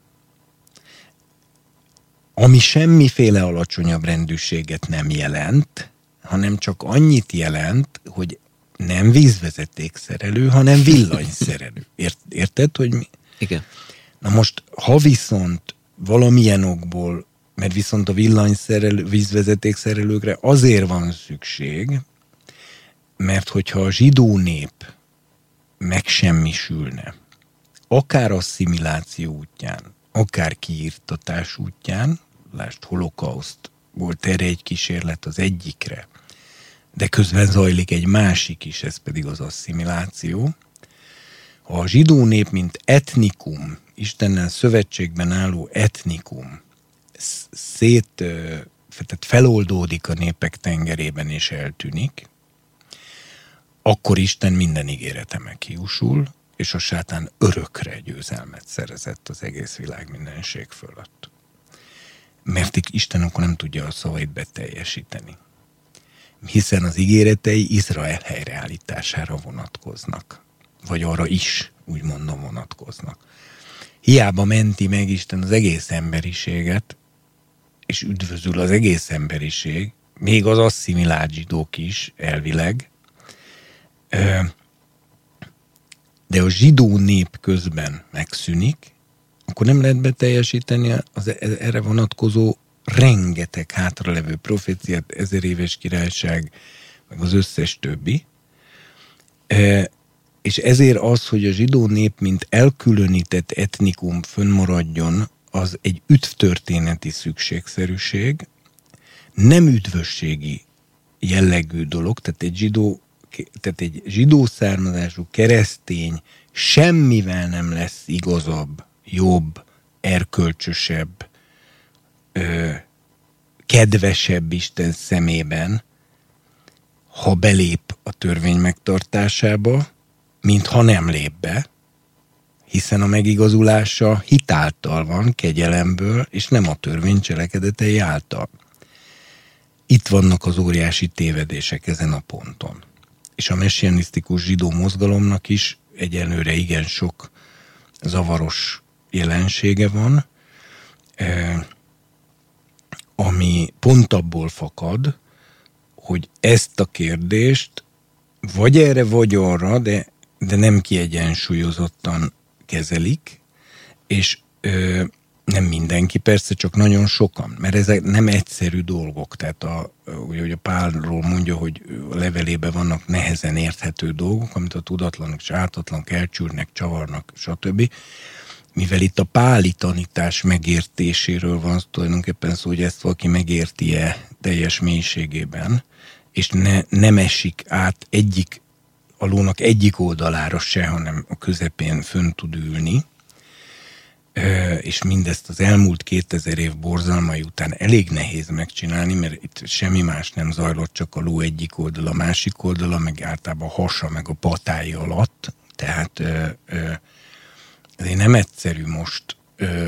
Ami semmiféle alacsonyabb rendűséget nem jelent, hanem csak annyit jelent, hogy nem vízvezetékszerelő, hanem villanyszerelő. Érted, hogy mi? Igen. Na most, ha viszont valamilyen okból, mert viszont a vízvezetékszerelőkre azért van szükség, mert hogyha a zsidó nép megsemmisülne, akár asszimiláció útján, akár kiirtatás útján, lásd, holokauszt, volt erre egy kísérlet az egyikre, de közben zajlik egy másik is, ez pedig az asszimiláció. Ha a zsidó nép, mint etnikum, Istennel szövetségben álló etnikum tehát feloldódik a népek tengerében és eltűnik, akkor Isten minden ígérete meghiúsul, és a sátán örökre győzelmet szerezett az egész világ mindenség fölött. Mert Isten akkor nem tudja a szavait beteljesíteni. Hiszen az ígéretei Izrael helyreállítására vonatkoznak. Vagy arra is, úgy mondom, vonatkoznak. Hiába menti meg Isten az egész emberiséget, és üdvözül az egész emberiség, még az asszimilált zsidók is elvileg, de a zsidó nép közben megszűnik, akkor nem lehet beteljesíteni az erre vonatkozó rengeteg hátralevő proféciát, 1000 éves királyság, meg az összes többi. És ezért az, hogy a zsidó nép, mint elkülönített etnikum fönnmaradjon, az egy üdvtörténeti szükségszerűség, nem üdvösségi jellegű dolog, tehát egy zsidó származású keresztény semmivel nem lesz igazabb, jobb, erkölcsösebb, kedvesebb Isten szemében, ha belép a törvény megtartásába, mint ha nem lép be, hiszen a megigazulása hitáltal van, kegyelemből, és nem a törvény cselekedetei által. Itt vannak az óriási tévedések ezen a ponton. És a messianisztikus zsidó mozgalomnak is egyelőre igen sok zavaros jelensége van, ami pont abból fakad, hogy ezt a kérdést vagy erre, vagy arra, de nem kiegyensúlyozottan kezelik, és nem mindenki, persze, csak nagyon sokan, mert ezek nem egyszerű dolgok, tehát ugye a Pálról mondja, hogy a levelében vannak nehezen érthető dolgok, amit a tudatlanok és ártatlanok elcsűrnek, csavarnak, stb. mivel itt a páli tanítás megértéséről van tulajdonképpen szó, hogy ezt valaki megérti-e teljes mélységében, és nem esik át a lónak egyik oldalára se, hanem a közepén fönn tud ülni, és mindezt az elmúlt 2000 év borzalmai után elég nehéz megcsinálni, mert itt semmi más nem zajlott, csak a ló egyik oldala, a másik oldala, meg általában a hasa, meg a patái alatt. Tehát ezért nem egyszerű most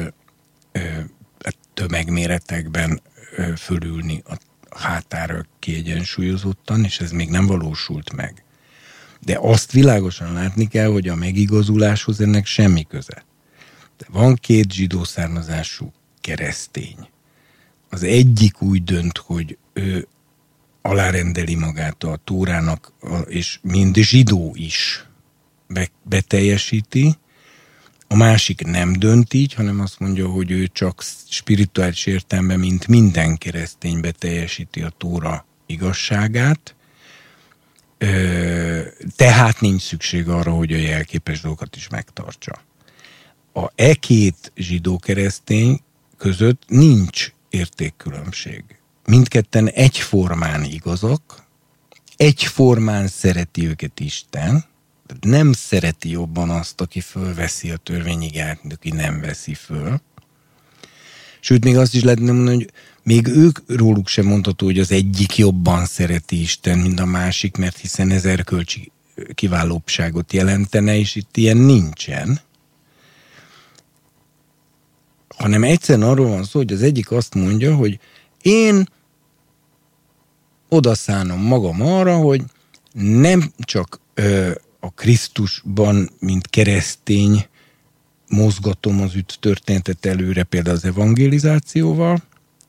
tömegméretekben fölülni a hátára kiegyensúlyozottan, és ez még nem valósult meg. De azt világosan látni kell, hogy a megigazuláshoz ennek semmi köze. De van 2 zsidó származású keresztény. Az egyik úgy dönt, hogy ő alárendeli magát a Tórának, és mind zsidó is beteljesíti. A másik nem dönt így, hanem azt mondja, hogy ő csak spirituális értelemben, mint minden keresztény beteljesíti a Tóra igazságát, tehát nincs szükség arra, hogy a jelképes dolgokat is megtartsa. A 2 zsidó-keresztény között nincs értékkülönbség. Mindketten egyformán igazak, egyformán szereti őket Isten, nem szereti jobban azt, aki fölveszi a törvényigát, mint aki nem veszi föl. Sőt, még azt is lehetne mondani, hogy még ők róluk sem mondható, hogy az egyik jobban szereti Isten, mint a másik, mert hiszen ez erkölcsi kiválóbbságot jelentene, és itt ilyen nincsen. Hanem egyszerűen arról van szó, hogy az egyik azt mondja, hogy én odaszánom magam arra, hogy nem csak a Krisztusban, mint keresztény mozgatom az történetet előre például az evangelizációval,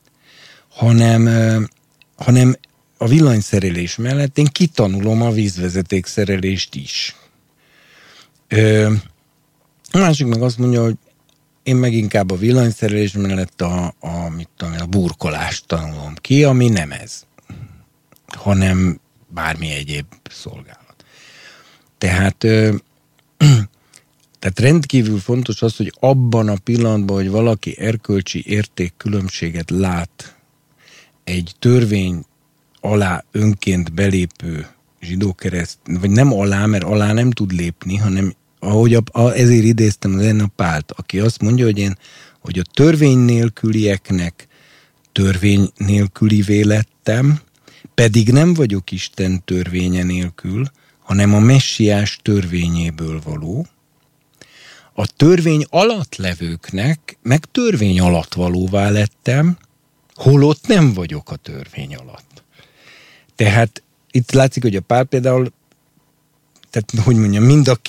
hanem a villanyszerelés mellett én kitanulom a vízvezetékszerelést is. A másik meg azt mondja, hogy én meg inkább a villanyszerelés mellett a burkolást tanulom ki, ami nem ez, hanem bármi egyéb szolgálat. Tehát rendkívül fontos az, hogy abban a pillanatban, hogy valaki erkölcsi értékkülönbséget lát egy törvény alá önként belépő zsidókereszt, vagy nem alá, mert alá nem tud lépni, hanem ahogy ezért idéztem az Enna Pált, aki azt mondja, hogy a törvény nélkülieknek törvény nélkülivé lettem, pedig nem vagyok Isten törvénye nélkül, hanem a messiás törvényéből való. A törvény alatt levőknek meg törvény alatt valóvá lettem, holott nem vagyok a törvény alatt. Tehát itt látszik, hogy a Pál például, tehát hogy mondjam, mind a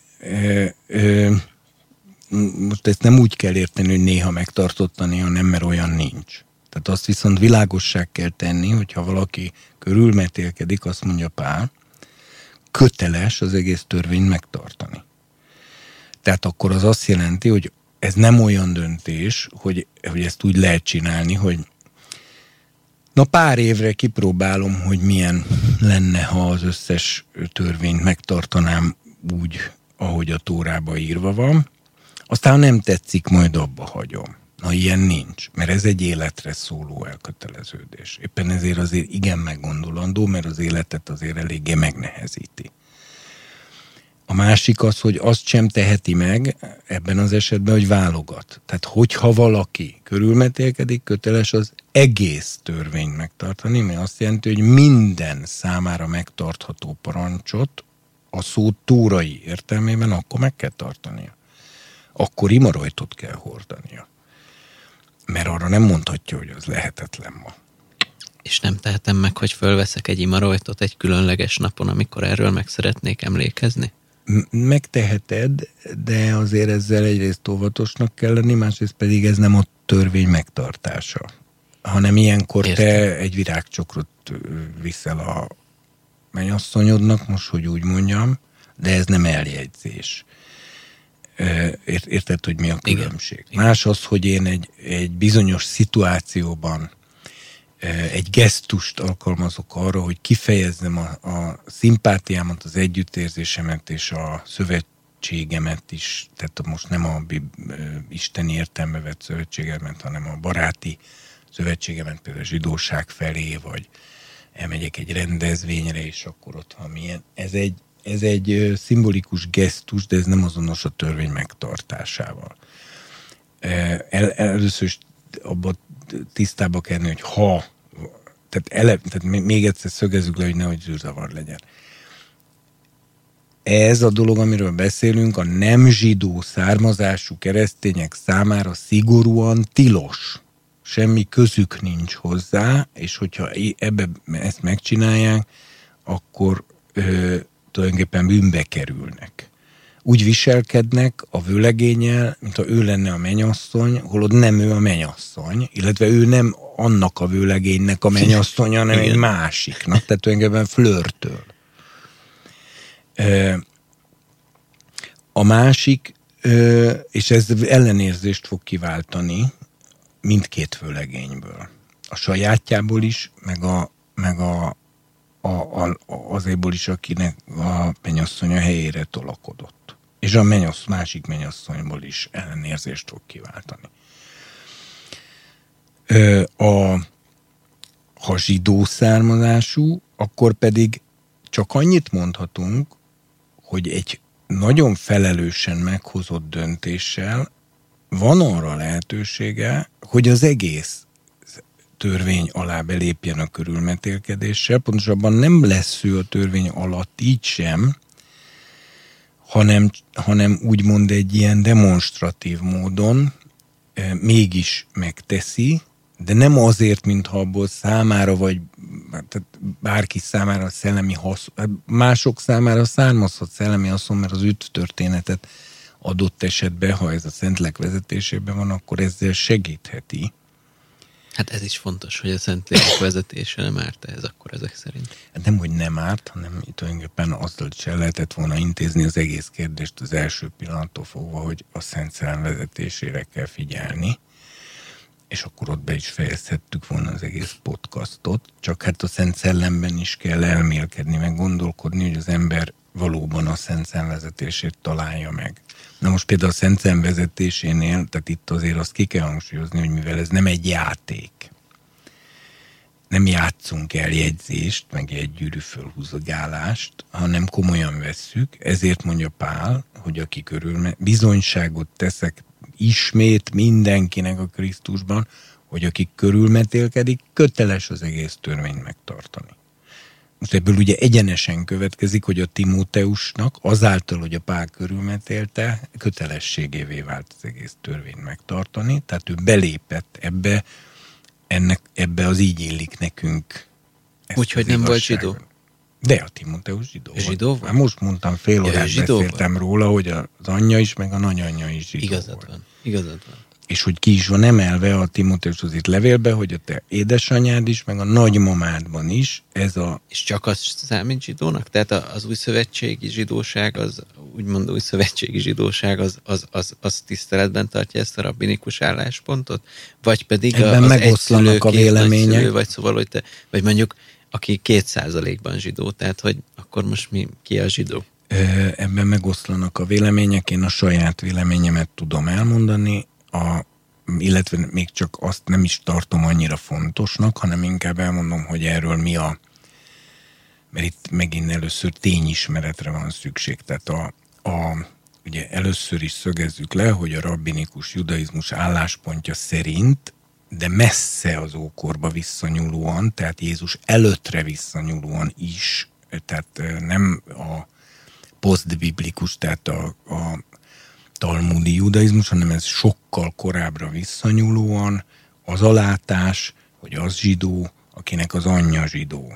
2, most ezt nem úgy kell érteni, hogy néha megtartotta, néha nem, mert olyan nincs. Tehát azt viszont világossá kell tenni, hogyha valaki körülmetélkedik, azt mondja Pál, köteles az egész törvényt megtartani. Tehát akkor az azt jelenti, hogy ez nem olyan döntés, hogy ezt úgy lehet csinálni, hogy pár évre kipróbálom, hogy milyen lenne, ha az összes törvényt megtartanám úgy, ahogy a Tórába írva van. Aztán, ha nem tetszik, majd abba hagyom. Ilyen nincs, mert ez egy életre szóló elköteleződés. Éppen ezért azért igen meggondolandó, mert az életet azért eléggé megnehezíti. A másik az, hogy azt sem teheti meg ebben az esetben, hogy válogat. Tehát, hogyha valaki körülmetélkedik, köteles az egész törvényt megtartani, mert azt jelenti, hogy minden számára megtartható parancsot a szó tórai értelmében akkor meg kell tartania. Akkor imarojtot kell hordania. Mert arra nem mondhatja, hogy az lehetetlen ma. És nem tehetem meg, hogy fölveszek egy imarojtot egy különleges napon, amikor erről meg szeretnék emlékezni? Megteheted, de azért ezzel egyrészt óvatosnak kell lenni, másrészt pedig ez nem a törvény megtartása. Hanem ilyenkor te egy virágcsokrot viszel a mennyasszonyodnak, most, hogy úgy mondjam, de ez nem eljegyzés. Érted, hogy mi a különbség? Igen. Más az, hogy én egy bizonyos szituációban egy gesztust alkalmazok arra, hogy kifejezzem a szimpátiámat, az együttérzésemet és a szövetségemet is, tehát most nem a isteni értelme vett szövetségemet, hanem a baráti szövetségemet, például a zsidóság felé, vagy elmegyek egy rendezvényre, és akkor ott valamilyen. Ez egy szimbolikus gesztus, de ez nem azonos a törvény megtartásával. Először is abban tisztába kell lenni, hogy tehát még egyszer szögezzük le, hogy nehogy zűrzavar legyen. Ez a dolog, amiről beszélünk, a nem zsidó származású keresztények számára szigorúan tilos. Semmi közük nincs hozzá, és hogyha ezt megcsinálják, akkor tulajdonképpen bűnbe kerülnek. Úgy viselkednek a vőlegénnyel, mintha ő lenne a mennyasszony, holott nem ő a mennyasszony, illetve ő nem annak a vőlegénynek a mennyasszonya, hanem egy másiknak, tehát tulajdonképpen flörtöl. A másik, és ez ellenérzést fog kiváltani mindkét vőlegényből. A sajátjából is, meg azéból is, akinek a mennyasszonya helyére tolakodott. És a másik mennyasszonyból is ellenérzést fog kiváltani. Ha zsidó származású, akkor pedig csak annyit mondhatunk, hogy egy nagyon felelősen meghozott döntéssel van arra lehetősége, hogy az egész törvény alá belépjen a körülmetélkedéssel. Pontosabban nem lesz ő a törvény alatt így sem, hanem úgymond egy ilyen demonstratív módon mégis megteszi, de nem azért, mintha abból számára, vagy bárki számára szellemi haszon, mások számára származhat szellemi haszon, mert az történetet adott esetben, ha ez a Szentlélek vezetésében van, akkor ezzel segítheti. Hát ez is fontos, hogy a Szentlélek vezetése nem árt ez akkor ezek szerint. Hát nem, hogy nem árt, hanem tulajdonképpen azzal is el lehetett volna intézni az egész kérdést az első pillanattól fogva, hogy a Szent Szellem vezetésére kell figyelni, és akkor ott be is fejezhettük volna az egész podcastot, csak hát a Szent Szellemben is kell elmélkedni, meg gondolkodni, hogy az ember valóban a Szent Szellem vezetését találja meg. Na most például a Szent Szellem vezetésénél, tehát itt azért azt ki kell hangsúlyozni, hogy mivel ez nem egy játék, nem játszunk el jegyzést, meg egy gyűrű fölhúzogálást, hanem komolyan vesszük, ezért mondja Pál, hogy aki bizonyságot teszek ismét mindenkinek a Krisztusban, hogy aki körülmetélkedik, köteles az egész törvényt megtartani. Most ebből ugye egyenesen következik, hogy a Timóteusnak azáltal, hogy a Pál körülmetélte, kötelességévé vált az egész törvényt megtartani, tehát ő belépett ebbe az így illik nekünk. Úgyhogy nem volt zsidó? De a Timóteus zsidó volt. Zsidó volt? Most mondtam, fél órát beszéltem róla, hogy az anyja is, meg a nagyanyja is zsidó volt. Igazad van. És hogy ki is van emelve a Timóteushoz itt levélbe, hogy a te édesanyád is, meg a nagymamádban is ez a... És csak az számít zsidónak? Tehát az új szövetségi zsidóság, az úgymond új szövetségi zsidóság, az tiszteletben tartja ezt a rabbinikus álláspontot? Vagy pedig ebben az megoszlanak a vélemények. Vagy szóval, hogy vagy mondjuk aki 2%-ban zsidó, tehát hogy akkor most ki a zsidó? Ebben megoszlanak a vélemények, én a saját véleményemet tudom elmondani, illetve még csak azt nem is tartom annyira fontosnak, hanem inkább elmondom, hogy erről mert itt megint először tényismeretre van szükség. Tehát ugye először is szögezzük le, hogy a rabbinikus judaizmus álláspontja szerint, de messze az ókorba visszanyúlóan, tehát Jézus előttre visszanyúlóan is, tehát nem a posztbiblikus, tehát a talmudi judaizmus, hanem ez sokkal korábbra visszanyúlóan az a látás, hogy az zsidó, akinek az anyja zsidó.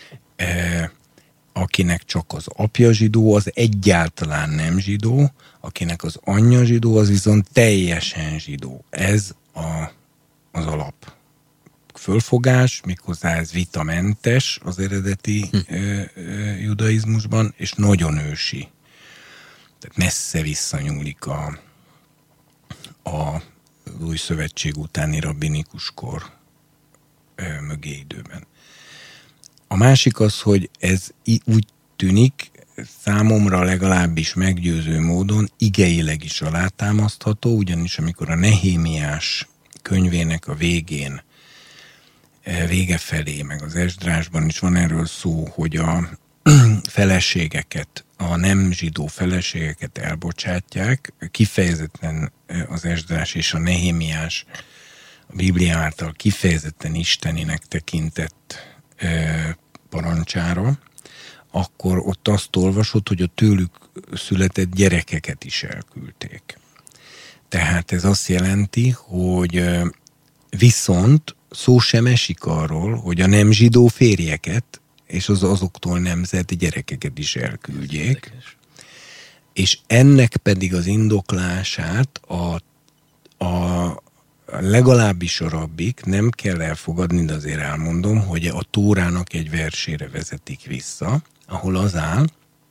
Akinek csak az apja zsidó, az egyáltalán nem zsidó, akinek az anyja zsidó, az viszont teljesen zsidó. Ez az alap fölfogás, méghozzá ez vitamentes az eredeti judaizmusban, és nagyon ősi. Tehát messze visszanyúlik az új szövetség utáni rabbinikus kor mögé időben. A másik az, hogy ez úgy tűnik, számomra legalábbis meggyőző módon igeileg is alátámasztható, ugyanis amikor a Nehémiás könyvének a végén, vége felé, meg az Esdrásban is van erről szó, hogy a feleségeket, a nem zsidó feleségeket elbocsátják, kifejezetten az Esdrás és a Nehémiás a Biblia által kifejezetten isteninek tekintett parancsára, akkor ott azt olvasott, hogy a tőlük született gyerekeket is elküldték. Tehát ez azt jelenti, hogy viszont szó sem esik arról, hogy a nem zsidó férjeket és azoktól nemzeti gyerekeket is elküldjék. És ennek pedig az indoklását a legalábbis a rabbik, nem kell elfogadni, de azért elmondom, hogy a Tórának egy versére vezetik vissza, ahol az áll,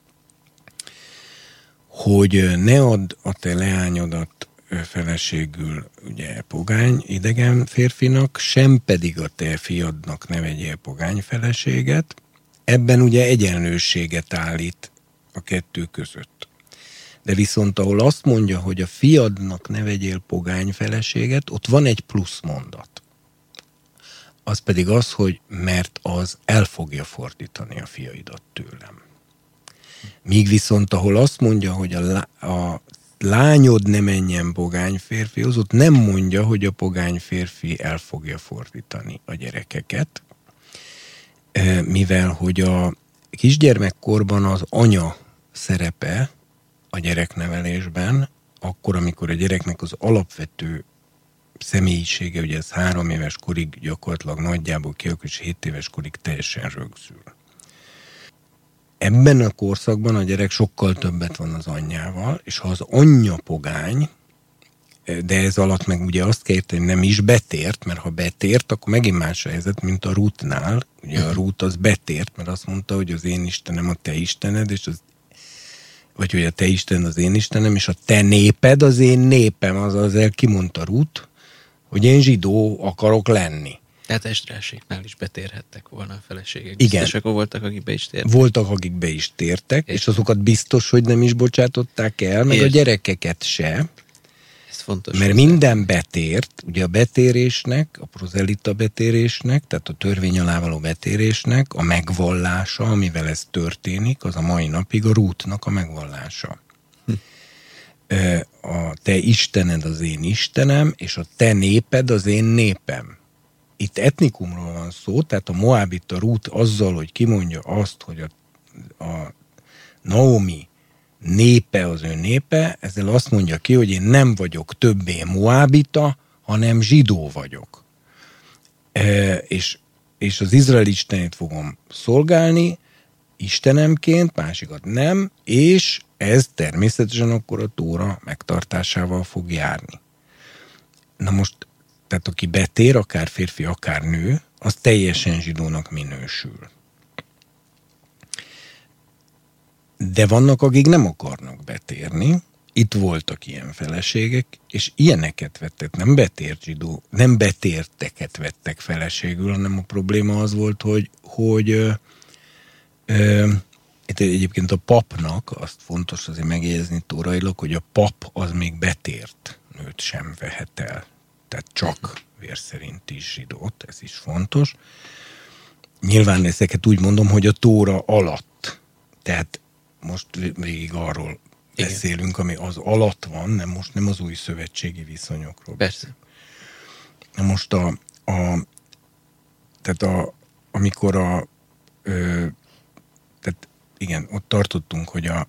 hogy ne add a te leányodat feleségül ugye pogány idegen férfinak, sem pedig a te fiadnak ne vegyél pogány feleséget. Ebben ugye egyenlőséget állít a kettő között. De viszont ahol azt mondja, hogy a fiadnak ne vegyél pogány feleséget, ott van egy plusz mondat. Az pedig az, hogy mert az el fogja fordítani a fiaidat tőlem. Míg viszont ahol azt mondja, hogy a lányod ne menjen pogány férfihoz, ott nem mondja, hogy a pogány férfi el fogja fordítani a gyerekeket, mivel hogy a kisgyermekkorban az anya szerepe a gyereknevelésben, akkor, amikor a gyereknek az alapvető személyisége, ugye ez 3 éves korig gyakorlatilag nagyjából kialakul, és 7 éves korig teljesen rögzül. Ebben a korszakban a gyerek sokkal többet van az anyjával, és ha az anyja pogány, de ez alatt meg ugye azt kell érteni, nem is betért, mert ha betért, akkor megint más a helyzet, mint a Rútnál. Ugye a Rút az betért, mert azt mondta, hogy az én Istenem a te Istened, és vagy hogy a te Isten az én Istenem, és a te néped az én népem, azaz kimondta Rút, hogy én zsidó akarok lenni. Tehát Esdráséknál is betérhettek volna a feleségek. Igen. És akkor voltak, akik be is tértek. Voltak, akik be is tértek, és azokat biztos, hogy nem is bocsátották el, meg a gyerekeket se. Ez fontos. Mert minden betért, ugye a betérésnek, a prozelita betérésnek, tehát a törvény alá való betérésnek a megvallása, amivel ez történik, az a mai napig a Rútnak a megvallása. A te Istened az én Istenem, és a te néped az én népem. Itt etnikumról van szó, tehát a moábita Rút azzal, hogy kimondja azt, hogy a Naomi népe az ő népe, ezzel azt mondja ki, hogy én nem vagyok többé moábita, hanem zsidó vagyok. És az Izrael istenét fogom szolgálni, istenemként, másikat nem, és ez természetesen akkor a Tóra megtartásával fog járni. Na most, tehát aki betér, akár férfi, akár nő, az teljesen zsidónak minősül. De vannak, akik nem akarnak betérni. Itt voltak ilyen feleségek, és ilyeneket vettek, nem betérteket vettek feleségül, hanem a probléma az volt, hogy itt egyébként a papnak, azt fontos azért megjegyezni tórailag, hogy a pap az még betért nőt sem vehet el. Tehát csak vér szerint is zsidót, ez is fontos. Nyilván ezeket úgy mondom, hogy a Tóra alatt. Tehát most végig arról beszélünk, ami az alatt van, most nem az új szövetségi viszonyokról. Persze. Na most amikor tehát igen, ott tartottunk,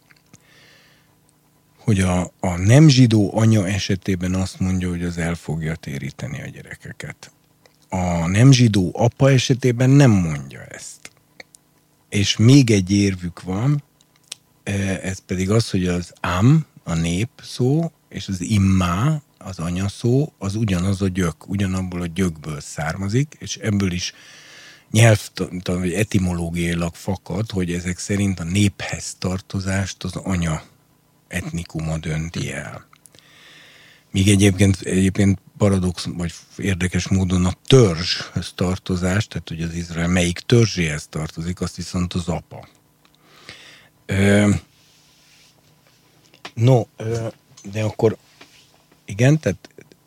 hogy a nem zsidó anya esetében azt mondja, hogy az el fogja téríteni a gyerekeket. A nem zsidó apa esetében nem mondja ezt. És még egy érvük van, ez pedig az, hogy az am, a nép szó, és az immá, az anya szó, az ugyanaz a gyök, ugyanabból a gyökből származik, és ebből is nyelvtan, vagy etimológiailag fakad, hogy ezek szerint a néphez tartozást az anya etnikuma dönti el. Míg egyébként paradox, vagy érdekes módon a törzshöz tartozást, tehát hogy az Izrael melyik törzséhez tartozik, azt viszont az apa. De akkor igen, tehát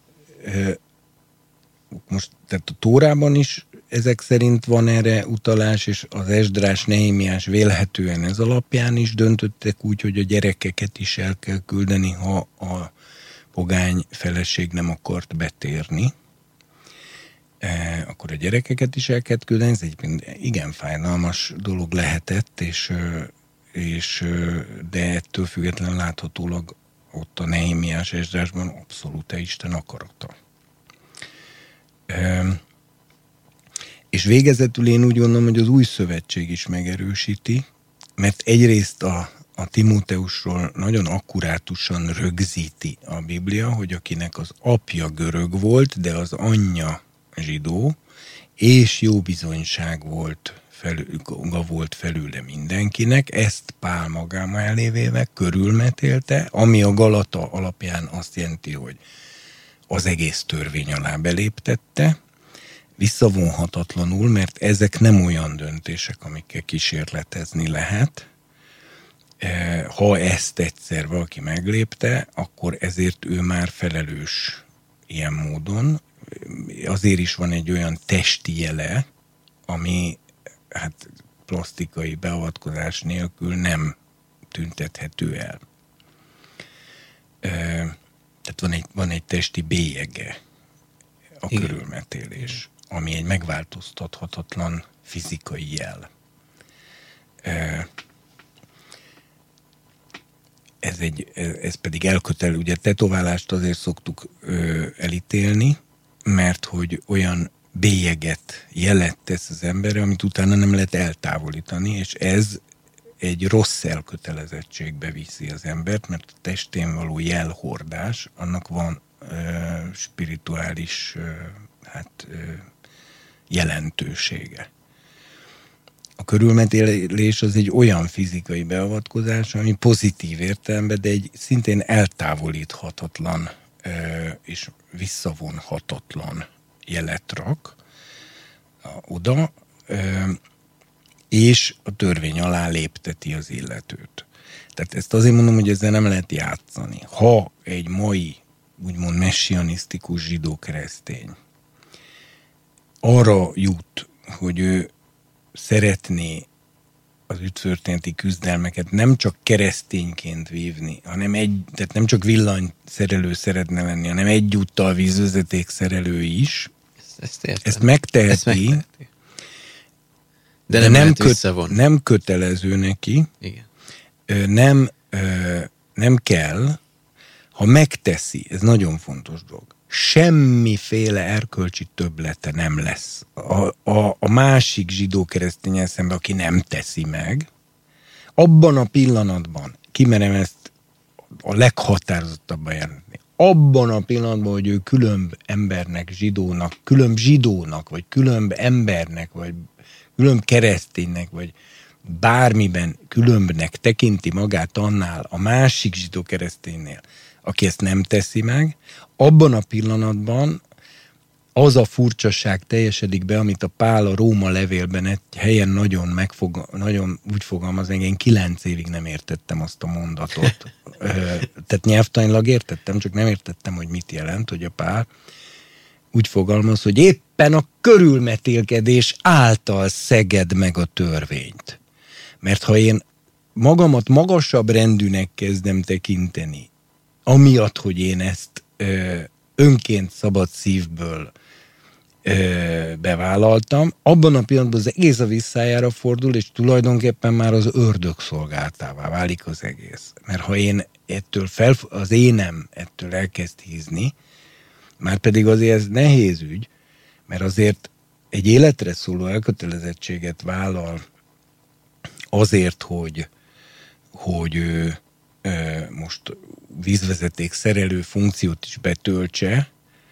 most tehát a Tórában is ezek szerint van erre utalás, és az Esdrás, Nehémiás vélhetően ez alapján is döntöttek úgy, hogy a gyerekeket is el kell küldeni, ha a pogány feleség nem akart betérni. Akkor a gyerekeket is el kell küldeni, ez egy igen fájdalmas dolog lehetett, de ettől függetlenül láthatólag ott a Nehémiás Esdrásban abszolút Isten akarata. És végezetül én úgy gondolom, hogy az Új Szövetség is megerősíti, mert egyrészt a Timóteusról nagyon akkurátusan rögzíti a Biblia, hogy akinek az apja görög volt, de az anyja zsidó, és jó bizonyság volt felőle mindenkinek, ezt Pál magáma elévéve körülmetélte, ami a Galata alapján azt jelenti, hogy az egész törvény alá beléptette, visszavonhatatlanul, mert ezek nem olyan döntések, amikkel kísérletezni lehet. Ha ezt egyszer valaki meglépte, akkor ezért ő már felelős ilyen módon. Azért is van egy olyan testi jele, ami hát plastikai beavatkozás nélkül nem tüntethető el. Tehát van egy testi bélyege a körülmetélés, ami egy megváltoztathatatlan fizikai jel. Ez pedig elkötelező. Ugye tetoválást azért szoktuk elítélni, mert hogy olyan bélyeget, jelet tesz az emberre, amit utána nem lehet eltávolítani, és ez egy rossz elkötelezettségbe viszi az embert, mert a testén való jelhordás, annak van spirituális jelentősége. A körülmetélés az egy olyan fizikai beavatkozás, ami pozitív értelemben, de egy szintén eltávolíthatatlan és visszavonhatatlan jelet rak oda, és a törvény alá lépteti az illetőt. Tehát ezt azért mondom, hogy ezzel nem lehet játszani. Ha egy mai, úgymond messianisztikus zsidó-keresztény arra jut, hogy ő szeretné az üdvtörténeti küzdelmeket nem csak keresztényként vívni, tehát nem csak villanyszerelő szeretne lenni, hanem egyúttal vízvezeték-szerelő is. Ezt megteheti. De nem kötelező neki. Igen. Nem kell, ha megteszi, ez nagyon fontos dolog, semmiféle erkölcsi többlete nem lesz. A másik zsidó-keresztényen szemben, aki nem teszi meg, abban a pillanatban, kimerem ezt a leghatározottabban jelenteni, abban a pillanatban, hogy ő különb embernek, zsidónak, vagy különb embernek, vagy különb kereszténynek, vagy bármiben különbnek tekinti magát annál a másik zsidó-kereszténynél, aki ezt nem teszi meg, abban a pillanatban az a furcsaság teljesedik be, amit a Pál a Róma levélben egy helyen nagyon úgy fogalmaz, hogy én 9 évig nem értettem azt a mondatot. Tehát nyelvtanilag értettem, csak nem értettem, hogy mit jelent, hogy a Pál úgy fogalmaz, hogy éppen a körülmetélkedés által szeged meg a törvényt. Mert ha én magamat magasabb rendűnek kezdem tekinteni, amiatt, hogy én ezt önként szabad szívből bevállaltam, abban a pillanatban az egész a visszájára fordul, és tulajdonképpen már az ördög szolgáltává válik az egész. Mert ha én az énem ettől elkezd hízni, már pedig azért ez nehéz ügy, mert azért egy életre szóló elkötelezettséget vállal azért, hogy most vízvezeték szerelő funkciót is betöltse,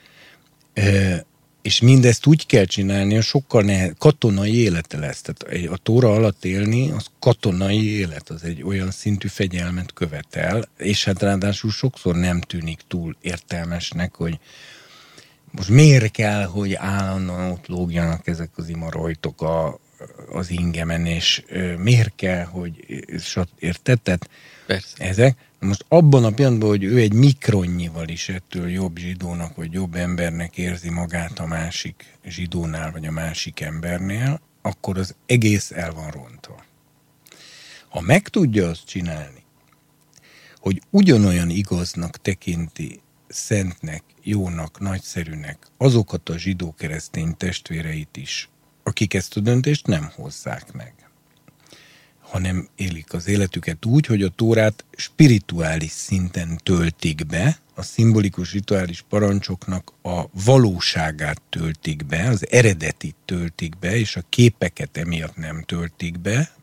és mindezt úgy kell csinálni, hogy sokkal katonai élete lesz. Tehát a Tóra alatt élni, az katonai élet, az egy olyan szintű fegyelmet követel, és hát ráadásul sokszor nem tűnik túl értelmesnek, hogy most miért kell, hogy állandóan ott lógjanak ezek az imarojtok a az ingemen, és miért kell, hogy érted? Tehát Persze. ezek. Most abban a pillanatban, hogy ő egy mikronnyival is ettől jobb zsidónak, vagy jobb embernek érzi magát a másik zsidónál, vagy a másik embernél, akkor az egész el van rontva. Ha meg tudja azt csinálni, hogy ugyanolyan igaznak tekinti, szentnek, jónak, nagyszerűnek azokat a zsidó-keresztény testvéreit is, akik ezt a döntést nem hozzák meg, hanem élik az életüket úgy, hogy a Tórát spirituális szinten töltik be, a szimbolikus rituális parancsoknak a valóságát töltik be, az eredetit töltik be, és a képeket emiatt nem töltik be.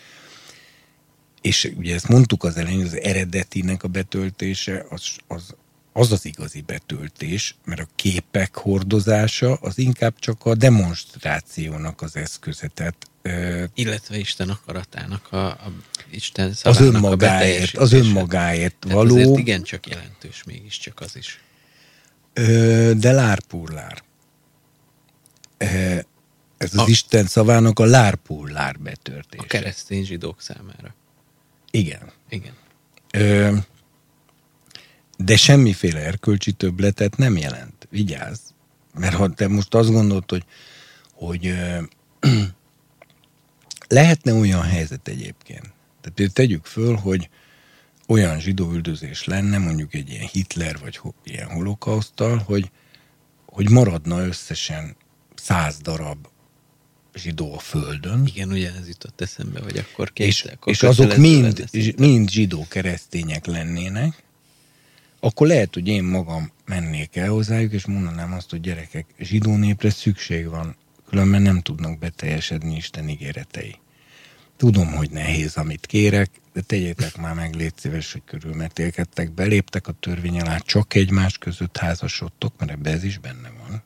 És ugye ezt mondtuk az elején, az eredetinek a betöltése az igazi betöltés, mert a képek hordozása az inkább csak a demonstrációnak az eszköze. Tehát, illetve Isten akaratának, Isten szavának az önmagáért való. Azért igencsak jelentős mégiscsak az is. De lárpullár. Ez az Isten szavának a lárpullár betöltése. A keresztény zsidók számára. Igen. Igen. De semmiféle erkölcsi többletet nem jelent. Vigyázz. Mert ha te most azt gondolod, hogy lehetne olyan helyzet egyébként. Tehát tegyük föl, hogy olyan zsidóüldözés lenne, mondjuk egy ilyen Hitler vagy ilyen holokauszttal, hogy maradna összesen 100 darab zsidó a földön. Igen, ugye ez jutott eszembe, hogy akkor és azok mind zsidó-keresztények lennének, akkor lehet, hogy én magam mennék el hozzájuk, és mondanám azt, hogy gyerekek, zsidó népre szükség van, különben nem tudnak beteljesedni Isten ígéretei. Tudom, hogy nehéz, amit kérek, de tegyétek már meg, légy szíves, hogy körülmetélkedtek, beléptek a törvény alá, csak egymás között házasodtok, mert ebbe ez is benne van.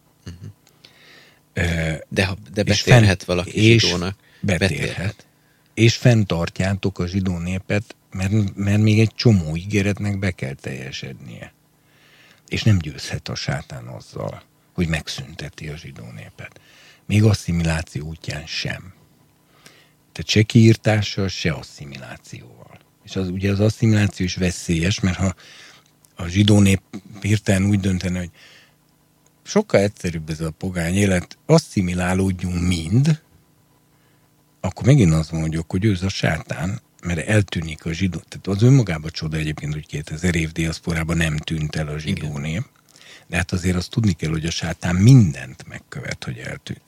De betérhet valaki zsidónak. Betérhet. És fenntartjátok a zsidó népet, mert még egy csomó ígéretnek be kell teljesednie. És nem győzhet a sátán azzal, hogy megszünteti a zsidó népet. Még asszimiláció útján sem. Tehát se kiírtással, se asszimilációval. És ugye az asszimiláció is veszélyes, mert ha a zsidó nép hirtelen úgy döntene, hogy sokkal egyszerűbb ez a pogány élet, asszimilálódjunk mind, akkor megint azt mondjuk, hogy ő a sátán, mert eltűnik a zsidó. Tehát az önmagában csoda egyébként, hogy 2000 év diaszporában nem tűnt el a zsidó nép. De hát azért azt tudni kell, hogy a sátán mindent megkövet, hogy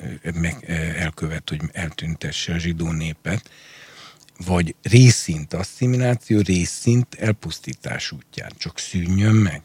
hogy eltüntesse a zsidó népet, vagy részszint asszimiláció, részszint elpusztítás útján. Csak szűnjön meg.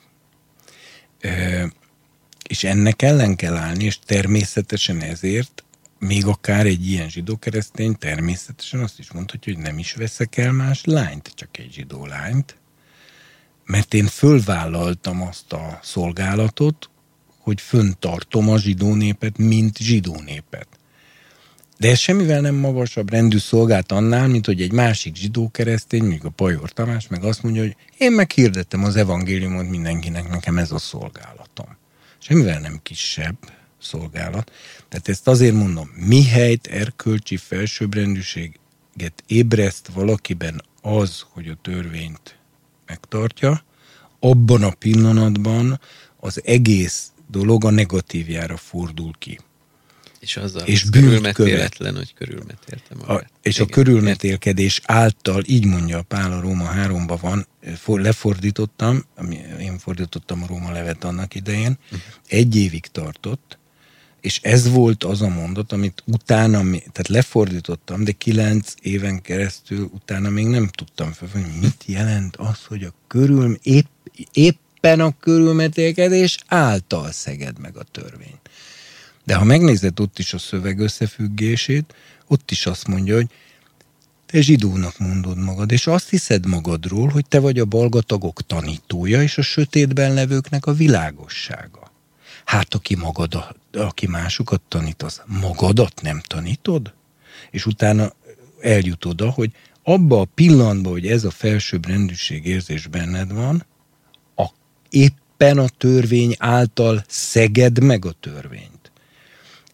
És ennek ellen kell állni, és természetesen ezért még akár egy ilyen zsidó-keresztény természetesen azt is mondhatja, hogy nem is veszek el más lányt, csak egy zsidó lányt, mert én fölvállaltam azt a szolgálatot, hogy föntartom a zsidó népet, mint zsidó népet. De ez semmivel nem magasabb rendű szolgált annál, mint hogy egy másik zsidó-keresztény, mondjuk a Pajor Tamás, meg azt mondja, hogy én meghirdettem az evangéliumot mindenkinek, nekem ez a szolgálatom. Semmivel nem kisebb szolgálat. Tehát ezt azért mondom, mihelyt erkölcsi felsőbbrendűséget ébreszt valakiben az, hogy a törvényt megtartja, abban a pillanatban az egész dolog a negatívjára fordul ki. És azzal és körülmetéletlen, hogy körülmetélte magát. És igen, a körülmetélkedés által, így mondja a Pál a Róma 3-ban van, lefordítottam, én fordítottam a Róma levet annak idején, 1 évig tartott, és ez volt az a mondat, amit utána, tehát lefordítottam, de 9 éven keresztül utána még nem tudtam fel, hogy mit jelent az, hogy a éppen a körülmetélkedés által szeged meg a törvényt. De ha megnézed ott is a szöveg összefüggését, ott is azt mondja, hogy te zsidónak mondod magad, és azt hiszed magadról, hogy te vagy a balgatagok tanítója, és a sötétben levőknek a világossága. Hát aki másokat tanítasz, magadat nem tanítod? És utána eljut oda, hogy abba a pillanatban, hogy ez a felsőbb rendűség érzés benned van, éppen a törvény által szeged meg a törvényt.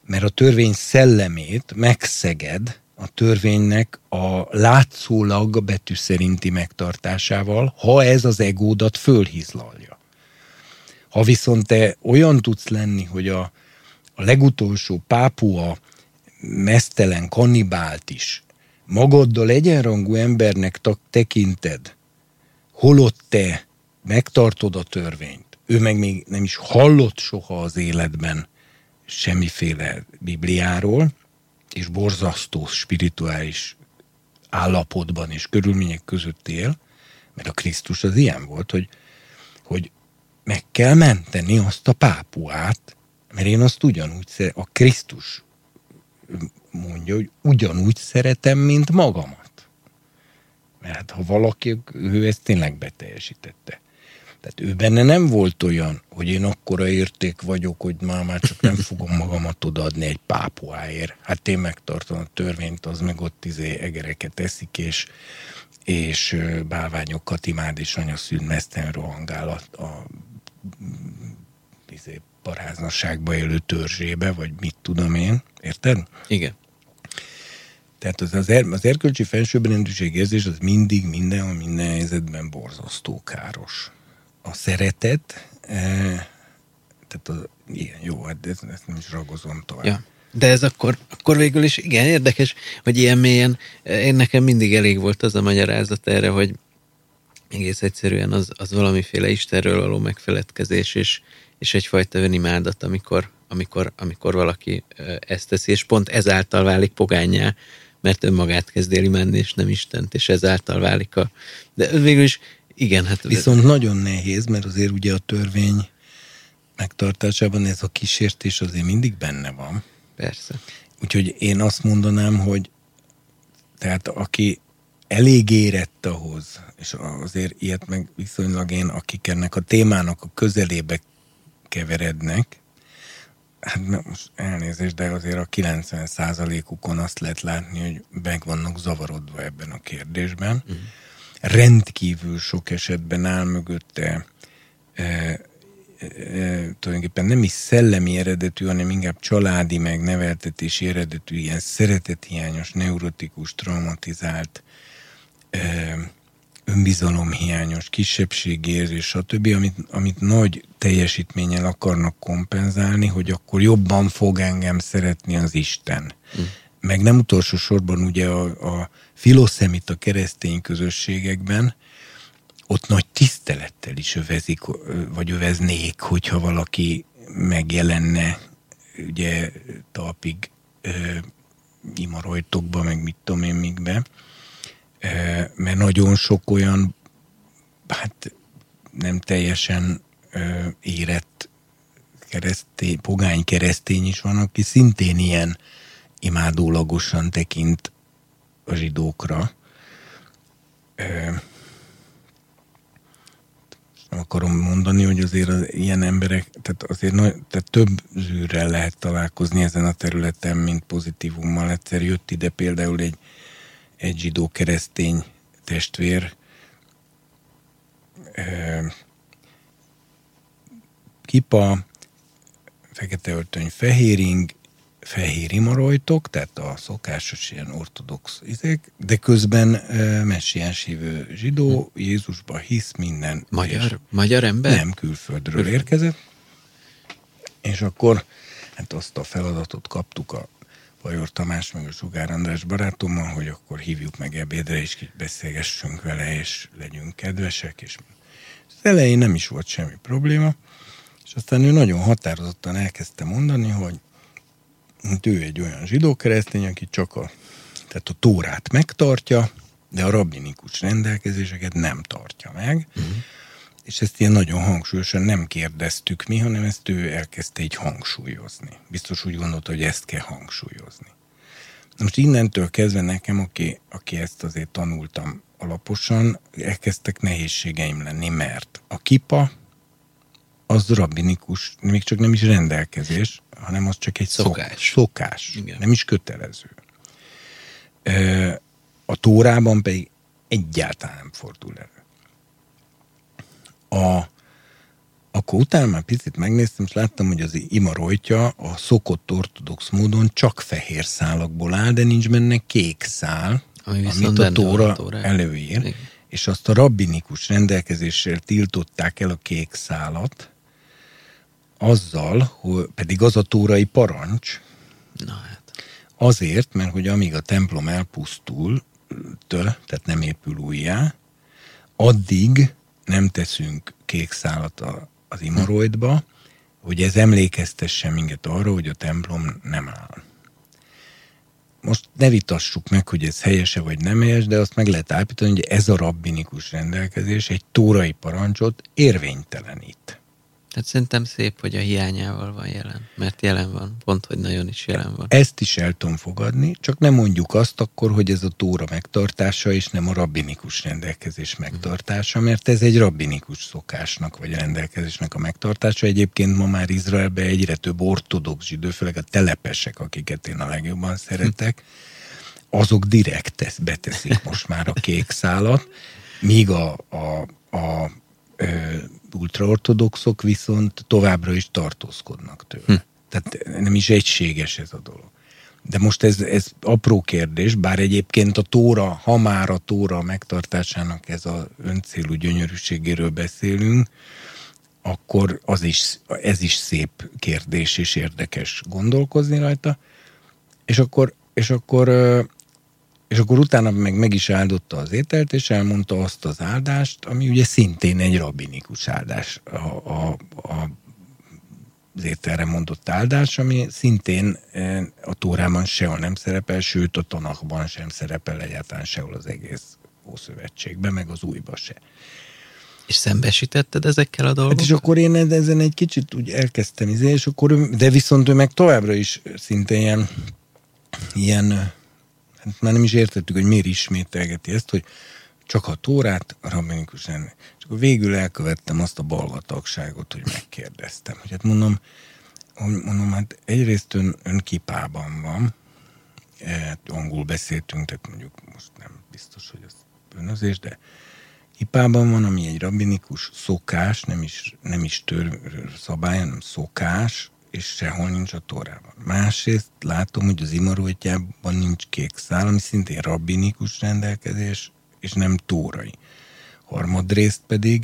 mert a törvény szellemét megszeged a törvénynek a látszólag betű szerinti megtartásával, ha ez az egódat fölhizlalja. Ha viszont te olyan tudsz lenni, hogy a legutolsó pápua meztelen kannibált is magaddal egyenrangú embernek tekinted, holott te megtartod a törvényt, ő meg még nem is hallott soha az életben semmiféle Bibliáról, és borzasztó spirituális állapotban és körülmények között él, mert a Krisztus az ilyen volt, hogy meg kell menteni azt a pápuát, mert én azt ugyanúgy a Krisztus mondja, hogy ugyanúgy szeretem, mint magamat. Mert ha valaki, ő ezt tényleg beteljesítette. Tehát ő benne nem volt olyan, hogy én akkora érték vagyok, hogy már csak nem fogom magamat odaadni egy pápuáért. Hát én megtartom a törvényt, az meg ott egereket eszik, és bálványokat imád, és anyaszűn meszten rohangál a paráznasságba élő törzsébe, vagy mit tudom én. Érted? Igen. Tehát az erkölcsi felsőbbrendűség érzés az mindig minden helyzetben borzasztó káros. A szeretet, tehát igen, jó, hát ezt nem is ragozom tovább. Ja. De ez akkor végül is igen érdekes, hogy ilyen mélyen, én nekem mindig elég volt az a magyarázat erre, hogy egész egyszerűen az valamiféle Istenről való megfeledkezés, és egyfajta önimádat, amikor valaki ezt teszi, és pont ezáltal válik pogánnyá, mert önmagát kezd el imádni, és nem Istent, és ezáltal válik De végül is igen, hát... Viszont nagyon nehéz, mert azért ugye a törvény megtartásában ez a kísértés azért mindig benne van. Persze. Úgyhogy én azt mondanám, hogy tehát aki elég érett ahhoz, és azért ilyet meg viszonylag én, akik ennek a témának a közelébe keverednek, hát most elnézést, de azért a 90%-ukon azt lehet látni, hogy meg vannak zavarodva ebben a kérdésben. Rendkívül sok esetben áll mögötte tulajdonképpen nem is szellemi eredetű, hanem inkább családi, meg neveltetési eredetű, ilyen szeretethiányos, neurotikus, traumatizált, önbizalomhiányos, kisebbségi érzés, stb., amit nagy teljesítménnyel akarnak kompenzálni, hogy akkor jobban fog engem szeretni az Isten. Meg nem utolsó sorban ugye a filoszemita keresztény közösségekben ott nagy tisztelettel is övezik, vagy öveznék, hogyha valaki megjelenne ugye talpig imarojtokba, meg mit tudom én mikbe, mert nagyon sok olyan, hát nem teljesen érett pogány keresztény is van, aki szintén ilyen imádólagosan tekint a zsidókra. Akarom mondani, hogy azért az ilyen emberek, tehát azért tehát több zűrrel lehet találkozni ezen a területen, mint pozitívummal. Egyszer jött ide például egy zsidó-keresztény testvér, kipa, fekete öltöny, fehér ing, fehér imarojtok, tehát a szokásos ilyen ortodox izék, de közben messiáns hívő zsidó, Jézusba hisz, minden. Magyar ember? Nem, külföldről érkezett. És akkor hát azt a feladatot kaptuk a Bajor Tamás meg a Sugár András barátommal, hogy akkor hívjuk meg ebédre, és beszélgessünk vele, és legyünk kedvesek, és az elején nem is volt semmi probléma, és aztán ő nagyon határozottan elkezdte mondani, hogy ő egy olyan zsidó-keresztény, aki csak tehát a Tórát megtartja, de a rabbinikus rendelkezéseket nem tartja meg, és ezt ilyen nagyon hangsúlyosan nem kérdeztük mi, hanem ezt ő elkezdte így hangsúlyozni. Biztos úgy gondolta, hogy ezt kell hangsúlyozni. Most innentől kezdve nekem, aki ezt azért tanultam alaposan, elkezdtek nehézségeim lenni, mert a kipa az rabbinikus, még csak nem is rendelkezés, hanem az csak egy szokás. Nem is kötelező. A Tórában pedig egyáltalán nem fordul elő. A akkor utána már picit megnéztem, és láttam, hogy az imarojtja a szokott ortodox módon csak fehér szálakból áll, de nincs benne kék szál, amit a Tóra előír. Igen. És azt a rabbinikus rendelkezéssel tiltották el a kék szálat, azzal, hogy pedig az a tórai parancs, azért, mert hogy amíg a templom elpusztul, tehát nem épül újjá, addig nem teszünk kék szálat az imarojtba, hogy ez emlékeztesse minket arra, hogy a templom nem áll. Most ne vitassuk meg, hogy ez helyese vagy nem helyes, de azt meg lehet állítani, hogy ez a rabbinikus rendelkezés egy tórai parancsot érvénytelenít. Hát szerintem szép, hogy a hiányával van jelen, mert jelen van, pont, hogy nagyon is jelen van. Ezt is el tudom fogadni, csak nem mondjuk azt akkor, hogy ez a tóra megtartása, és nem a rabbinikus rendelkezés megtartása, mert ez egy rabbinikus szokásnak, vagy rendelkezésnek a megtartása. Egyébként ma már Izraelben egyre több ortodox zsidó, főleg a telepesek, akiket én a legjobban szeretek, azok direkt beteszik most már a kék szálat, míg a ultraortodoxok viszont továbbra is tartózkodnak tőle. Tehát nem is egységes ez a dolog. De most ez apró kérdés, bár egyébként a tóra, ha már a tóra megtartásának ez az öncélú gyönyörűségéről beszélünk, akkor ez is szép kérdés és érdekes gondolkozni rajta, és akkor utána meg is áldotta az ételt, és elmondta azt az áldást, ami ugye szintén egy rabbinikus áldás, az ételre mondott áldás, ami szintén a Tórában sehol nem szerepel, sőt a Tanachban sem szerepel egyáltalán sehol az egész Ószövetségben, meg az Újban se. És szembesítetted ezekkel a dolgokkal? Hát és akkor én ezen egy kicsit úgy elkezdtem, és akkor, de viszont ő meg továbbra is szinte ilyen hát már nem is értettük, hogy miért ismételgeti ezt, hogy csak a Tórát a rabbinikus lenne. És akkor végül elkövettem azt a balgatagságot, hogy megkérdeztem. Hogy hát mondom, hát egyrészt ön kipában van, angolul beszéltünk, tehát mondjuk most nem biztos, hogy az bűnözés, de kipában van, ami egy rabbinikus szokás, nem is szabály, hanem szokás, és sehol nincs a Tórában. Másrészt látom, hogy az imarojtjában nincs kék szál, ami szintén rabbinikus rendelkezés, és nem tórai. Harmadrészt pedig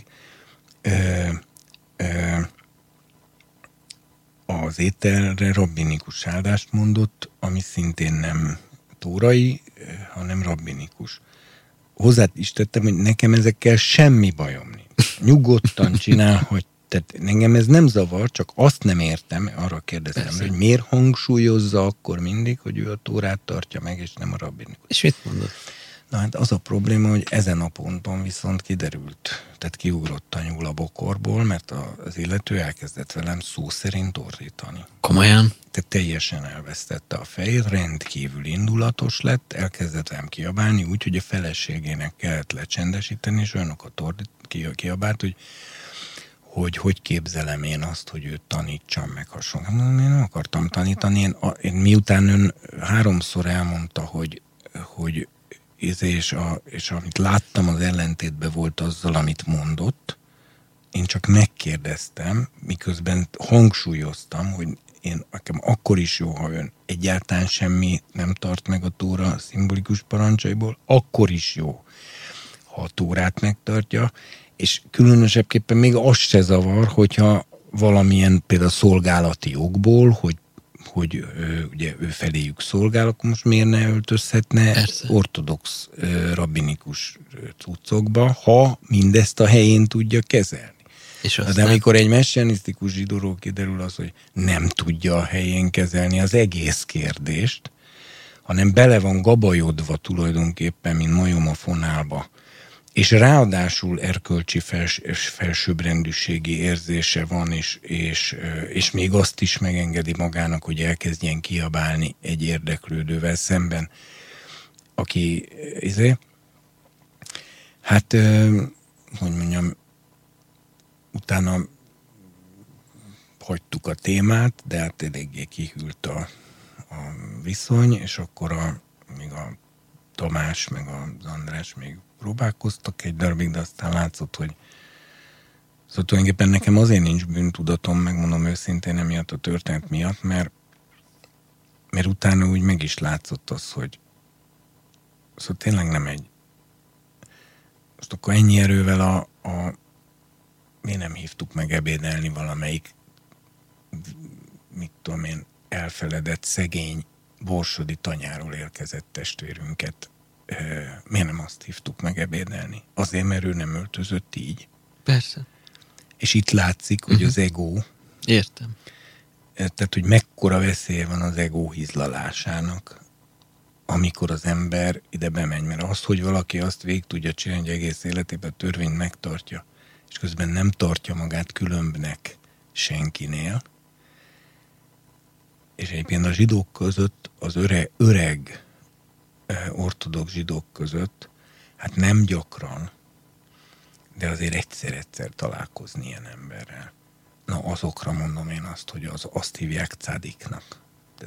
az ételre rabbinikus áldást mondott, ami szintén nem tórai, hanem rabbinikus. Hozzá is tettem, hogy nekem ezekkel semmi bajom nincs. Nyugodtan csinálhatja. Tehát engem ez nem zavar, csak azt nem értem, arra kérdeztem, hogy miért hangsúlyozza akkor mindig, hogy ő a Tórát tartja meg, és nem a rabbinikus. És mit mondod? Na hát az a probléma, hogy ezen a ponton viszont kiderült, tehát kiugrott a nyúl a bokorból, mert az illető elkezdett velem szó szerint ordítani. Komolyan? Tehát teljesen elvesztette a fejét, rendkívül indulatos lett, elkezdett velem kiabálni, úgyhogy a feleségének kellett lecsendesíteni, és olyanokat kiabált, hogy képzelem én azt, hogy őt tanítsam meg hasonló. Én nem akartam tanítani, én miután ön 3-szor elmondta, hogy és amit láttam, az ellentétben volt azzal, amit mondott, én csak megkérdeztem, miközben hangsúlyoztam, hogy nekem akkor is jó, ha ön egyáltalán semmi nem tart meg a Tóra szimbolikus parancsaiból, akkor is jó, ha a Tórát megtartja, és különösebbképpen még az se zavar, hogyha valamilyen például szolgálati okból, hogy ugye ő feléjük szolgál, akkor most miért ne öltözhetne Persze. ortodox rabbinikus cuccokba, ha mindezt a helyén tudja kezelni. És de amikor egy messianisztikus zsidóról kiderül az, hogy nem tudja a helyén kezelni az egész kérdést, hanem bele van gabajodva tulajdonképpen, mint majom a fonálba, és ráadásul erkölcsi felsőbbrendűségi érzése van, és még azt is megengedi magának, hogy elkezdjen kiabálni egy érdeklődővel szemben, aki hogy mondjam, utána hagytuk a témát, de hát eléggé kihűlt a viszony, és akkor még a Tamás meg az András még próbálkoztak egy darabig, de aztán látszott, hogy Szóval tulajdonképpen nekem azért nincs bűntudatom, megmondom őszintén emiatt a történet miatt, mert utána úgy meg is látszott az, hogy szóval tényleg nem egy... Most akkor ennyi erővel miért nem hívtuk meg ebédelni valamelyik, mit tudom én, elfeledett, szegény, borsodi tanyáról érkezett testvérünket. Miért nem azt hívtuk meg ebédelni? Azért, mert ő nem öltözött így. Persze. És itt látszik, hogy az ego... Értem. Tehát, hogy mekkora veszélye van az ego hizlalásának, amikor az ember ide bemegy. Mert az, hogy valaki azt végig tudja csinálni, hogy egész életében a törvényt megtartja, és közben nem tartja magát különbnek senkinél, és egyébként a zsidók között, az öreg ortodox zsidók között, hát nem gyakran, de azért egyszer találkozni ilyen emberrel. Na, azokra mondom én azt, hogy azt hívják cádiknak.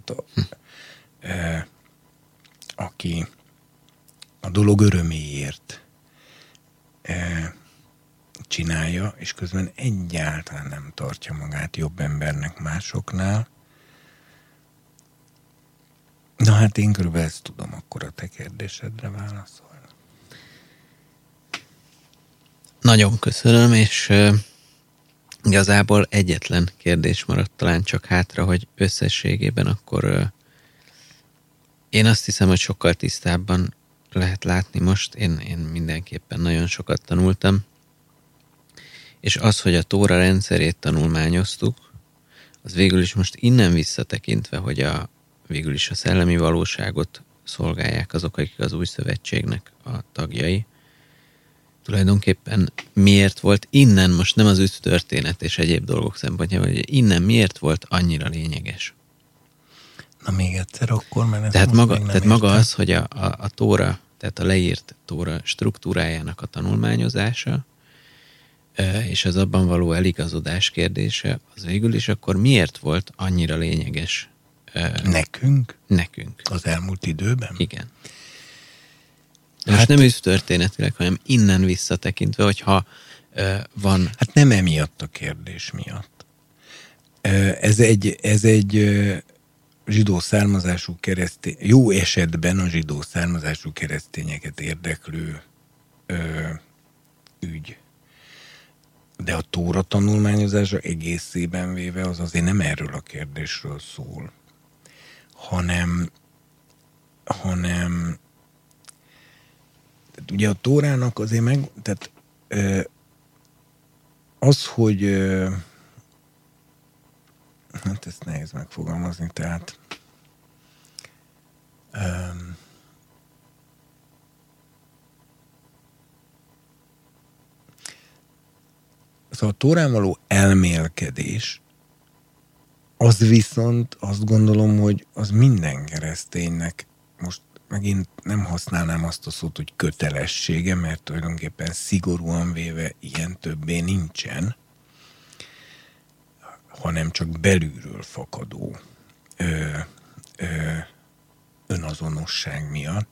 Tehát aki a dolog öröméért csinálja, és közben egyáltalán nem tartja magát jobb embernek másoknál. Na hát én körülbelül ezt tudom akkor a te kérdésedre válaszolni. Nagyon köszönöm, és igazából egyetlen kérdés maradt talán csak hátra, hogy összességében akkor én azt hiszem, hogy sokkal tisztábban lehet látni most. Én mindenképpen nagyon sokat tanultam, és az, hogy a Tóra rendszerét tanulmányoztuk, az végül is most innen visszatekintve, hogy végül is a szellemi valóságot szolgálják azok, akik az új szövetségnek a tagjai. Tulajdonképpen miért volt innen, most nem az üdvtörténet és egyéb dolgok szempontjából, hogy innen miért volt annyira lényeges? Na még egyszer akkor, mert tehát maga az, hogy a Tóra, tehát a leírt Tóra struktúrájának a tanulmányozása, és az abban való eligazodás kérdése, az végül is akkor miért volt annyira lényeges? Nekünk. Az elmúlt időben? Igen. De most nem üdvtörténetileg, hanem innen visszatekintve, hogyha van... Hát nem emiatt a kérdés miatt. Ez egy zsidó származású keresztény, jó esetben a zsidó származású keresztényeket érdeklő ügy. De a Tóra tanulmányozása egészében véve az azért nem erről a kérdésről szól, hanem tehát ugye a Tórának azért tehát az, hogy hát ezt nehéz megfogalmazni, tehát szóval a Tórán való elmélkedés, az viszont azt gondolom, hogy az minden kereszténynek, most megint nem használnám azt a szót, hogy kötelessége, mert tulajdonképpen szigorúan véve ilyen többé nincsen, hanem csak belülről fakadó önazonosság miatt.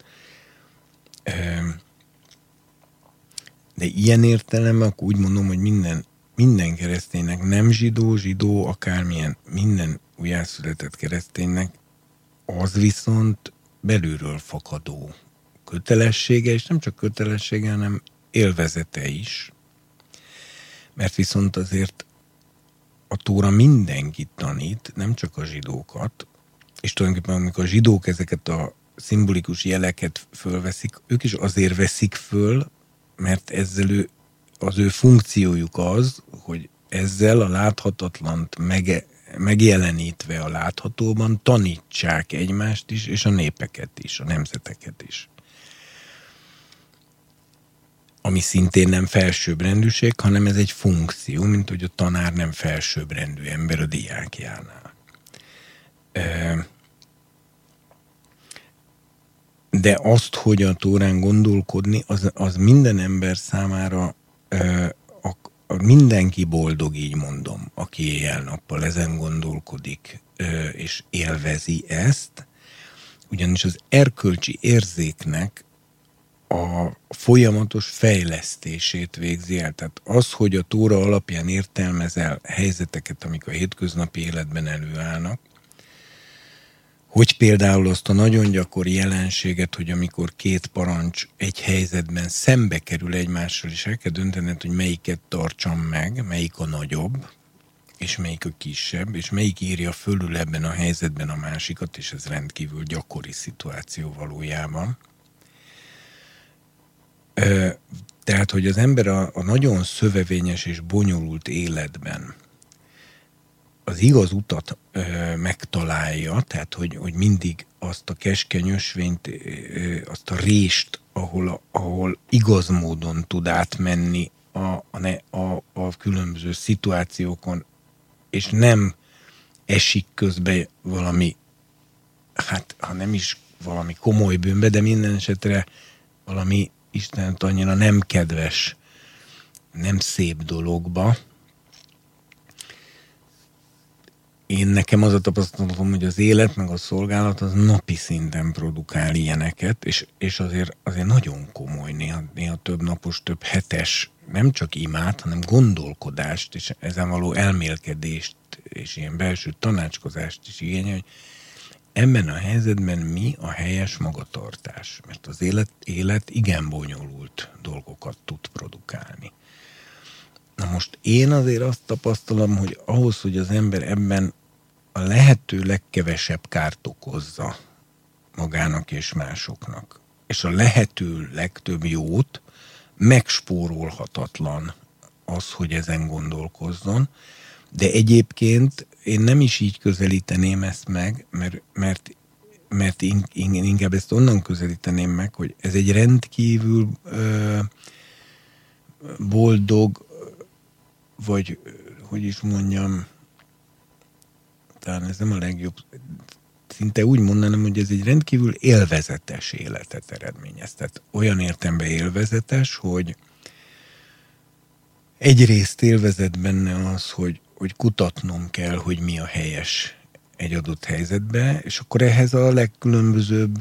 De ilyen értelemben akkor úgy mondom, hogy minden kereszténynek, nem zsidó, akármilyen, minden újjászületett kereszténynek az viszont belülről fakadó kötelessége, és nem csak kötelessége, hanem élvezete is. Mert viszont azért a Tóra mindenkit tanít, nem csak a zsidókat, és tulajdonképpen amikor a zsidók ezeket a szimbolikus jeleket fölveszik, ők is azért veszik föl, mert ezzel az ő funkciójuk az, hogy ezzel a láthatatlant megjelenítve a láthatóban tanítsák egymást is, és a népeket is, a nemzeteket is. Ami szintén nem felsőbbrendűség, hanem ez egy funkció, mint hogy a tanár nem felsőbbrendű ember a diákjánál. De azt, hogy a Tórán gondolkodni, az minden ember számára mindenki boldog, így mondom, aki éjjel-nappal ezen gondolkodik, és élvezi ezt, ugyanis az erkölcsi érzéknek a folyamatos fejlesztését végzi el. Tehát az, hogy a Tóra alapján értelmezel helyzeteket, amik a hétköznapi életben előállnak, hogy például azt a nagyon gyakori jelenséget, hogy amikor két parancs egy helyzetben szembe kerül egymással, és el kell döntened, hogy melyiket tartsam meg, melyik a nagyobb, és melyik a kisebb, és melyik írja fölül ebben a helyzetben a másikat, és ez rendkívül gyakori szituáció valójában. Tehát, hogy az ember a nagyon szövevényes és bonyolult életben az igaz utat megtalálja, tehát, hogy mindig azt a keskeny ösvényt, azt a rést, ahol igaz módon tud átmenni a különböző szituációkon, és nem esik közbe valami, hát ha nem is valami komoly bűnbe, de minden esetre valami Istenet annyira nem kedves, nem szép dologba. Nekem az a tapasztalatom, hogy az élet meg a szolgálat az napi szinten produkál ilyeneket, és azért nagyon komoly, néha több napos, több hetes, nem csak imát, hanem gondolkodást, és ezen való elmélkedést, és ilyen belső tanácskozást is igényel, hogy ebben a helyzetben mi a helyes magatartás, mert az élet igen bonyolult dolgokat tud produkálni. Na most én azért azt tapasztalom, hogy ahhoz, hogy az ember ebben a lehető legkevesebb kárt okozza magának és másoknak, és a lehető legtöbb jót, megspórolhatatlan az, hogy ezen gondolkozzon, de egyébként én nem is így közelíteném ezt meg, mert inkább ezt onnan közelíteném meg, hogy ez egy rendkívül boldog, vagy hogy is mondjam, talán ez nem a legjobb, szinte úgy mondanám, hogy ez egy rendkívül élvezetes életet eredményez. Tehát olyan értelemben élvezetes, hogy egyrészt élvezet benne az, hogy kutatnom kell, hogy mi a helyes egy adott helyzetben, és akkor ehhez a legkülönbözőbb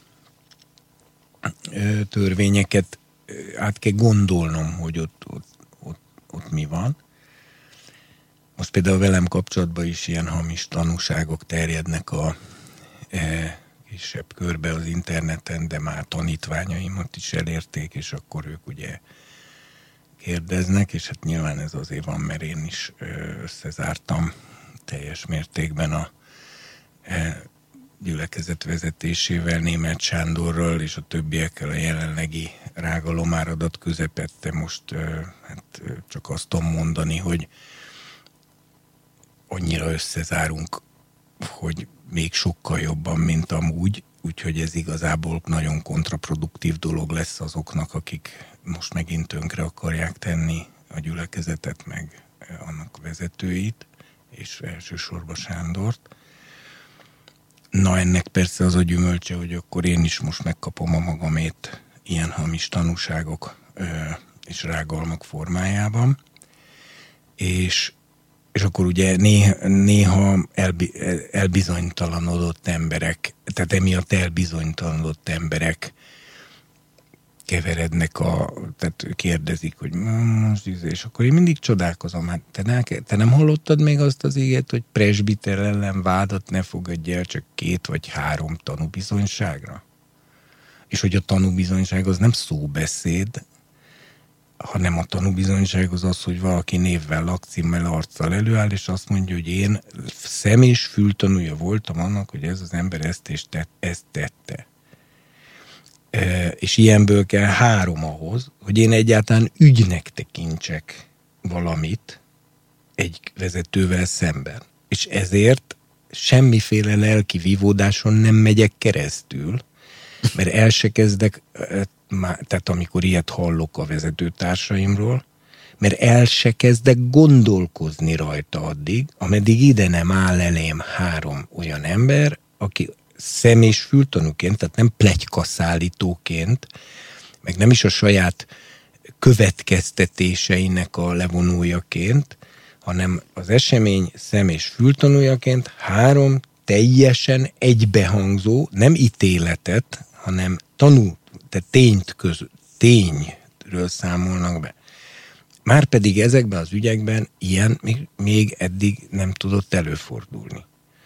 törvényeket át kell gondolnom, hogy ott mi van. Most például velem kapcsolatban is ilyen hamis tanúságok terjednek a kisebb körbe az interneten, de már tanítványaimat is elérték, és akkor ők ugye kérdeznek, és hát nyilván ez azért van, mert én is összezártam teljes mértékben a gyülekezet vezetésével, Németh Sándorral és a többiekkel a jelenlegi rágalomáradat közepette. Most hát csak azt tudom mondani, hogy annyira összezárunk, hogy még sokkal jobban, mint amúgy, úgyhogy ez igazából nagyon kontraproduktív dolog lesz azoknak, akik most megint tönkre akarják tenni a gyülekezetet, meg annak vezetőit, és elsősorban Sándort. Na, ennek persze az a gyümölcse, hogy akkor én is most megkapom a magamét ilyen hamis tanúságok és rágalmak formájában, és akkor ugye néha elbizonytalanodott emberek, tehát emiatt elbizonytalanodott emberek keverednek, tehát kérdezik, hogy most és akkor én mindig csodálkozom, hát te nem hallottad még azt az igét, hogy presbiter ellen vádat ne fogadj el csak 2 vagy 3 tanúbizonyságra? És hogy a tanúbizonyság az nem szóbeszéd, hanem a tanúbizonyság az, hogy valaki névvel, lakcímmel, arccal előáll, és azt mondja, hogy én szem- és fültanúja voltam annak, hogy ez az ember ezt tette. És ilyenből kell 3 ahhoz, hogy én egyáltalán ügynek tekintsek valamit egy vezetővel szemben. És ezért semmiféle lelki vívódáson nem megyek keresztül, mert el se kezdek, tehát amikor ilyet hallok a vezetőtársaimról, mert el se kezdek gondolkozni rajta addig, ameddig ide nem áll elém 3 olyan ember, aki szem- és fültanúként, tehát nem pletykaszállítóként, meg nem is a saját következtetéseinek a levonójaként, hanem az esemény szem- és fültanújaként 3 teljesen egybehangzó, nem ítéletet, hanem tehát tényről számolnak be. Márpedig ezekben az ügyekben ilyen még eddig nem tudott előfordulni.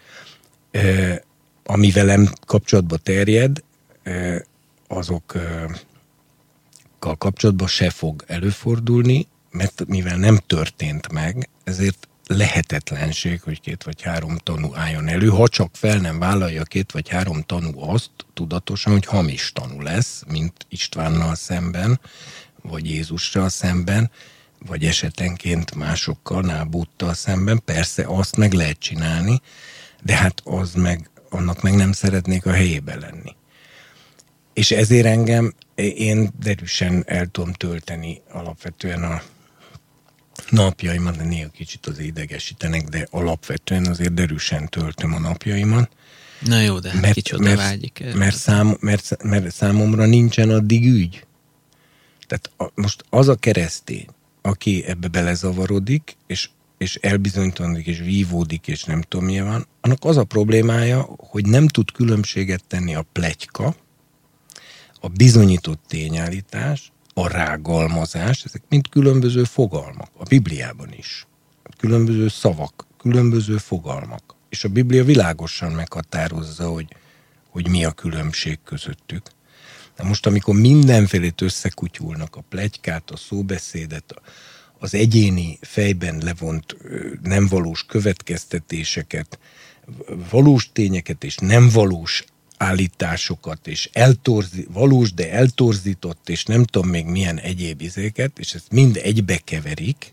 Ami velem kapcsolatba terjed, azokkal kapcsolatban se fog előfordulni, mert mivel nem történt meg, ezért lehetetlenség, hogy 2 vagy 3 tanú álljon elő, ha csak fel nem vállalja 2 vagy 3 tanú azt tudatosan, hogy hamis tanú lesz, mint Istvánnal szemben, vagy Jézussal szemben, vagy esetenként másokkal, Nábóttal szemben. Persze azt meg lehet csinálni, de hát annak meg nem szeretnék a helyébe lenni. És ezért én derűsen el tudom tölteni alapvetően a napjaimat, de néha kicsit azért idegesítenek, de alapvetően azért derűsen töltöm a napjaimat. Na jó, de kicsoda vágyik el. Mert számomra nincsen addig ügy. Tehát most az a keresztény, aki ebbe belezavarodik, és elbizonytalanodik, és vívódik, és nem tudom milyen van, annak az a problémája, hogy nem tud különbséget tenni a pletyka, a bizonyított tényállítás, a rágalmazás, ezek mind különböző fogalmak. A Bibliában is. Különböző szavak, különböző fogalmak. És a Biblia világosan meghatározza, hogy mi a különbség közöttük. De most, amikor mindenfélét összekutyulnak, a pletykát, a szóbeszédet, az egyéni fejben levont nem valós következtetéseket, valós tényeket és nem valós állításokat, és valós, de eltorzított, és nem tudom még milyen egyéb izéket, és ezt mind egybekeverik,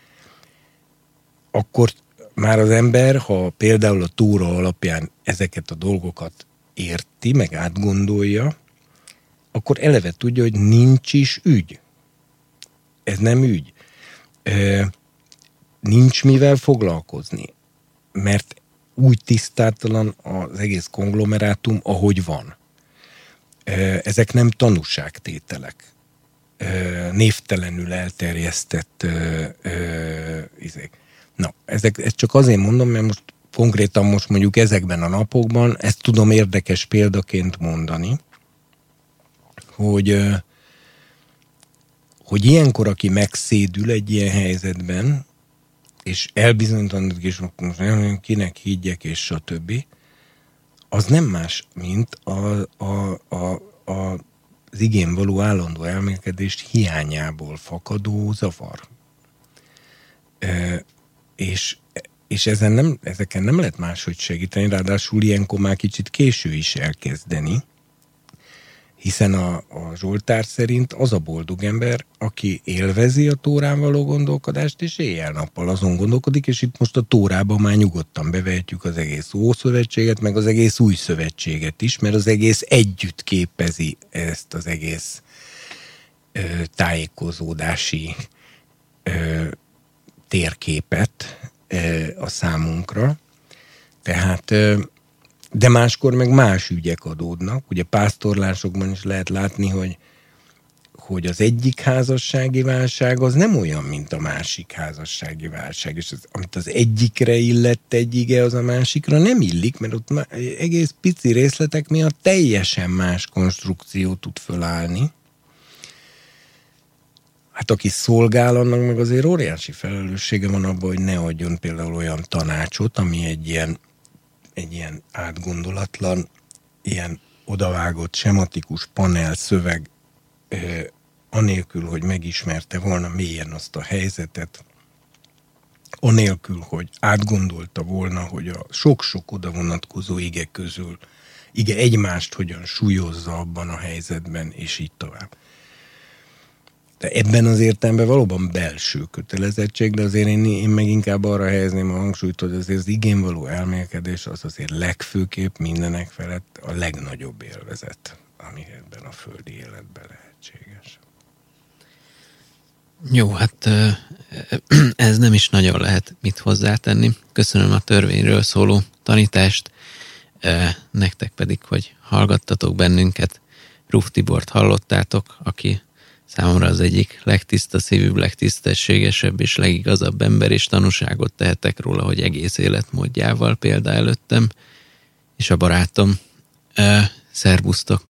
akkor már az ember, ha például a Tóra alapján ezeket a dolgokat érti, meg átgondolja, akkor eleve tudja, hogy nincs is ügy. Ez nem ügy. Nincs mivel foglalkozni, mert úgy tisztátalan az egész konglomerátum, ahogy van. Ezek nem tanúságtételek. Névtelenül elterjesztett izék. Na, ezt csak azért mondom, mert most konkrétan mondjuk ezekben a napokban ezt tudom érdekes példaként mondani, hogy ilyenkor, aki megszédül egy ilyen helyzetben, és elbizonytalanodik, és most kinek higgyek, és stb., az nem más, mint az igén való állandó elmélkedés hiányából fakadó zavar. És ezeken nem lehet máshogy segíteni, ráadásul ilyenkor már kicsit késő is elkezdeni, hiszen a Zsoltár szerint az a boldog ember, aki élvezi a Tórán való gondolkodást, és éjjel-nappal azon gondolkodik, és itt most a Tórában már nyugodtan bevehetjük az egész Ószövetséget, meg az egész Új Szövetséget is, mert az egész együtt képezi ezt az egész tájékozódási térképet a számunkra. Tehát de máskor meg más ügyek adódnak. Ugye pásztorlásokban is lehet látni, hogy az egyik házassági válság az nem olyan, mint a másik házassági válság. És amit az egyikre illett egy ige, az a másikra nem illik, mert ott egész pici részletek miatt teljesen más konstrukció tud fölállni. Hát aki szolgál, annak meg azért óriási felelőssége van abban, hogy ne adjon például olyan tanácsot, ami egy ilyen átgondolatlan, ilyen odavágott, sematikus panel szöveg, anélkül, hogy megismerte volna mélyen azt a helyzetet, anélkül, hogy átgondolta volna, hogy a sok-sok oda vonatkozó ige közül egymást hogyan súlyozza abban a helyzetben, és így tovább. De ebben az értelemben valóban belső kötelezettség, de azért én meg inkább arra helyezném a hangsúlyt, hogy azért az igén való elmélkedés az azért legfőképp mindenek felett a legnagyobb élvezet, ami ebben a földi életben lehetséges. Jó, hát ez nem is nagyon lehet mit hozzátenni. Köszönöm a törvényről szóló tanítást, nektek pedig, hogy hallgattatok bennünket. Ruf Tibort hallottátok, aki számomra az egyik legtiszta szívűbb, legtisztességesebb és legigazabb ember, és tanúságot tehetek róla, hogy egész életmódjával példa előttem, és a barátom. Szerbusztok!